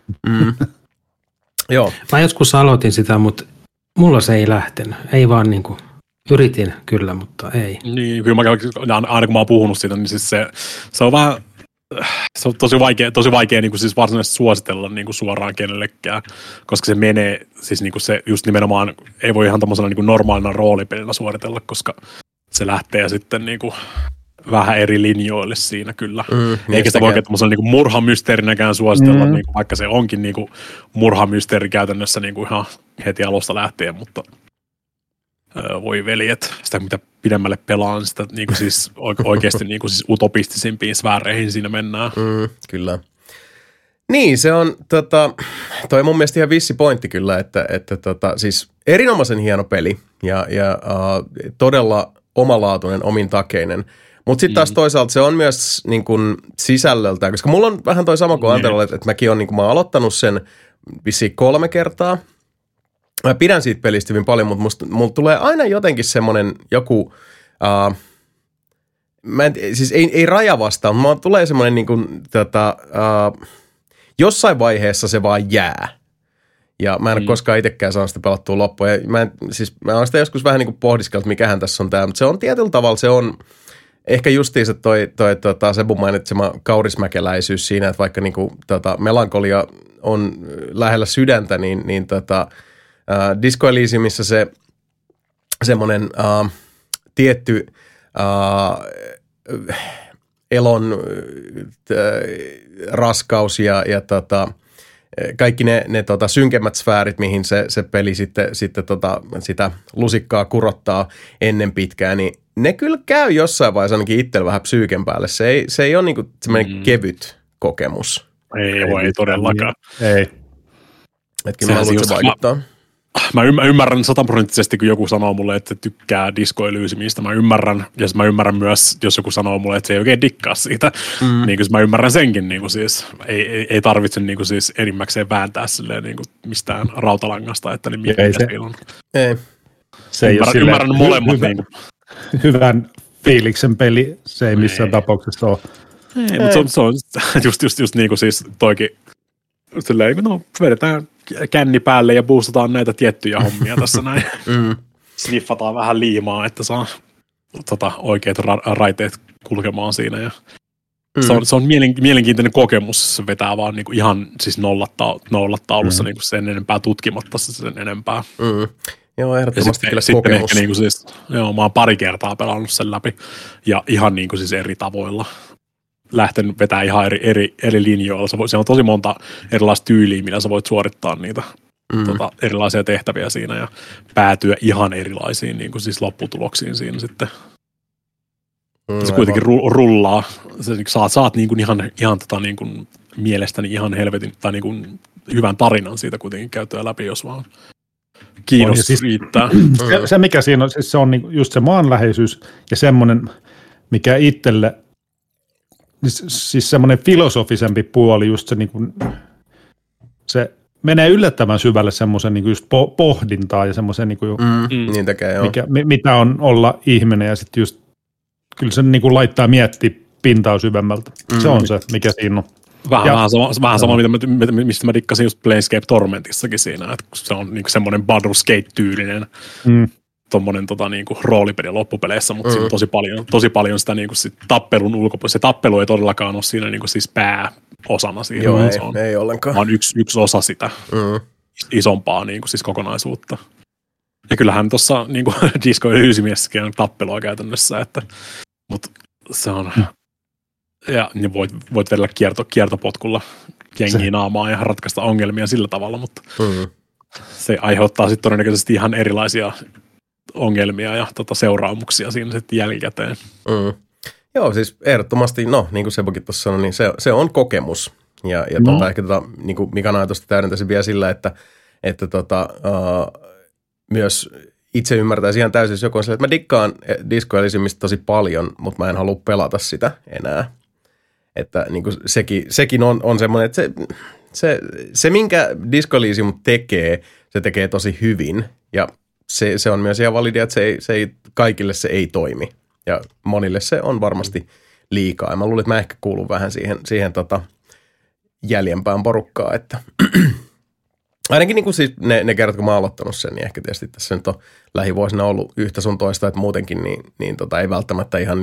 Joo. Mä joskus aloitin sitä, mutta mulla se ei lähtenyt. Ei vaan niinku, yritin kyllä, mutta ei. Niin, kyllä aina kun mä oon puhunut siitä, niin siis se on vähän, se on tosi vaikea niin kuin siis varsinaisesti suositella niin kuin suoraan kenellekään, koska se menee, siis niin kuin se just nimenomaan ei voi ihan tommosena niin kuin normaalina roolipelillä suoritella, koska se lähtee sitten niin kuin vähän eri linjoille siinä kyllä. Eikä sitä voi oikein tämmöisellä niin kuin murhamysteerinäkään suositella, niin kuin, vaikka se onkin niin kuin murhamysteeri käytännössä niin kuin ihan heti alusta lähtien, mutta voi veljet, sitä mitä pidemmälle pelaan, sitä niin kuin siis oikeasti niin kuin siis utopistisimpiin sfääreihin siinä mennään. Kyllä. Niin, se on, toi mun mielestä ihan vissi pointti kyllä, että siis erinomaisen hieno peli ja todella omalaatuinen, omintakeinen. Mutta sitten taas toisaalta se on myös niin kun sisällöltään, koska mulla on vähän toi sama kuin Anterolla, että mäkin olen niin mä oon aloittanut sen vissiin 3 kertaa. Mä pidän siitä pelistä hyvin paljon, mutta mulla tulee aina jotenkin semmoinen joku, siis ei raja vastaan, mutta mulla tulee semmoinen niin kuin, jossain vaiheessa se vaan jää. Ja mä en ole koskaan itsekään saanut sitä pelattua loppuun. Ja mä oon sitä joskus vähän niin kuin pohdiskellut, mikähän tässä on tämä, mutta se on tietyllä tavalla, se on ehkä justiinsa toi Sebun mainitsema kaurismäkeläisyys siinä, että vaikka niin kuin, melankolia on lähellä sydäntä, niin Disco Elysiumissa se semmoinen tietty elon raskaus ja kaikki ne synkemmät sfäärit, mihin se peli sitten sitä lusikkaa kurottaa ennen pitkään, niin ne kyllä käy jossain vaiheessa ainakin itsellä vähän psyyken päälle. Se ei ole niinku semmoinen kevyt kokemus. Ei todellakaan. Ei. Että kyllä mä haluan, se vaikuttaa. Mä ymmärrän 100%, kun joku sanoo mulle, että tykkää Disco Elysiumista. Mä ymmärrän, ja mä ymmärrän myös, jos joku sanoo mulle, että se ei oikein dikkaa siitä. Niin kuin mä ymmärrän senkin, niin kuin siis, ei tarvitse niin kuin siis enimmäkseen vääntää silleen, niin kuin mistään rautalangasta, että niin mikä se on. Ei. Se ei ymmärrän molemmat. Hyvän fiiliksen peli, se ei missään tapauksessa ole. Ei, mutta se on just niin kuin siis toikin, silleen, no vedetään känni päälle ja boostataan näitä tiettyjä hommia tässä näin. Sniffataan vähän liimaa, että saa oikeat raiteet kulkemaan siinä. Ja se on mielenkiintoinen kokemus, se vetää vaan niinku ihan siis nollataulussa niinku sen enempää tutkimatta sen enempää. Joo, ehdottomasti kyllä sitten ehkä niinku siis, joo, mä oon pari kertaa pelannut sen läpi ja ihan niinku siis eri tavoilla. Lähtenyt vetää ihan eri linjoilla. Se on tosi monta erilaista tyyliä, millä sä voit suorittaa niitä erilaisia tehtäviä siinä ja päätyä ihan erilaisiin niin kuin siis lopputuloksiin siinä sitten. Se kuitenkin rullaa. Se, saat niin kuin ihan niin kuin mielestäni ihan helvetin tai niin kuin hyvän tarinan siitä kuitenkin käytyä läpi, jos vaan kiinnostus siis riittää. Se mikä siinä on, siis se on niin just se maanläheisyys ja semmoinen, mikä itselle siis semmoinen filosofisempi puoli, just se, niin kuin, se menee yllättävän syvälle semmoisen niin just pohdintaa ja semmoisen, niin kuin, niin tekee, joo. Mitä on olla ihminen ja sitten just, kyllä se niin kuin laittaa miettiä pintaa syvemmältä. Se on se, mikä siinä on. Vähän sama, mistä mä dikkasin just Planescape Tormentissakin siinä, että se on niin semmoinen Baldur's Gate-tyylinen tommonen niinku roolipeli loppupeleissä, mutta siinä on tosi paljon sitä niinku sit tappelun ulkopuolella. Se tappelu ei todellakaan ole siinä niinku siis pääosana siinä. Joo, ei ollenkaan. Vaan yksi osa sitä isompaa niinku siis kokonaisuutta. Ja kyllähän tuossa niinku Disco Elysiumissakin on tappelua käytännössä, mutta se on Ja niin voit vedellä kiertopotkulla jengiä naamaan ja ratkaista ongelmia sillä tavalla, mutta se aiheuttaa sitten todennäköisesti ihan erilaisia ongelmia ja seuraamuksia siinä sitten jälkikäteen. Joo, siis ehdottomasti, niin kuin Sebukin tuossa sanoi, niin se on kokemus. Ja ehkä niin kuin Mikan ajatusta täydentäisin vielä sillä, että myös itse ymmärtäisi ihan täysin, jos joku on sillä, että mä dikkaan Disco Elysiumista tosi paljon, mutta mä en halua pelata sitä enää. Että niin kuin sekin on semmoinen, että se minkä Disco Elysium tekee, se tekee tosi hyvin. Ja se on myös ihan validia, että kaikille se ei toimi. Ja monille se on varmasti liikaa. Ja mä luulen, että mä ehkä kuulun vähän siihen jäljempään porukkaa, että ainakin niin kuin siis ne kerrat, kun mä oon aloittanut sen, niin ehkä tietysti tässä nyt on lähivuosina ollut yhtä sun toista, että muutenkin niin ei välttämättä ihan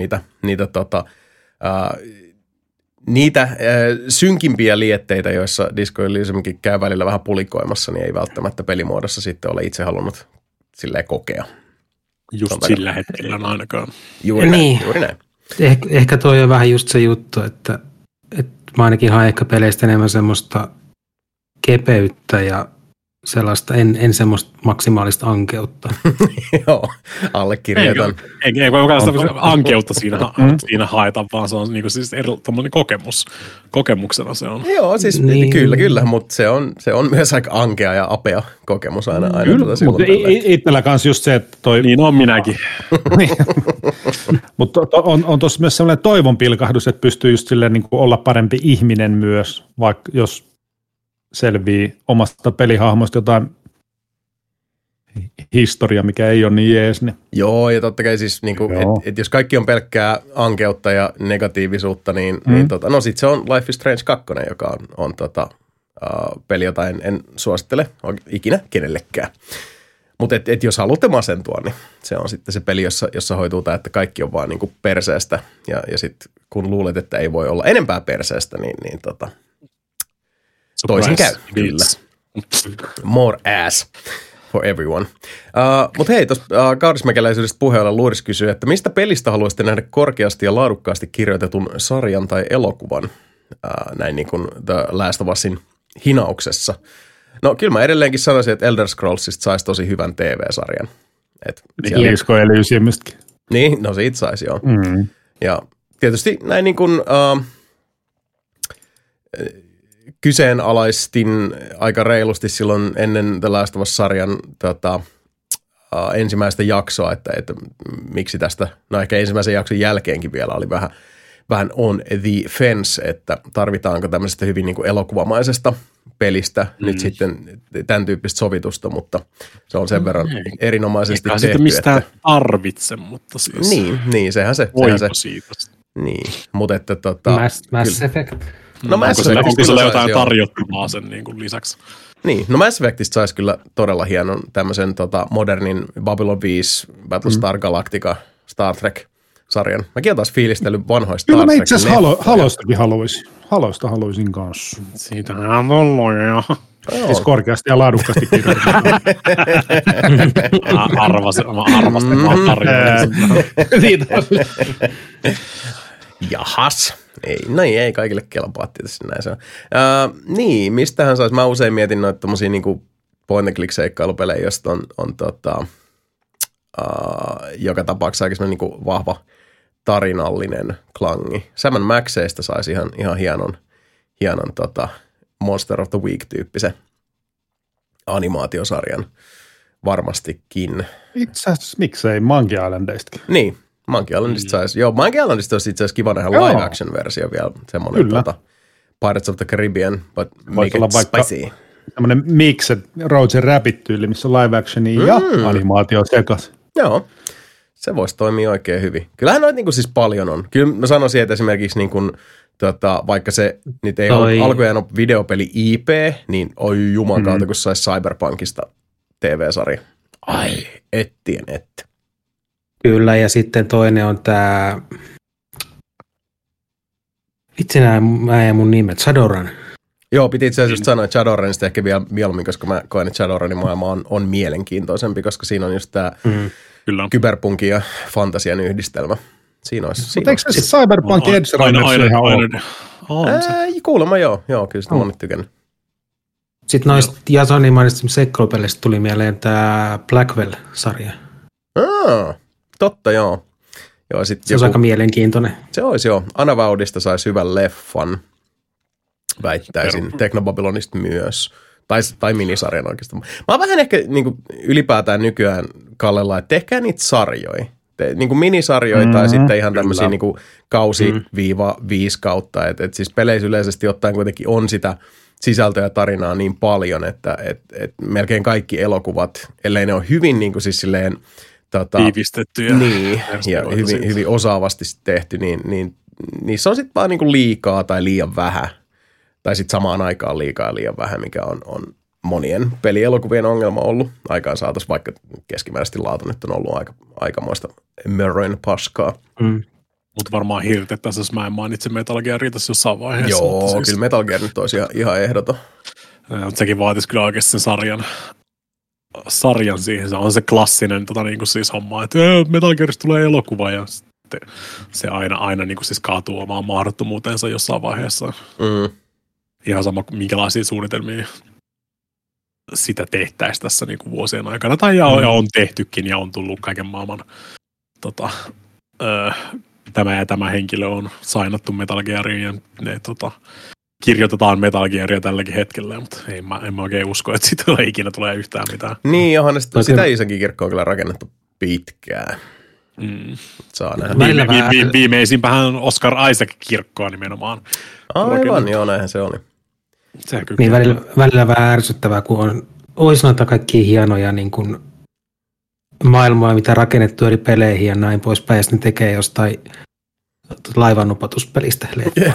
niitä synkimpiä lietteitä, joissa Disco Elysiumkin käy välillä vähän pulikoimassa, niin ei välttämättä pelimuodossa sitten ole itse halunnut silleen kokea. Just sillä hetkellä ainakaan. Juuri näin. Ehkä toi on vähän just se juttu, että mä ainakin haen ehkä peleistä enemmän semmoista kepeyttä ja sellaista, en semmoista maksimaalista ankeutta. Joo, allekirjoitan. Ei voi ankeutta siinä haeta, vaan se on niinku siis tommoinen kokemus. Kokemuksena se on. Joo, siis kyllä, mutta se on myös aika ankea ja apea kokemus aina. Kyllä, mutta itsellä kanssa just se, että toi... Niin on minäkin. Mutta on tuossa myös sellainen toivon pilkahdus, että pystyy just silleen niin kuin olla parempi ihminen myös, vaikka jos selvii omasta pelihahmosta jotain historia, mikä ei ole niin jees. Niin. Joo, ja totta kai siis, niinku, että jos kaikki on pelkkää ankeutta ja negatiivisuutta, niin sit se on Life is Strange 2, joka on peli, jota en suosittele ikinä kenellekään. Mutta jos haluatte masentua, niin se on sitten se peli, jossa hoituu tämä, että kaikki on vaan niinku perseestä. Ja sitten kun luulet, että ei voi olla enempää perseestä, niin toisin käy, kyllä. More ass for everyone. Mutta hei, tuossa kaurismäkeläisyydestä puheella Luuris kysyy, että mistä pelistä haluaisitte nähdä korkeasti ja laadukkaasti kirjoitetun sarjan tai elokuvan näin niin kuin The Last of Usin hinauksessa? No kyllä mä edelleenkin sanoisin, että Elder Scrollsista saisi tosi hyvän TV-sarjan. Disco Elysiumistakin. Niin, no siitä saisi joo. Ja tietysti näin niin kuin... kyseenalaistin aika reilusti silloin ennen The Last of Us-sarjan ensimmäistä jaksoa, että miksi tästä, no ehkä ensimmäisen jakson jälkeenkin vielä oli vähän on the fence, että tarvitaanko tämmöisestä hyvin niin kuin elokuvamaisesta pelistä nyt sitten tämän tyyppistä sovitusta, mutta se on sen verran erinomaisesti tehty. Eikä mistään tarvitse, mutta siis... Niin, sehän se. Siitä. Niin, mutta että Mass Effect. No onko sillä jotain tarjottavaa sen niin kuin lisäksi? Niin, no Mass Effectista saisi kyllä todella hienon tämmöisen modernin Babylon 5, Battlestar Galactica, Star Trek-sarjan. Mäkin olen taas fiilistellyt vanhoista Star Trek. Kyllä mä itse asiassa Halostakin haluaisin. Halosta haluaisin kanssa. Siitähän on ollut jo. Siis korkeasti ja laadukkaasti kirjoitettu. Arvastin vaan tarjoamaan. Jahas. Ei kaikille kelpaa tietysti näin se on. Niin, mistähän saisi? Mä usein mietin noita tommosia niinku point and click -seikkailupelejä, josta on joka tapauksessa aika niinku vahva tarinallinen klangi. Sam & Maxeista saisi ihan hienon Monster of the Week-tyyppisen animaatiosarjan varmastikin. Itse asiassa miksei Monkey Islandeistakin. Niin. Monkey Islandista saisi. Joo, Monkey Islandista olisi itse asiassa kiva nähdä live action versio vielä. Semmoinen Pirates of the Caribbean, but make it spicy. Semmoinen mixed Roger Rabbit-tyyli, missä on live actionia ja animaatio sekas. Joo, se voisi toimia oikein hyvin. Kyllähän noita niin siis paljon on. Kyllä mä sanoisin, että esimerkiksi niin kuin, vaikka se nyt ei ole alkujaan ole videopeli IP, niin oi jumakauta, kun saisi Cyberpunkista TV-sarja. Ai, ettien. Kyllä, ja sitten toinen on tämä, vitsi mä ja mun nimet, Shadowrun. Joo, piti itse asiassa sanoa Shadowrunista ehkä vielä mieluummin, koska mä koen, että Shadowrunin maailma on mielenkiintoisempi, koska siinä on just tämä kyberpunkin ja fantasian yhdistelmä. Siinä olisi. Mutta eikö se Cyberpunk Edge Runners ihan ole? Kuulemma joo, kyllä sitä monet tykännyt. Sitten noista Jasonin mainitsemista seikkailupeleistä tuli mieleen tämä Blackwell-sarja. Totta, joo. Se olisi aika mielenkiintoinen. Se olisi joo. Anavaudista saisi hyvän leffan, väittäisin. Teknobabylonista myös. Tai minisarjan oikeastaan. Mä oon vähän ehkä niin kuin ylipäätään nykyään Kallella, että tehkää niitä sarjoja. Niin kuin minisarjoja tai sitten ihan tämmöisiä niin kuin kausi-5 kautta. Et siis peleissä yleisesti ottaen kuitenkin on sitä sisältöä ja tarinaa niin paljon, että melkein kaikki elokuvat, ellei ne ole hyvin niin kuin siis silleen tiivistettyjä. Niin, ja hyvin osaavasti tehty, niin niissä on sitten vaan niin kuin liikaa tai liian vähän. Tai sitten samaan aikaan liikaa ja liian vähän, mikä on monien pelielokuvien ongelma ollut aikaan saatossa, vaikka keskimääräisesti laatu nyt on ollut aikamoista mörröin paskaa. Mutta varmaan hirtettäisiin, jos mä en mainitse Metal Gear riitäisi jossain vaiheessa. Joo, siis kyllä Metal Gear nyt olisi ihan ehdoton. Mutta sekin vaatisi kyllä oikeasti sen sarjan siihen. Se on se klassinen niin kuin siis homma, että Metal Gearista tulee elokuva ja se aina niin kuin siis kaatuu omaan mahdottomuutensa jossain vaiheessa. Ihan sama, minkälaisia suunnitelmia sitä tehtäisiin tässä niin kuin vuosien aikana. Tai ja on tehtykin ja on tullut kaiken maailman tämä henkilö on sainattu Metal Geariin ja ne kirjoitetaan Metal Gearia tälläkin hetkellä, mutta en mä oikein usko, että siitä ei ikinä tulee yhtään mitään. Niin, johan sitä Iisakin kirkkoa on kyllä rakennettu pitkään. Saa nähdä. Viimeisimpähän Oscar Isaac-kirkkoa nimenomaan. Aivan, joo, näinhän se oli. Niin välillä vähän ärsyttävää, kun olisi noita kaikkia hienoja niin kuin maailmaa, mitä rakennettu eri peleihin ja näin poispäin, ja sitten ne tekee jostain laivanupotuspelistä.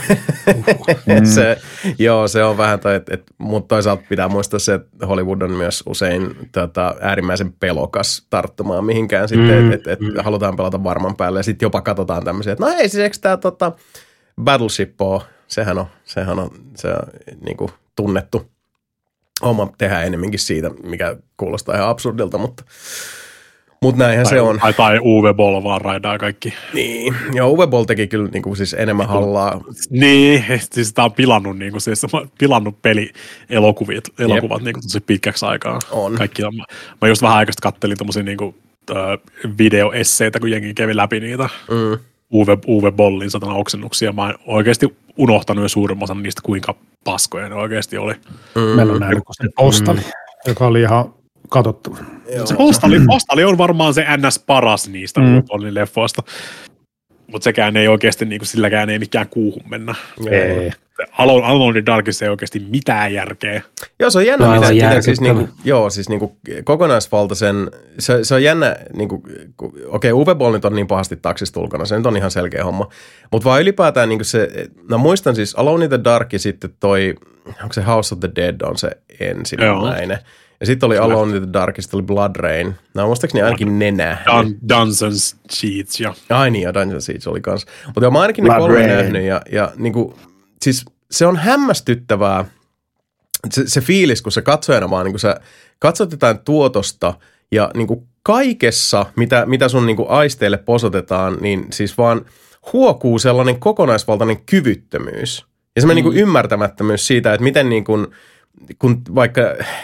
Se on vähän, mutta toisaalta pitää muistaa se, että Hollywood on myös usein äärimmäisen pelokas tarttumaan mihinkään sitten, että halutaan pelata varman päälle, ja sitten jopa katsotaan tämmöisiä, että no hei, siis eikö tämä Battleship ole, sehän on niin kuin tunnettu homma, tehdään enemmänkin siitä, mikä kuulostaa ihan absurdilta, mutta näinhän se on. Tai Uwe Boll vaan raidaa kaikki. Niin, joo, Uwe Boll teki kyllä niin kuin siis enemmän hallaa. Niin, siis tämä on pilannut, niin kuin, siis pilannut pelielokuvat niin kuin tosi pitkäksi aikaa. On. Kaikki, mä just vähän aikaista kattelin tommosia niin kuin videoesseitä, kun jengi kävi läpi niitä Uwe Bollin satana oksennuksia. Mä oon oikeasti unohtanut jo suurimman osan niistä, kuinka paskoja ne oikeasti oli. Meillä on näin postali, joka oli ihan katsottava. Se postali on varmaan se NS paras niistä Uwe Bollin leffoista. Mutta sekään ei oikeasti, niin kuin, silläkään ei mikään kuuhun mennä. Ei. Alone in the Darkissa ei oikeasti mitään järkeä. Joo, se on jännä, miten siis kokonaisvaltaisen, se on jännä, okei, Uwe Boll nyt on niin pahasti taksista ulkona, se nyt on ihan selkeä homma. Mutta vaan ylipäätään se, muistan siis Alone in the Dark ja sitten onko se House of the Dead on se ensimmäinen. Ja sitten oli Alone in the Dark, ja sitten oli Blood Rain. Muistaakseni ainakin ne nähnyt. Dungeons Cheats, ja. Ai niin, ja Dungeons Cheats oli kans. Mutta mä ainakin ne 3 nähnyt, ja niinku, siis se on hämmästyttävää, se fiilis, kun sä katsojana vaan, niin kun sä katsot jotain tuotosta, ja niinku kaikessa, mitä sun niinku aisteille posotetaan, niin siis vaan huokuu sellainen kokonaisvaltainen kyvyttömyys. Ja semmoinen niinku ymmärtämättömyys siitä, että miten niinku, kun vaikka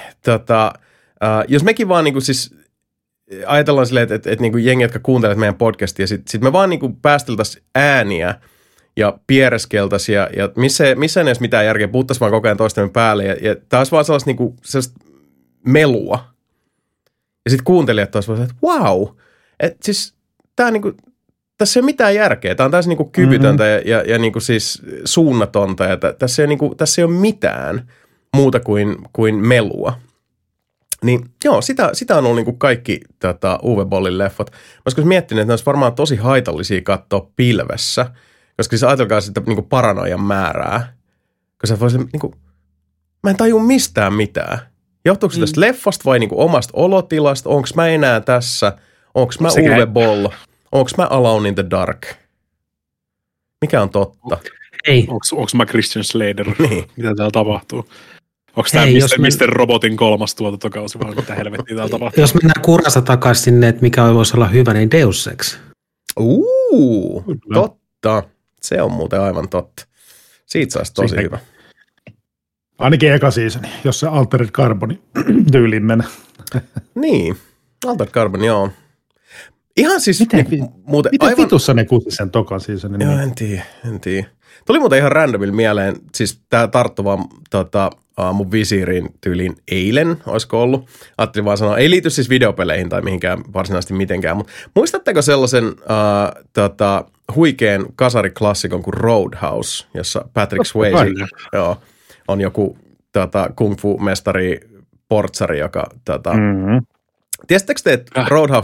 jos mekin vaan niinku siis ajatellaan silleen, että niinku jengi, jotka kuuntelee meidän podcastia, sit me vaan niinku päästeltäisiin ääniä ja piereskeltäisiin ja missä ei edes mitään järkeä, puhuttaisiin vaan koko ajan toistemme päälle ja taas vaan sellaista niinku sellaista melua. Ja sitten kuuntelijat taas vaan, että wow, että siis tää niinku, tässä ei ole mitään järkeä. Tämä on täysin niinku kyvytöntä ja niinku siis suunnatonta ja tässä ei ole mitään muuta kuin melua. Niin joo, sitä on ollut niin kuin kaikki Uwe Bollin leffat. Mä olisin miettinyt, että ne olisi varmaan tosi haitallisia katsoa pilvessä, koska siis ajatelkaa sitä niin kuin paranoian määrää. Koska sä voisit, niin kuin, mä en tajua mistään mitään. Johtuuko se tästä leffasta vai niin kuin omasta olotilasta? Onko mä enää tässä? Onko mä Uwe Boll? Onko mä Alone in the Dark? Mikä on totta? Ei. Onko mä Christian Slater? Niin. Mitä täällä tapahtuu? Onko tämä Mr. Robotin 3. tuotantokausi vai mitä helvettiä täällä tapahtuu? Jos mennään kurassa takaisin sinne, että mikä voisi olla hyvä, niin Deus Ex. Totta. Se on muuten aivan totta. Siitä saisi tosi hyvä. Ainakin eka seasoni, jos se Altered Carboni tyyliin menee. Niin, Altered Carbon, joo. Ihan siis miten aivan vitussa ne kuusi sen tokan seasonin? Joo, en tiedä. Tuli muuten ihan randomilla mieleen, siis tää tarttu vaan mun visiiriin tyyliin eilen, olisiko ollut. Ajattelin vaan sanoa, ei liity siis videopeleihin tai mihinkään varsinaisesti mitenkään, mutta muistatteko sellaisen huikean kasariklassikon kuin Roadhouse, jossa Patrick Swayze on joku kung fu-mestari portsari, joka tiesittekö te, että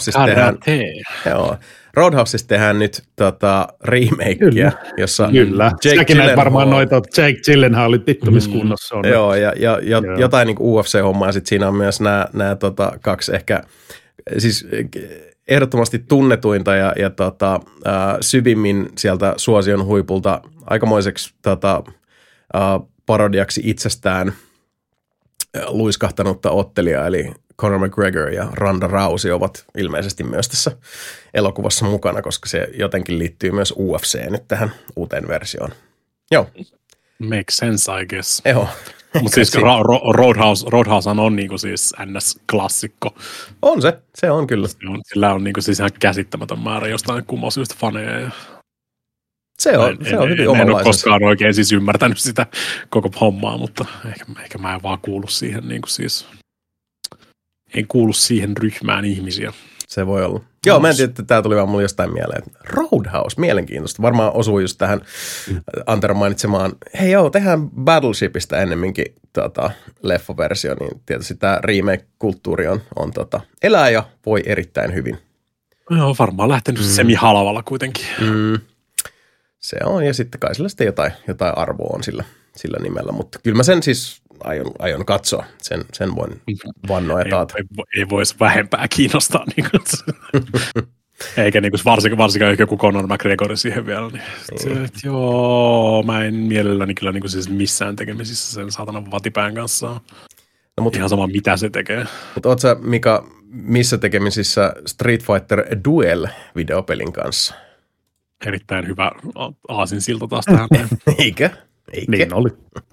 Roadhouseista tehdään nyt remakeä, jossa Säkin näet varmaan noita, Jake Gyllenhaal oli vittumiskunnossa. Joo, ja jotain niin UFC-hommaa, ja sitten siinä on myös nämä kaksi ehkä, siis ehdottomasti tunnetuinta ja syvimmin sieltä suosion huipulta aikamoiseksi parodiaksi itsestään luiskahtanutta ottelijaa, eli Conor McGregor ja Ronda Rousey ovat ilmeisesti myös tässä elokuvassa mukana, koska se jotenkin liittyy myös UFC nyt tähän uuteen versioon. Joo. Makes sense, I guess. Joo. Mutta siis Roadhouse on niinku siis NS-klassikko. On se on kyllä. Sillä on niinku siis ihan käsittämätön määrä jostain kumman syystä faneja. Ja se on hyvin omanlaisessa. En ole koskaan oikein siis ymmärtänyt sitä koko hommaa, mutta ehkä mä en vaan kuulu siihen niinku siis. En kuulu siihen ryhmään ihmisiä. Se voi olla. Joo, mä en tiedä, että tää tuli vaan mulle jostain mieleen. Roadhouse, mielenkiintoista. Varmaan osuu just tähän Antero mainitsemaan, hei joo, tehdään Battleshipistä ennemminkin leffaversio, niin tietysti tää remake-kulttuuri on elää ja voi erittäin hyvin. Joo, varmaan lähtenyt semi-halvalla kuitenkin. Se on, ja sitten kai sillä sitten jotain arvoa on sillä nimellä, mutta kyllä mä sen siis aion katsoa. Sen voin vannoa ja taata. Ei voisi vähempää kiinnostaa. Niin eikä niin varsinkaan joku Conor McGregor siihen vielä. Niin. Joo, mä en mielelläni kyllä niin siis missään tekemisissä sen saatanan vatipään kanssa. No, ihan sama, mitä se tekee. Mutta ootko sä, Mika, missä tekemisissä Street Fighter Duel-videopelin kanssa? Erittäin hyvä aasinsilta taas tähän. Eikä? Niin oli.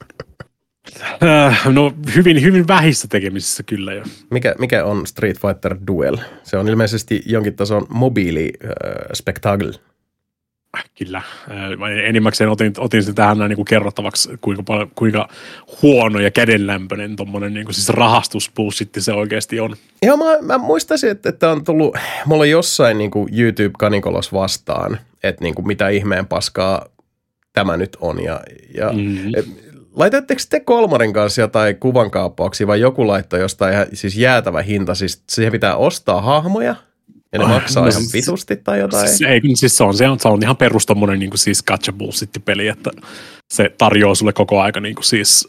No hyvin vähissä tekemisissä kyllä jo. Mikä on Street Fighter Duel? Se on ilmeisesti jonkin tason mobiilispektakel. Kyllä. Enimmäkseen otin sen tähän niin kuin kerrottavaksi, kuinka huono ja kädenlämpöinen tuommoinen niin siis rahastusbullshitti se oikeasti on. Joo, mä muistaisin, että on tullut mulla jossain niin kuin YouTube-kanikolos vastaan, että niin kuin mitä ihmeen paskaa tämä nyt on. Laitatteko te Kolmarin kanssa jotain kuvankaappauksia vai joku laittoi jostain siis jäätävä hinta? Siis siihen pitää ostaa hahmoja ja ne maksaa ihan vitusti tai jotain? Siis se on ihan perus tommonen niin kuin siis gacha bullshit-peli, että se tarjoaa sulle koko aika niin kuin siis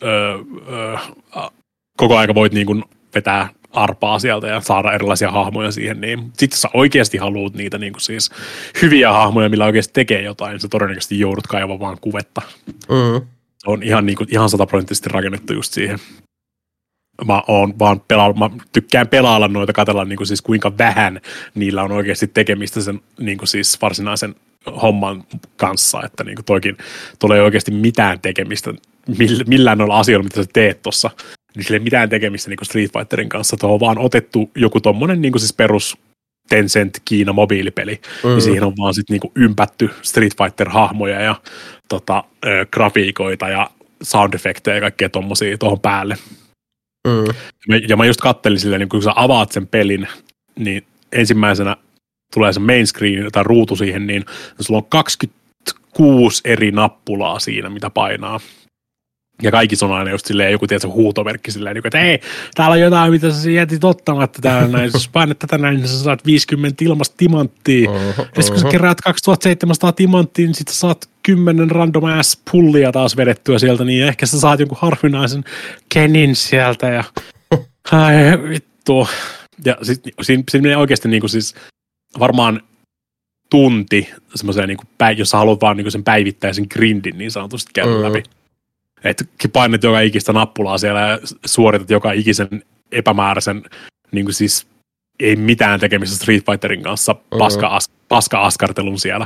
koko aika voit niin kuin vetää arpaa sieltä ja saada erilaisia hahmoja siihen, niin sitten jos sä oikeasti haluat niitä niin kuin siis hyviä hahmoja, millä oikeasti tekee jotain, niin sä todennäköisesti joudut kaivamaan kuvetta. Se on ihan 100% rakennettu just siihen. Mä tykkään pelailla noita, katsella niin kuin siis kuinka vähän niillä on oikeasti tekemistä sen niin kuin siis varsinaisen homman kanssa, että niin kuin toikin tulee oikeasti mitään tekemistä millään noilla asioilla, mitä sä teet tuossa, niin sillä ei mitään tekemistä niin kuin Street Fighterin kanssa. Tuohon on vaan otettu joku tommonen niin kuin siis perus Tencent Kiina mobiilipeli, ja siihen on vaan sitten niin kuin ympätty Street Fighter-hahmoja ja grafiikoita ja sound-efektejä ja kaikkea tommosia tuohon päälle. Ja mä just kattelin silleen, niin kun sä avaat sen pelin, niin ensimmäisenä tulee se main screen tai ruutu siihen, niin sulla on 26 eri nappulaa siinä, mitä painaa. Ja kaikki on aina just silleen joku huutomerkki silleen, että hei, täällä on jotain, mitä sä jätit ottamatta täällä näin. Jos painat tätä näin, niin sä saat 50 ilmasta timanttia. Ja kun sä keräät 2700 timanttia, niin sit sä saat 10 random ass pullia taas vedettyä sieltä, niin ehkä sä saat jonkun harvinaisen Kenin sieltä. Ja ai vittu. Ja siinä menee oikeasti niinku siis varmaan tunti semmoiseen, niinku, jos sä haluat vaan niinku sen päivittäisen grindin niin sanotusti käydä läpi. Että painat joka ikistä nappulaa siellä ja suoritat joka ikisen epämääräisen niin kuin siis ei mitään tekemistä Street Fighterin kanssa, paska-askartelun siellä.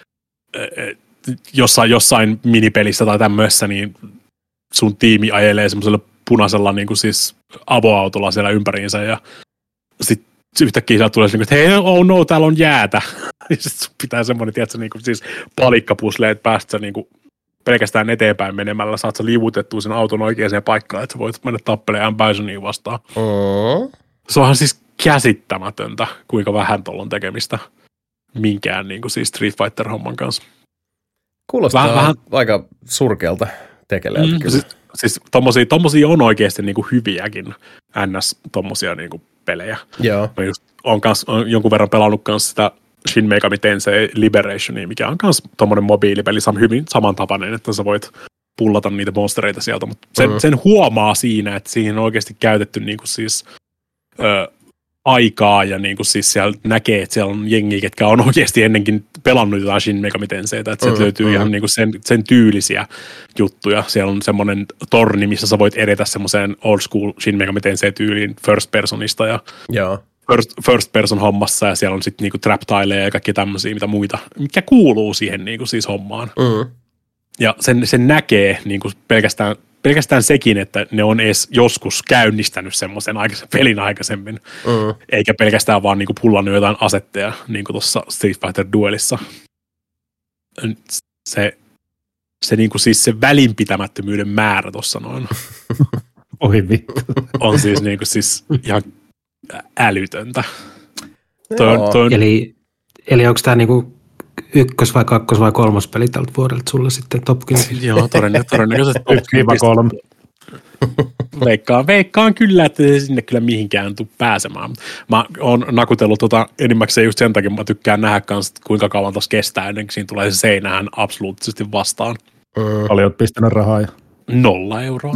Jossain minipelissä tai tämmöisessä, niin sun tiimi ajelee semmoisella punaisella niin kuin siis avoautolla siellä ympäriinsä, ja sitten yhtäkkiä sieltä tulee että hei, oh no, täällä on jäätä. Ja sitten sun pitää semmoinen, tiedätkö, niin kuin siis palikkapusle, että päästä niin kuin pelkästään eteenpäin menemällä, saat sä liivutettua sen auton oikeaan paikkaan, että sä voit mennä tappelemaan Bisonia vastaan. Se onhan siis käsittämätöntä, kuinka vähän tuolla on tekemistä minkään niin kuin siis Street Fighter-homman kanssa. Kuulostaa vähän aika surkealta tekeleeltä kyllä. Siis tommosia on oikeasti niin kuin hyviäkin NS tommosia niin kuin pelejä. Joo. Mä just on jonkun verran pelannut kanssa sitä Shin Megami Tensei Liberationia, mikä on myös tommonen mobiilipeli, hyvin samantapainen, että sä voit pullata niitä monstereita sieltä, mutta sen huomaa siinä, että siihen on oikeasti käytetty niinku siis aikaa, ja niinku siis siellä näkee, että siellä on jengiä, ketkä on oikeasti ennenkin pelannut jotain Shin Megami Tenseitä, että sieltä löytyy ihan niinku sen tyylisiä juttuja. Siellä on semmoinen torni, missä sä voit edetä semmoiseen old school Shin Megami Tensei tyyliin first personista, ja first person hommassa, ja siellä on sitten niinku trap-tileja ja kaikki tämmöisiä, mitä muita, mikä kuuluu siihen niinku siis hommaan. Ja sen näkee niinku pelkästään sekin, että ne on edes joskus käynnistänyt semmoisen pelin aikaisemmin, eikä pelkästään vaan niinku pullannut jotain asetteja, niin kuin tuossa Street Fighter Duelissa. Se niinku siis se välinpitämättömyyden määrä tuossa noin. Oi vittu. On siis niinku siis ihan älytöntä. Eli onko tämä niinku ykkös- vai kakkos- vai kolmas peli tältä vuodelta sulle sitten Top Gear? Joo, todennäköisesti 1-3. Veikkaan kyllä, että se sinne kyllä mihinkään tule pääsemään. Mä oon nakutellut enimmäkseen just sen takia, mä tykkään nähdä kanssa, kuinka kauan tuossa kestää ennen kuin siinä tulee se seinään absoluuttisesti vastaan. Paljon oot pistänyt rahaa jo. 0 euroa.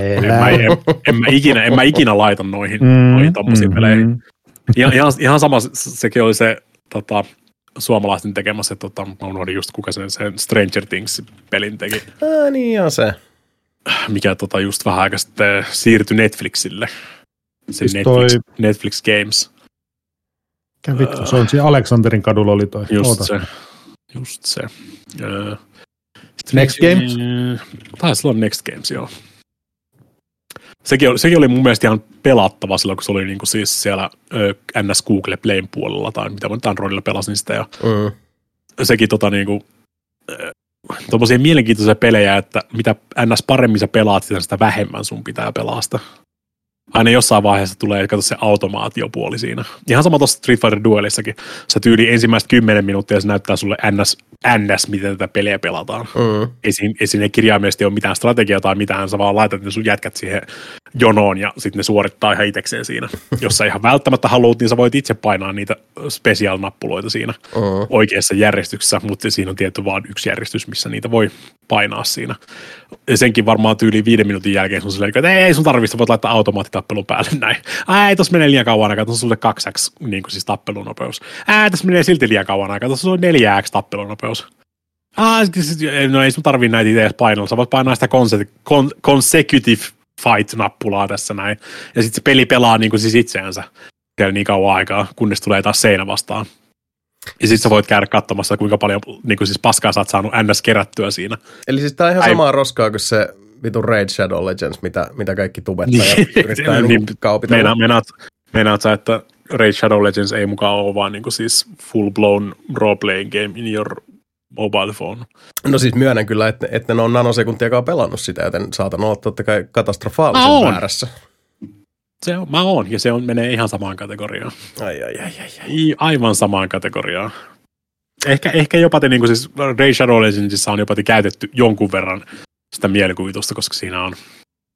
En mä ikinä laita noihin tommosiin peleihin. Ihan sama, sekin oli se suomalaisten tekemä se, mä unohdin just kuka sen Stranger Things-pelin teki. Niin on se. Mikä just vähän aikaa sitten siirtyi Netflixille. Se siis Netflix Games. Mikä vittu, se on siinä Aleksanterin kadulla oli toi. Just se. Next Games? Taisi olla Next Games, joo. Sekin oli mun mielestä ihan pelattava silloin, kun se oli niinku siis siellä NS Google Playn puolella, tai mitä mä nyt Androidilla pelasin sitä. Ja sekin niinku, tommosia mielenkiintoisia pelejä, että mitä NS paremmin sä pelaat, sitä vähemmän sun pitää pelaa sitä. Aina jossain vaiheessa tulee, kato se automaatiopuoli siinä. Ihan sama tuossa Street Fighter Duelissakin. Sä tyyli ensimmäiset 10 minuuttia se näyttää sulle NS, miten tätä peliä pelataan. Ei siinä kirjaimellisesti ole mitään strategiaa tai mitään, sä vaan laitat ne sun jätkät siihen jonoon ja sitten ne suorittaa ihan itsekseen siinä. Jos sä ihan välttämättä haluat, niin sä voit itse painaa niitä special-nappuloita siinä oikeassa järjestyksessä, mutta siinä on tietty vaan yksi järjestys, missä niitä voi painaa siinä. Ja senkin varmaan tyyli 5 minuutin jälkeen sun silleen, että ei sun tarvitse, voit laittaa automaattitappelun päälle näin. Ei, tossa menee liian kauan aikaa, tossa on sulle 2x niin siis tappelunopeus. Tässä menee silti liian kauan aikaa, tossa on 4x tappelunopeus. No ei sun tarvii näitä itse edes painella, sä voit painaa sitä consecutive fight-nappulaa tässä näin. Ja sitten se peli pelaa niin kuin siis itseänsä niin kauan aikaa, kunnes tulee taas seinä vastaan. Ja sitten sä voit käydä katsomassa, kuinka paljon niin kuin siis paskaa sä oot saanut NS kerättyä siinä. Eli siis tää on ihan samaa roskaa kuin se vitun Raid Shadow Legends, mitä kaikki tubettaa ja yrittää niin kaupitella. Meinaat sä, että Raid Shadow Legends ei mukaan ole vaan niin kuin siis full-blown role-playing game in your mobile phone? No siis myönnän kyllä, että ne on nanosekuntiakaan pelannut sitä, joten saatan olla totta kai katastrofaalisen väärässä. Mä oon, ja se menee ihan samaan kategoriaan. Aivan samaan kategoriaan. Ehkä jopa niin siis Raid Shadow Legendsissa on jopa käytetty jonkun verran sitä mielikuvitusta, koska siinä on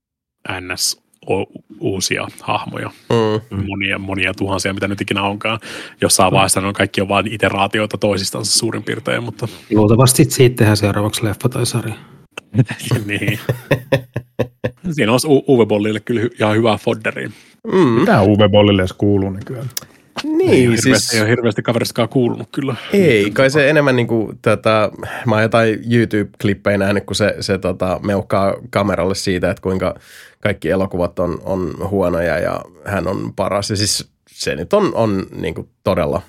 NS uusia hahmoja. Monia tuhansia, mitä nyt ikinä onkaan. Jossain vaiheessa ne on kaikki on vain iteraatioita toisistansa suurin piirtein, mutta... Luultavasti siitä tehdään seuraavaksi leffa tai sarja. Niin. Siinä olisi Uwe-Bollille kyllä ihan hyvää fodderiin. Mitä Uwe-Bollille edes kuuluu nykyään? Niin, ei ole hirveästi kaveristakaan kuulunut kyllä. Ei, kai se enemmän niinku mä oon jotain YouTube-klippejä nähnyt, kun se meuhkaa kameralle siitä, että kuinka kaikki elokuvat on huonoja ja hän on paras. Ja siis se nyt on niin kuin todella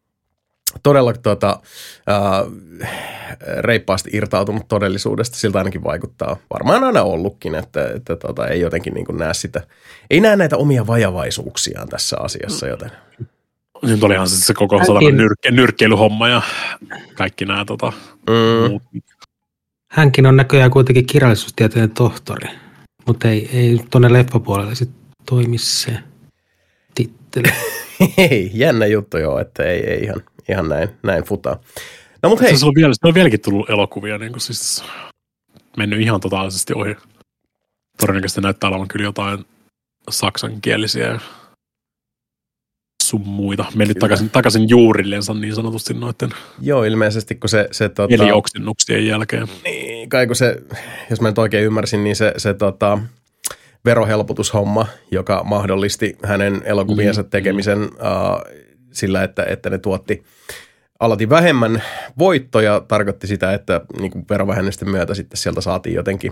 reippaasti irtautunut todellisuudesta, siltä ainakin vaikuttaa. Varmaan aina ollutkin, että ei jotenkin niin kuin näe sitä, ei näe näitä omia vajavaisuuksiaan tässä asiassa, joten. Nyt olihan se koko nyrkkeilyhomma ja kaikki nämä muut. Hänkin on näköjään kuitenkin kirjallisuustieteen tohtori, mutta ei tuonne leffapuolelle sitten toimi se titteli. Ei, jännä juttu joo, että ei ihan näin futaa. No mut hei. Se on vieläkin tullut elokuvia, niin kuin siis mennyt ihan totaalisesti ohi. Todennäköisesti näyttää olevan kyllä jotain saksankielisiä sun muita. Mennyt takaisin juurillensa niin sanotusti noiden. Joo, ilmeisesti kun se elioksennuksien jälkeen. Niin, kai kun se, jos mä nyt oikein ymmärsin, niin se verohelpotushomma, joka mahdollisti hänen elokuviensa tekemisen sillä, että ne tuotti alati vähemmän voittoja, tarkoitti sitä, että niin kuin verovähennysten myötä sitten sieltä saatiin jotenkin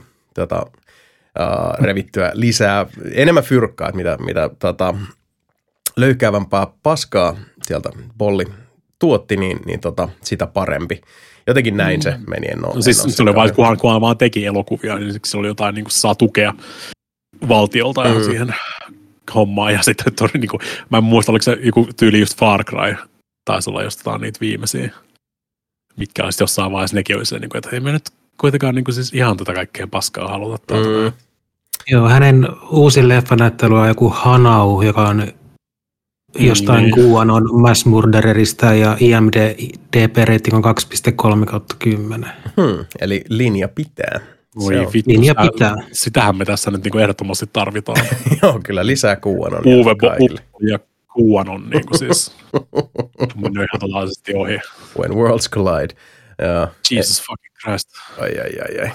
revittyä lisää, enemmän fyrkkaa, mitä löykäävämpää paskaa sieltä Bolli tuotti, niin sitä parempi. Jotenkin näin se meni. Se oli vain, kunhan vaan teki elokuvia, niin se oli jotain, niin kuin saa tukea valtiolta ja siihen hommaan. Ja sitten niin kuin, mä en muista, oliko se joku tyyli just Far Cry, taisi olla jostain niitä viimeisiä, mitkä olisi jossain vaiheessa nekin olisi, niin kuin, että ei me nyt kuitenkaan niin kuin, siis ihan tätä kaikkea paskaa haluta. Joo, hänen uusin leffanäyttely on joku Hanau, joka on jostain QAnon Mass Murdererista ja IMDb-rating on 2.3/10. Eli linja pitää. Voi vittu, linja pitää. Sitähän me tässä nyt niinku ehdottomasti tarvitaan. Joo, kyllä lisää QAnon. Ja QAnon niinku siis. Mennyt ihan totaalisesti ohi. When worlds collide. Jesus fucking Christ. Ai.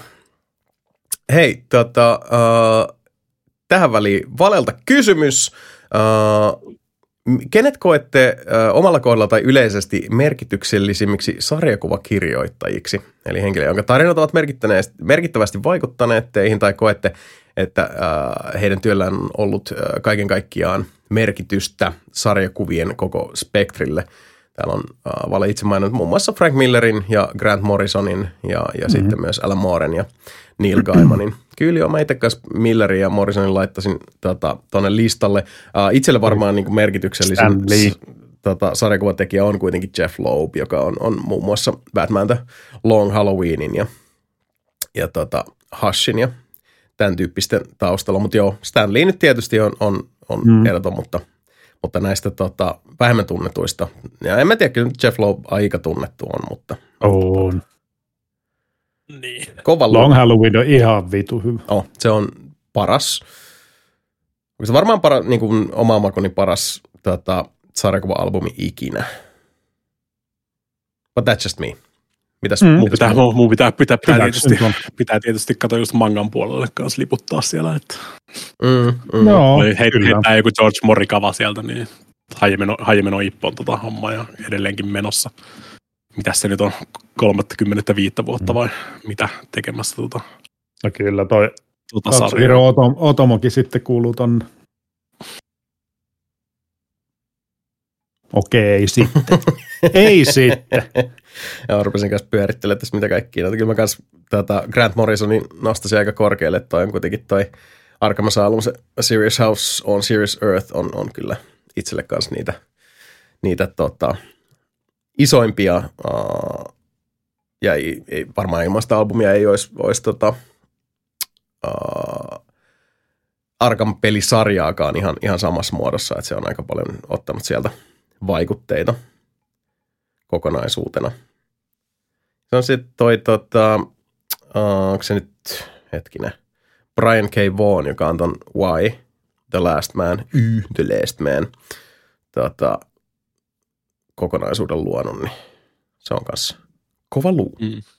Hei, tähän väliin Valelta kysymys. Kenet koette omalla kohdalla tai yleisesti merkityksellisimmiksi sarjakuvakirjoittajiksi? Eli henkilöitä, jonka tarinat ovat merkittävästi vaikuttaneet teihin tai koette, että heidän työllään on ollut kaiken kaikkiaan merkitystä sarjakuvien koko spektrille. Täällä on Vale itse maininnut muun muassa Frank Millerin ja Grant Morrisonin ja sitten myös Alan Mooren ja Neil Gaimanin. Kyllä joo, mä itse kanssa Millerin ja Morrisonin laittaisin tuonne listalle. Itselle varmaan niin kuin merkityksellisin sarjakuvatekijä on kuitenkin Jeff Loeb, joka on muun muassa Batman The Long Halloweenin ja Hushin ja tämän tyyppisten taustalla. Mutta joo, Stan Lee nyt tietysti on ehdoton, mutta näistä vähemmän tunnetuista. Ja en mä tiedä, kyllä Jeff Loeb aika tunnettu on, mutta. On. Niin. Long Halloween on ihan vitu hyvä. Se on paras. Onko se varmaan niin kuin oma makoni paras sarjakuva-albumi ikinä? But that's just me. Mitäs? Mun pitää tietysti katsoa just mangan puolelle kanssa liputtaa siellä. Että. No, heittää joku George Morikawa sieltä, niin Hajimeno Ippon hommaa ja edelleenkin menossa. Mitäs se nyt on, 35 vuotta vai mitä tekemässä No kyllä toi Hiro Otomokin sitten kuuluu tonne. Okei, sitten. Ei sitten. Ja rupesin kanssa pyörittelemään tässä mitä kaikkia. Kyllä mä kanssa Grant Morrisonin nostaisin aika korkealle. Toi on kuitenkin toi Arkham Asylum, se Serious House on Serious Earth on kyllä itselle kanssa niitä isoimpia. Ja ei varmaan ilmaista albumia ei olisi Arkham-pelisarjaakaan ihan samassa muodossa, että se on aika paljon ottanut sieltä vaikutteita kokonaisuutena. Se on sitten onko se nyt, hetkinen, Brian K. Vaughan, joka on ton Why, The Last Man, The Last Man, kokonaisuuden luonut, niin se on kanssa kova luu.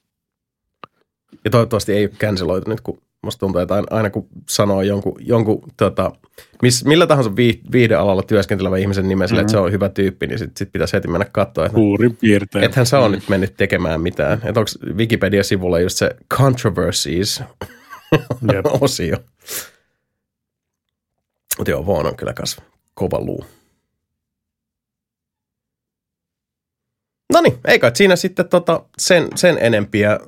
Ja toivottavasti ei ole canceloitu nyt, kun musta tuntuu, että aina kun sanoo jonkun millä tahansa viihdealalla työskentelevä ihmisen nimen sille, että se on hyvä tyyppi, niin sit pitäisi heti mennä katsoa, että suurin piirtein. Ethän sä on nyt mennyt tekemään mitään. Että onko Wikipedia-sivulla just se controversies-osio. Mutta joo, Vaughan on kyllä kans kova luu. No niin, ei kai siinä sitten sen enempiä.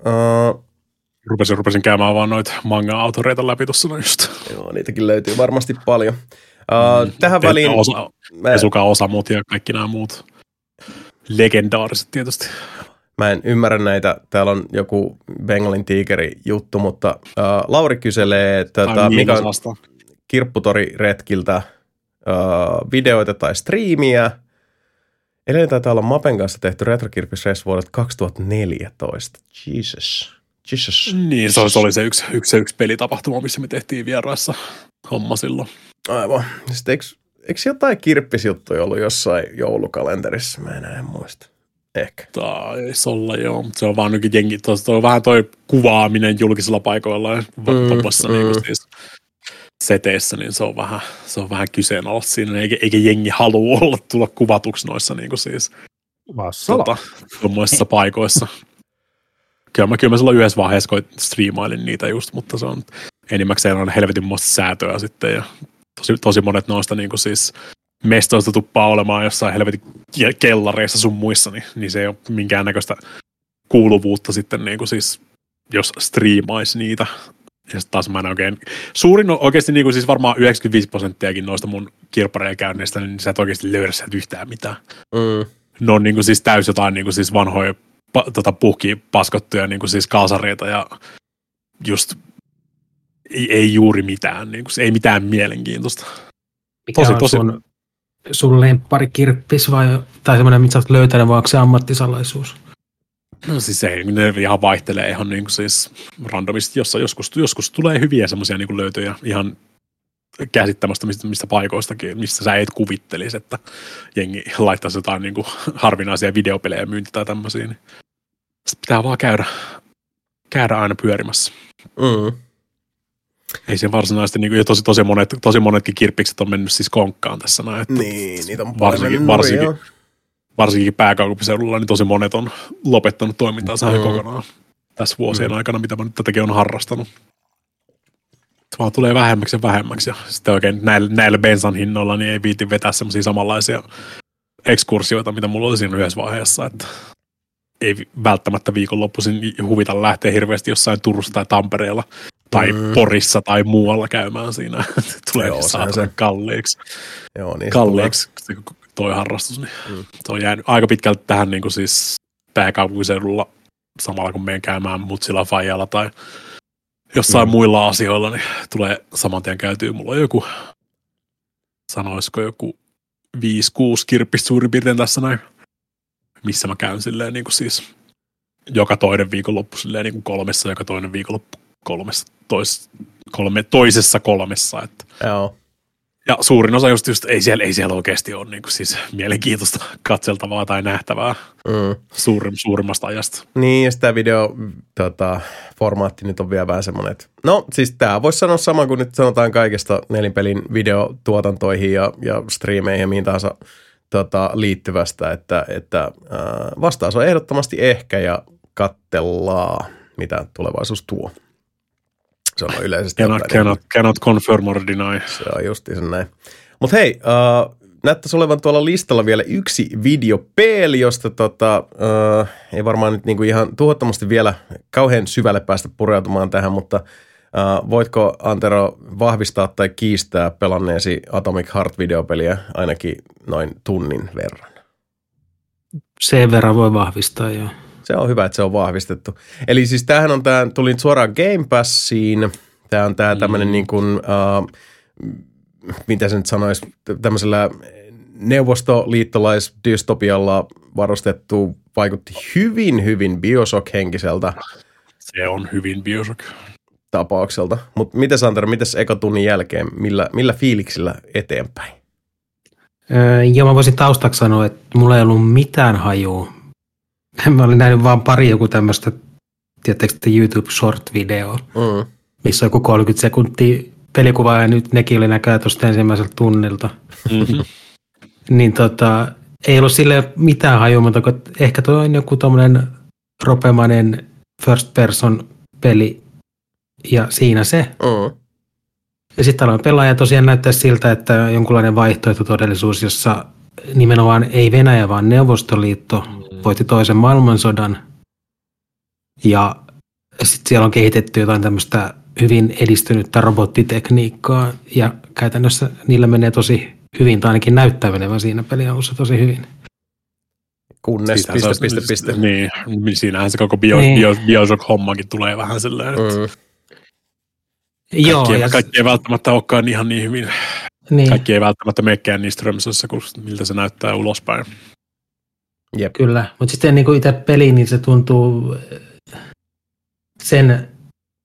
Rupesin käymään vaan noita manga-autoreita läpi tuossa just. Joo, niitäkin löytyy varmasti paljon. Tähän väliin... Esuka Osamut ja kaikki nämä muut legendaariset tietysti. Mä en ymmärrä näitä. Täällä on joku Bengalin tiikeri juttu, mutta Lauri kyselee mikä on Kirpputori-retkiltä videoita tai striimiä. Edelleen taitaa olla Mapen kanssa tehty retrokirppisreissu vuodet 2014. Jesus. Niin, se oli se yksi pelitapahtuma, missä me tehtiin vieraissa homma silloin. Aivan. Sitten eikö jotain kirppisjuttuja ollut jossain joulukalenterissa? Mä en muista. Ehkä. Taisi olla, joo. Se on vaan nyt jengi, on vähän toi kuvaaminen julkisilla paikoilla ja vapaassa niin siis seteissä, niin se on vähän kyseenalaista siinä, eikä jengi halua tulla kuvatuksi noissa niin kuin siis tuommoisissa paikoissa. Kyllä mä silloin yhdessä vaiheessa kun striimailin niitä just, mutta se on enimmäkseen on helvetin muista säätöä sitten ja tosi monet noista niin kuin siis mestoista tuppaa olemaan jossain helvetin kellareissa sun muissa, niin se ei ole minkäännäköistä kuuluvuutta sitten niin kuin siis, jos striimaisi niitä. Ja sitten taas mä en suurin oikeasti niin kuin siis varmaan 95% noista mun kirppareja käynneistä, niin sä et oikeasti löydä sieltä yhtään mitään. Ne on niin kuin siis täys jotain niin kuin siis vanhoja puhkia paskottuja niin kuin siis kalsareita ja just ei juuri mitään, niin kuin, ei mitään mielenkiintoista. Mikä on sun lempparikirppis tai semmoinen, mitä sä oot löytänyt, vai onko se ammattisalaisuus? No siis ne ihan vaihtelee ihan niin kuin siis randomisti, jossa joskus tulee hyviä semmoisia niin kuin löytöjä ihan käsittämästä mistä paikoistakin, mistä sä et kuvittelisi, että jengi laittaisi jotain niin kuin harvinaisia videopelejä myynti tai tämmöisiä. Niin pitää vaan käydä aina pyörimässä. Ei se varsinaisesti, niin kuin, ja tosi monetkin kirppikset on mennyt siis konkkaan tässä näin. Niin, niitä on varsinkin pääkaupunkiseudulla, niin tosi monet on lopettanut toimintaansa kokonaan tässä vuosien aikana, mitä mä nyt tätäkin on harrastanut. Se vaan tulee vähemmäksi ja vähemmäksi, ja sitten oikein näillä bensan hinnoilla niin ei viitin vetää semmoisia samanlaisia ekskursioita, mitä mulla oli siinä yhdessä vaiheessa, että ei välttämättä viikonloppuisin huvita lähteä hirveästi jossain Turussa tai Tampereella tai Porissa tai muualla käymään siinä. Tulee saatana kalliiksi. Joo, niin kalliiksi toi harrastus. Niin se on jäänyt aika pitkälti tähän niin kuin siis pääkaupunkiseudulla samalla kun menen käymään Mutsilla Fajalla tai jossain muilla asioilla, niin tulee saman tien käytyy. Mulla on joku, sanoisiko joku 5-6 kirppistä suurin piirtein tässä näin, missä mä käyn silleen niin kuin siis joka toinen viikonloppu silleen niin kuin 3, joka toinen viikonloppu 3, toisessa 3. Että. Joo. Ja suurin osa just ei siellä oikeasti ole niin kuin siis mielenkiintoista katseltavaa tai nähtävää suurimmasta ajasta. Niin, ja sitä formaatti nyt on vielä vähän semmoinen, että no siis tämä voisi sanoa sama kuin nyt sanotaan kaikesta nelinpelin videotuotantoihin ja striimeihin ja mihin tahansa liittyvästä, että vastaus on ehdottomasti ehkä ja katsellaan, mitä tulevaisuus tuo. Se on yleisesti. Cannot confirm or deny. Se on justiinsa näin. Mutta hei, näyttäisi olevan tuolla listalla vielä yksi videopeli, josta ei varmaan nyt niinku ihan tuhottomasti vielä kauhean syvälle päästä pureutumaan tähän, mutta voitko Antero vahvistaa tai kiistää pelanneesi Atomic Heart-videopeliä ainakin noin tunnin verran? Sen verran voi vahvistaa, joo. Se on hyvä, että se on vahvistettu. Eli siis tämähän on tuli Suoraan Game Passiin. Tämä on tämmöinen niin kuin, mitä se nyt sanoisi, tämmöisellä neuvostoliittolaisdystopialla varustettu, vaikutti hyvin Bioshock-henkiseltä. Se on hyvin Bioshock. Tapaukselta. Mutta mites Antero, mites eka tunnin jälkeen, millä fiiliksillä eteenpäin? Joo, mä voisin taustaksi sanoa, että mulla ei ollut mitään hajua. Mä olin nähnyt vaan pari joku tämmöistä, tiedättekö, YouTube short-videoa, missä on joku 30 sekuntia pelikuvaa, ja nyt nekin oli näköjään tuosta ensimmäiseltä tunnilta. Niin ei ollut silleen mitään hajua, mutta ehkä toi on joku tommonen ropemainen first person peli, ja siinä se. Ja sitten aloin pelaa, ja tosiaan näyttää siltä, että jonkunlainen vaihtoehtotodellisuus, jossa nimenomaan ei Venäjä, vaan Neuvostoliitto voitti toisen maailmansodan. Ja sitten siellä on kehitetty jotain tämmöistä hyvin edistynyttä robottitekniikkaa, ja käytännössä niillä menee tosi hyvin, tai ainakin näyttää menevän siinä pelialussa tosi hyvin. Kunnes, piste. Niin, siinähän se koko Bioshock-hommakin tulee vähän silleen, että kaikki ei välttämättä olekaan ihan niin hyvin. Niin. Kaikki ei välttämättä menekään niin strömsössä, kuin miltä se näyttää ulospäin. Jep. Kyllä, mutta sitten niin kuin itse peli, niin se tuntuu sen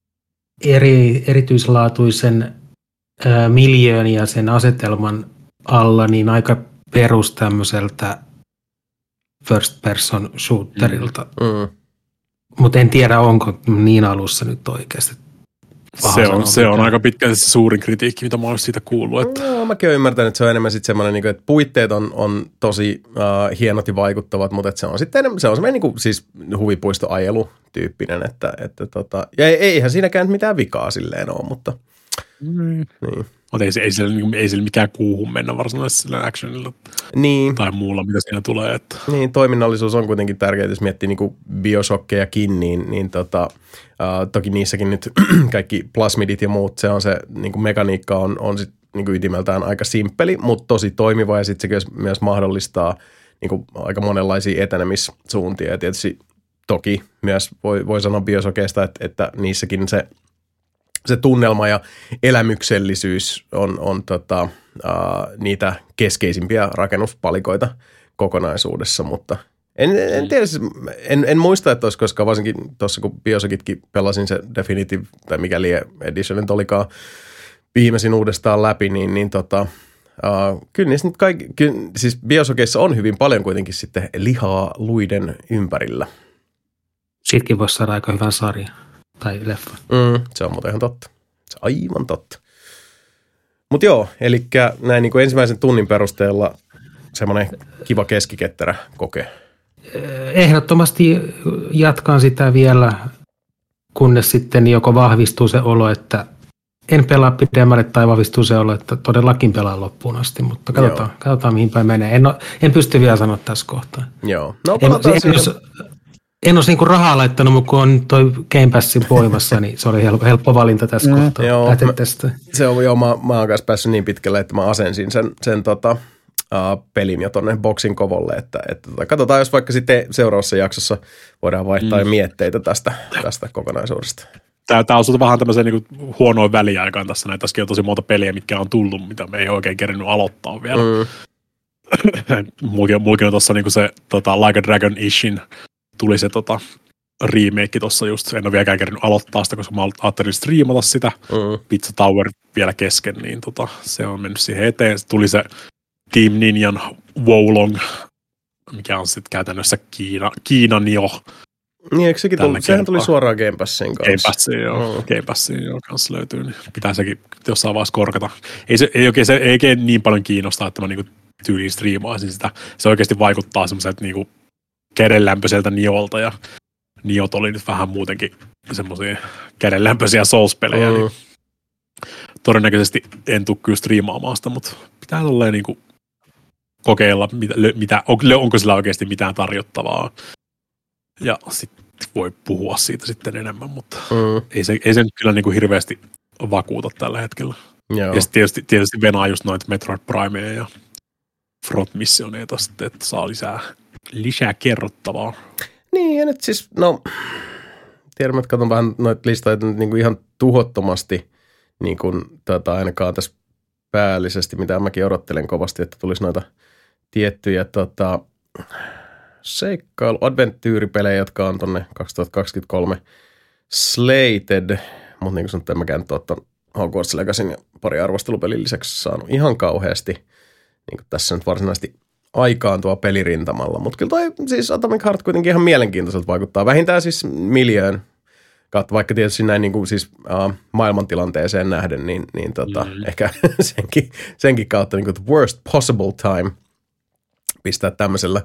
erityislaatuisen miljöön ja sen asetelman alla niin aika perus tämmöiseltä first person shooterilta. Mutta en tiedä, onko niin alussa nyt oikeasti. Se on aika pitkälti se suurin kritiikki, mitä mä oon siitä kuullut. Että no, mäkin oon ymmärtänyt, että se on enemmän sitten semmoinen, että puitteet on tosi hienot ja vaikuttavat, mutta että se on sitten enemmän, se on semmoinen niin siis huvipuistoajelu-tyyppinen, ja eihän siinäkään mitään vikaa silleen ole, mutta niin. Mutta ei sillä mikään kuuhun mennä varsinaisesti sillä actionilla tai muulla, mitä siinä tulee. Että. Niin, toiminnallisuus on kuitenkin tärkeää, jos miettii niin Bioshockejakin, niin toki niissäkin nyt kaikki plasmidit ja muut, se on se niin mekaniikka on sit, niin ytimeltään aika simppeli, mutta tosi toimiva, ja sitten se myös mahdollistaa niin aika monenlaisia etenemissuuntia, ja tietysti toki myös voi sanoa Bioshockeista, että niissäkin se tunnelma ja elämyksellisyys on niitä keskeisimpiä rakennuspalikoita kokonaisuudessa, mutta en tiedä, en muista, että olisi koskaan, varsinkin tuossa kun Bioshockitkin pelasin se Definitive, tai mikäli Edition nyt olikaan viimeisin uudestaan läpi, niin kyllä niissä nyt siis Bioshockissa on hyvin paljon kuitenkin sitten lihaa luiden ympärillä. Siitäkin voisi saada aika hyvän sarjan. Tai leffa. Se on muuten ihan totta. Se on aivan totta. Mutta joo, eli näin niin kuin ensimmäisen tunnin perusteella semmoinen kiva keskiketterä koke. Ehdottomasti jatkan sitä vielä, kunnes sitten joko vahvistuu se olo, että en pelaa pidemmälle, tai vahvistuu se olo, että todellakin pelaan loppuun asti, mutta katsotaan mihin päin menee. En pysty vielä sanoa tässä kohtaa. Joo. No, en olisi niinku rahaa laittanut, mutta kun on toi Game Passin voimassa, niin se oli helppo valinta tässä kohtaa. Joo, se on joo, mä oon kanssa päässyt niin pitkälle, että mä asensin sen pelin jo tonne boksin kovolle, että katsotaan, jos vaikka sitten seuraavassa jaksossa voidaan vaihtaa mietteitä tästä kokonaisuudesta. Tämä on vähän tämmöiseen niin huonoin väliaikaan tässä. Tässäkin on tosi monta peliä, mitkä on tullut, mitä me ei oikein kerinyt aloittaa vielä. Mulkin on tuossa niin se Like a Dragon Ishin tuli se remake tuossa just. En ole vieläkään kerinyt aloittaa sitä, koska mä ajattelin striimata sitä. Pizza Tower vielä kesken, niin se on mennyt siihen eteen. Sitten tuli se Team Ninjan Wolong, mikä on sitten käytännössä Kiinan jo. Niin, eikö sehän tuli suoraan Game Passiin kanssa? Game Passiin kanssa löytyy, niin pitää sekin jossain vaiheessa korkata. Ei oikein niin paljon kiinnostaa, että mä niinku tyyliin striimaisin sitä. Se oikeasti vaikuttaa semmoiselta niinku kädenlämpöiseltä Niolta, ja Niot oli nyt vähän muutenkin semmoisia kädenlämpöisiä Souls-pelejä, niin todennäköisesti en tule kyllä striimaamaan sitä, mutta pitää tolleen niinku kokeilla, onko sillä oikeasti mitään tarjottavaa. Ja sitten voi puhua siitä sitten enemmän, mutta ei se nyt kyllä niin kuin hirveästi vakuuta tällä hetkellä. Joo. Ja sitten tietysti venaa just noita Metroid Primeja ja Front Missioneita sitten, että saa lisää kerrottavaa. Niin, ja nyt siis, tiedämme, että katson vähän noita listoja niin kuin ihan tuhottomasti, niin kuin ainakaan tässä päällisesti, mitä mäkin odottelen kovasti, että tulisi noita tiettyjä seikkailu-adventyyripelejä, jotka on tonne 2023 slated, mutta niin kuin sanottu, en mäkään tuon Hogwarts Legacyn ja pari arvostelupelin lisäksi saanut ihan kauheasti niin kuin tässä nyt varsinaisesti aikaan tuo pelirintamalla, mutta kyllä toi siis Atomic Heart kuitenkin ihan mielenkiintoiselta vaikuttaa, vähintään siis miljöön kautta, vaikka tietysti näin niin kuin siis maailmantilanteeseen nähden, niin ehkä senkin kautta niin kuin the worst possible time pistää tämmöisellä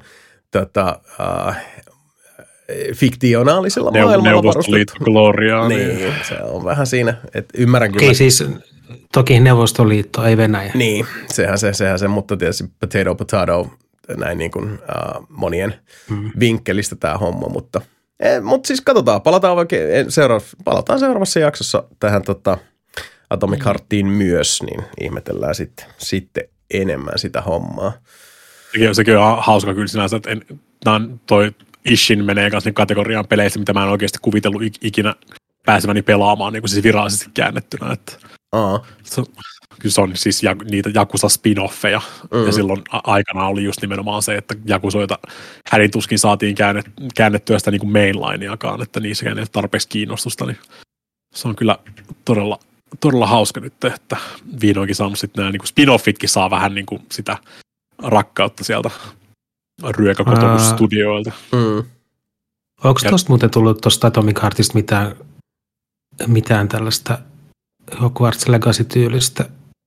fiktionaalisella maailmalla Neuvostoliitto Gloriaa. Niin, se on vähän siinä, että ymmärrän kyllä. Okei, siis toki Neuvostoliitto, ei Venäjä. Niin, sehän se, mutta tietysti potato näin niin kuin, monien vinkkelistä tämä homma, mutta siis katsotaan, palataan seuraavassa jaksossa tähän Atomic Heartiin myös, niin ihmetellään sitten enemmän sitä hommaa. Sekin on hauska kyllä sinänsä, että toi Ishin menee kanssa kategoriaan peleistä, mitä mä en oikeasti kuvitellut ikinä pääseväni pelaamaan niin kuin siis virallisesti käännettynä. Että se on siis niitä Yakuza spin-offeja, ja silloin aikana oli just nimenomaan se, että Yakuzoita hädintuskin saatiin käännettyä sitä niin kuin mainlineakaan, että niissä ei ole tarpeeksi kiinnostusta, niin se on kyllä todella hauska nyt, että vihdoinkin saanut sitten nämä niin kuin spin-offitkin saa vähän niin kuin sitä rakkautta sieltä ryökäkotomusstudioilta. Onko tuosta muuten tullut tuosta Atomic Heartista mitään tällaista Hogwarts Legacy-tyylistä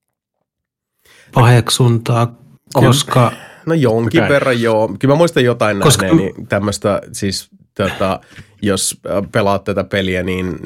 paheksuntaa, koska... No jonkin verran joo. Kyllä mä muistan jotain nähneeni tämmöistä, siis jos pelaat tätä peliä, niin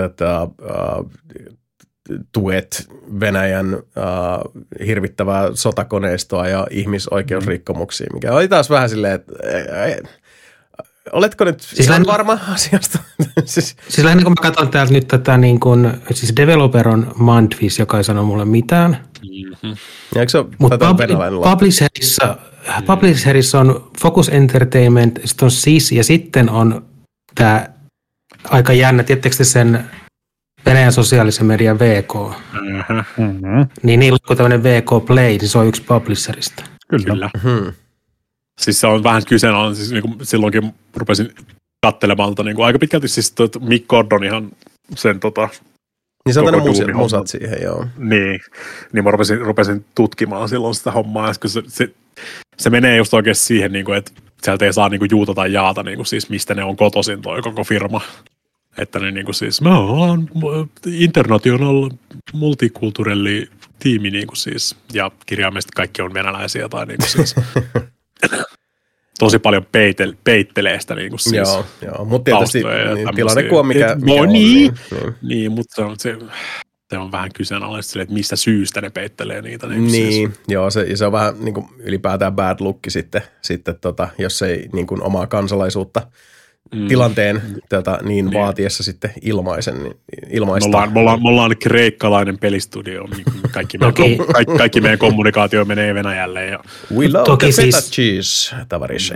tuet Venäjän hirvittävää sotakoneistoa ja ihmisoikeusrikkomuksia, mikä oli taas vähän silleen, että oletko nyt ihan varma asiasta? siis lähinnä kun mä katson täältä nyt tätä niin kuin, siis developer on Mandvis, joka ei sano mulle mitään. Eikö se mutta publisherissa on Focus Entertainment, sitten on SIS ja sitten on tämä aika jännä, tiedättekö te sen Venäjän sosiaalisen median VK? Niin niillä on tämmöinen VK Play, niin se on yksi publisherista. Kyllä. Siis se on vähän kyseenalainen, siis niin silloinkin rupesin katselemaan niin aika pitkälti siis Mick Gordonihan sen niin se on tänne musat siihen, joo. Niin mä rupesin tutkimaan silloin sitä hommaa, ja se menee just oikein siihen, niin kuin, että sieltä ei saa niin kuin juuta tai jaata, niin kuin, siis mistä ne on kotoisin toi koko firma. Että ne niin kuin siis, me ollaan international multikulturelli tiimi niin kuin siis, ja kirjaimellisesti kaikki on venäläisiä tai niin kuin siis. Tosi paljon peittelee sitä niin kuin siis. Joo, mutta tietysti tilannekuva mikä on. Niin, mutta se on vähän kyseenalaista sille, että mistä syystä ne peittelee niitä. Niin, siis. Joo, se on vähän niin kuin ylipäätään bad luck sitten jos ei niin kuin omaa kansalaisuutta tilanteen niin vaatiessa sitten ilmaista. Me ollaan kreikkalainen pelistudio, niin kaikki meidän kommunikaatio menee Venäjälle. Ja... We love the feta cheese, tavaris.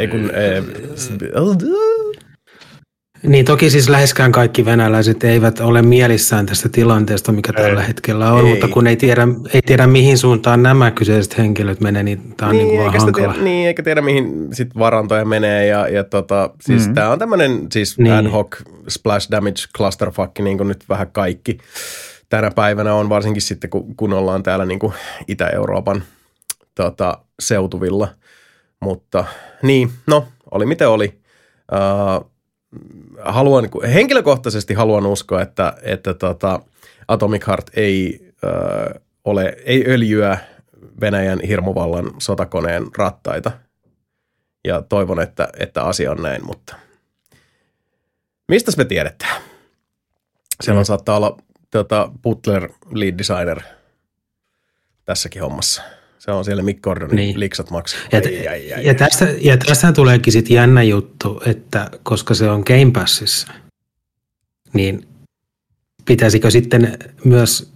Niin toki siis läheskään kaikki venäläiset eivät ole mielissään tästä tilanteesta, mikä tällä hetkellä on, mutta kun ei tiedä mihin suuntaan nämä kyseiset henkilöt menee, niin tämä on niin vaan hankala. Eikä tiedä mihin sit varantoja menee ja siis tämä on tämmöinen siis ad hoc splash damage clusterfuck, niin kuin nyt vähän kaikki tänä päivänä on, varsinkin sitten kun ollaan täällä niin kuin Itä-Euroopan seutuvilla, mutta niin, no oli miten oli. Henkilökohtaisesti haluan uskoa, että Atomic Heart ei öljyä Venäjän hirmuvallan sotakoneen rattaita. Ja toivon, että asia on näin, mutta mistäs me tiedetään? Siellä saattaa olla Butler lead designer tässäkin hommassa. Se on siellä Mick Gordonin liksat maksaa. Ja tästä tuleekin sitten jännä juttu, että koska se on Game Passissa, niin pitäisikö sitten myös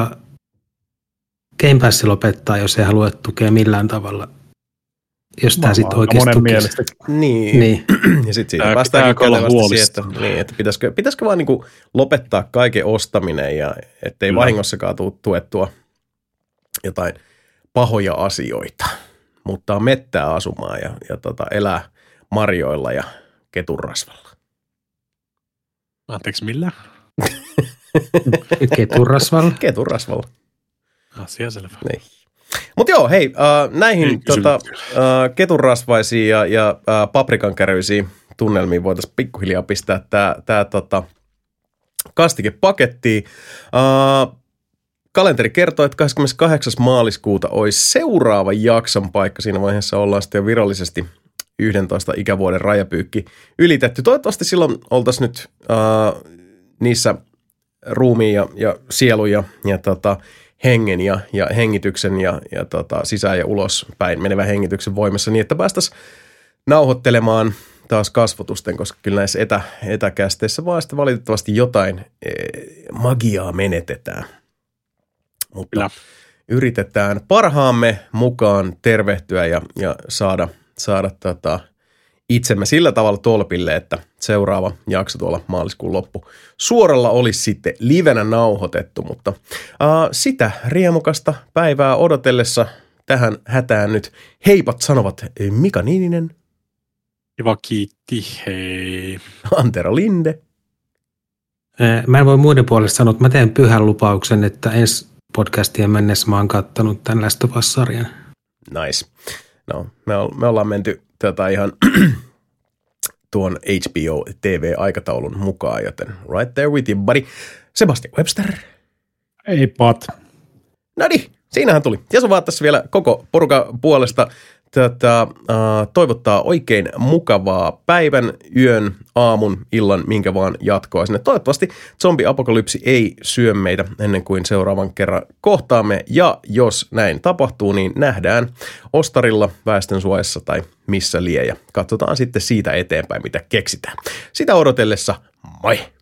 Game Pass lopettaa, jos ei halua tukea millään tavalla, jos tämä sitten oikeasti tukisi. Niin. Ja sitten siitä päästään kätevästi siihen, että pitäisikö vaan niinku lopettaa kaiken ostaminen ja ettei vahingossakaan tule tuettua jotain pahoja asioita, mutta on mettää asumaan ja elää marjoilla ja ketunrasvalla. Anteeksi, millä? Ketunrasvalla? Ketunrasvalla. Asia selvä. Niin. Mutta joo, hei, näihin ketunrasvaisiin ja paprikankäryisiin tunnelmiin voitaisiin pikkuhiljaa pistää tämä kastike pakettiin. Kalenteri kertoo, että 28. maaliskuuta olisi seuraava jakson paikka. Siinä vaiheessa ollaan sitten jo virallisesti 11 ikävuoden rajapyykki ylitetty. Toivottavasti silloin oltaisiin nyt niissä ruumiin ja sielu ja hengen ja hengityksen ja sisään ja ulos päin menevän hengityksen voimassa niin, että päästäisiin nauhoittelemaan taas kasvotusten, koska kyllä näissä etäkästeissä vaan sitten valitettavasti jotain magiaa menetetään. Mutta yritetään parhaamme mukaan tervehtyä ja saada itsemme sillä tavalla tolpille, että seuraava jakso tuolla maaliskuun loppu suoralla olisi sitten livenä nauhoitettu, mutta sitä riemukasta päivää odotellessa tähän hätään nyt heipat sanovat Mika Niininen. Kiva, kiitti, hei. Antero Linde. Mä en voi muiden puolesta sanoa, että mä teen pyhän lupauksen, että ensi podcastien mennessä mä oon kattanut tämän Last of Us-sarjan. Nice. No, me ollaan menty ihan tuon HBO TV-aikataulun mukaan, joten right there with you, buddy. Sebastian Webster. Ei pat. No niin, siinähän tuli. Ja se vaan tässä vielä koko porukan puolesta toivottaa oikein mukavaa päivän, yön, aamun, illan, minkä vaan jatkoa sinne. Toivottavasti zombiapokalypsi ei syö meitä ennen kuin seuraavan kerran kohtaamme. Ja jos näin tapahtuu, niin nähdään Ostarilla, Väestönsuojassa tai missä lie. Ja katsotaan sitten siitä eteenpäin, mitä keksitään. Sitä odotellessa, moi!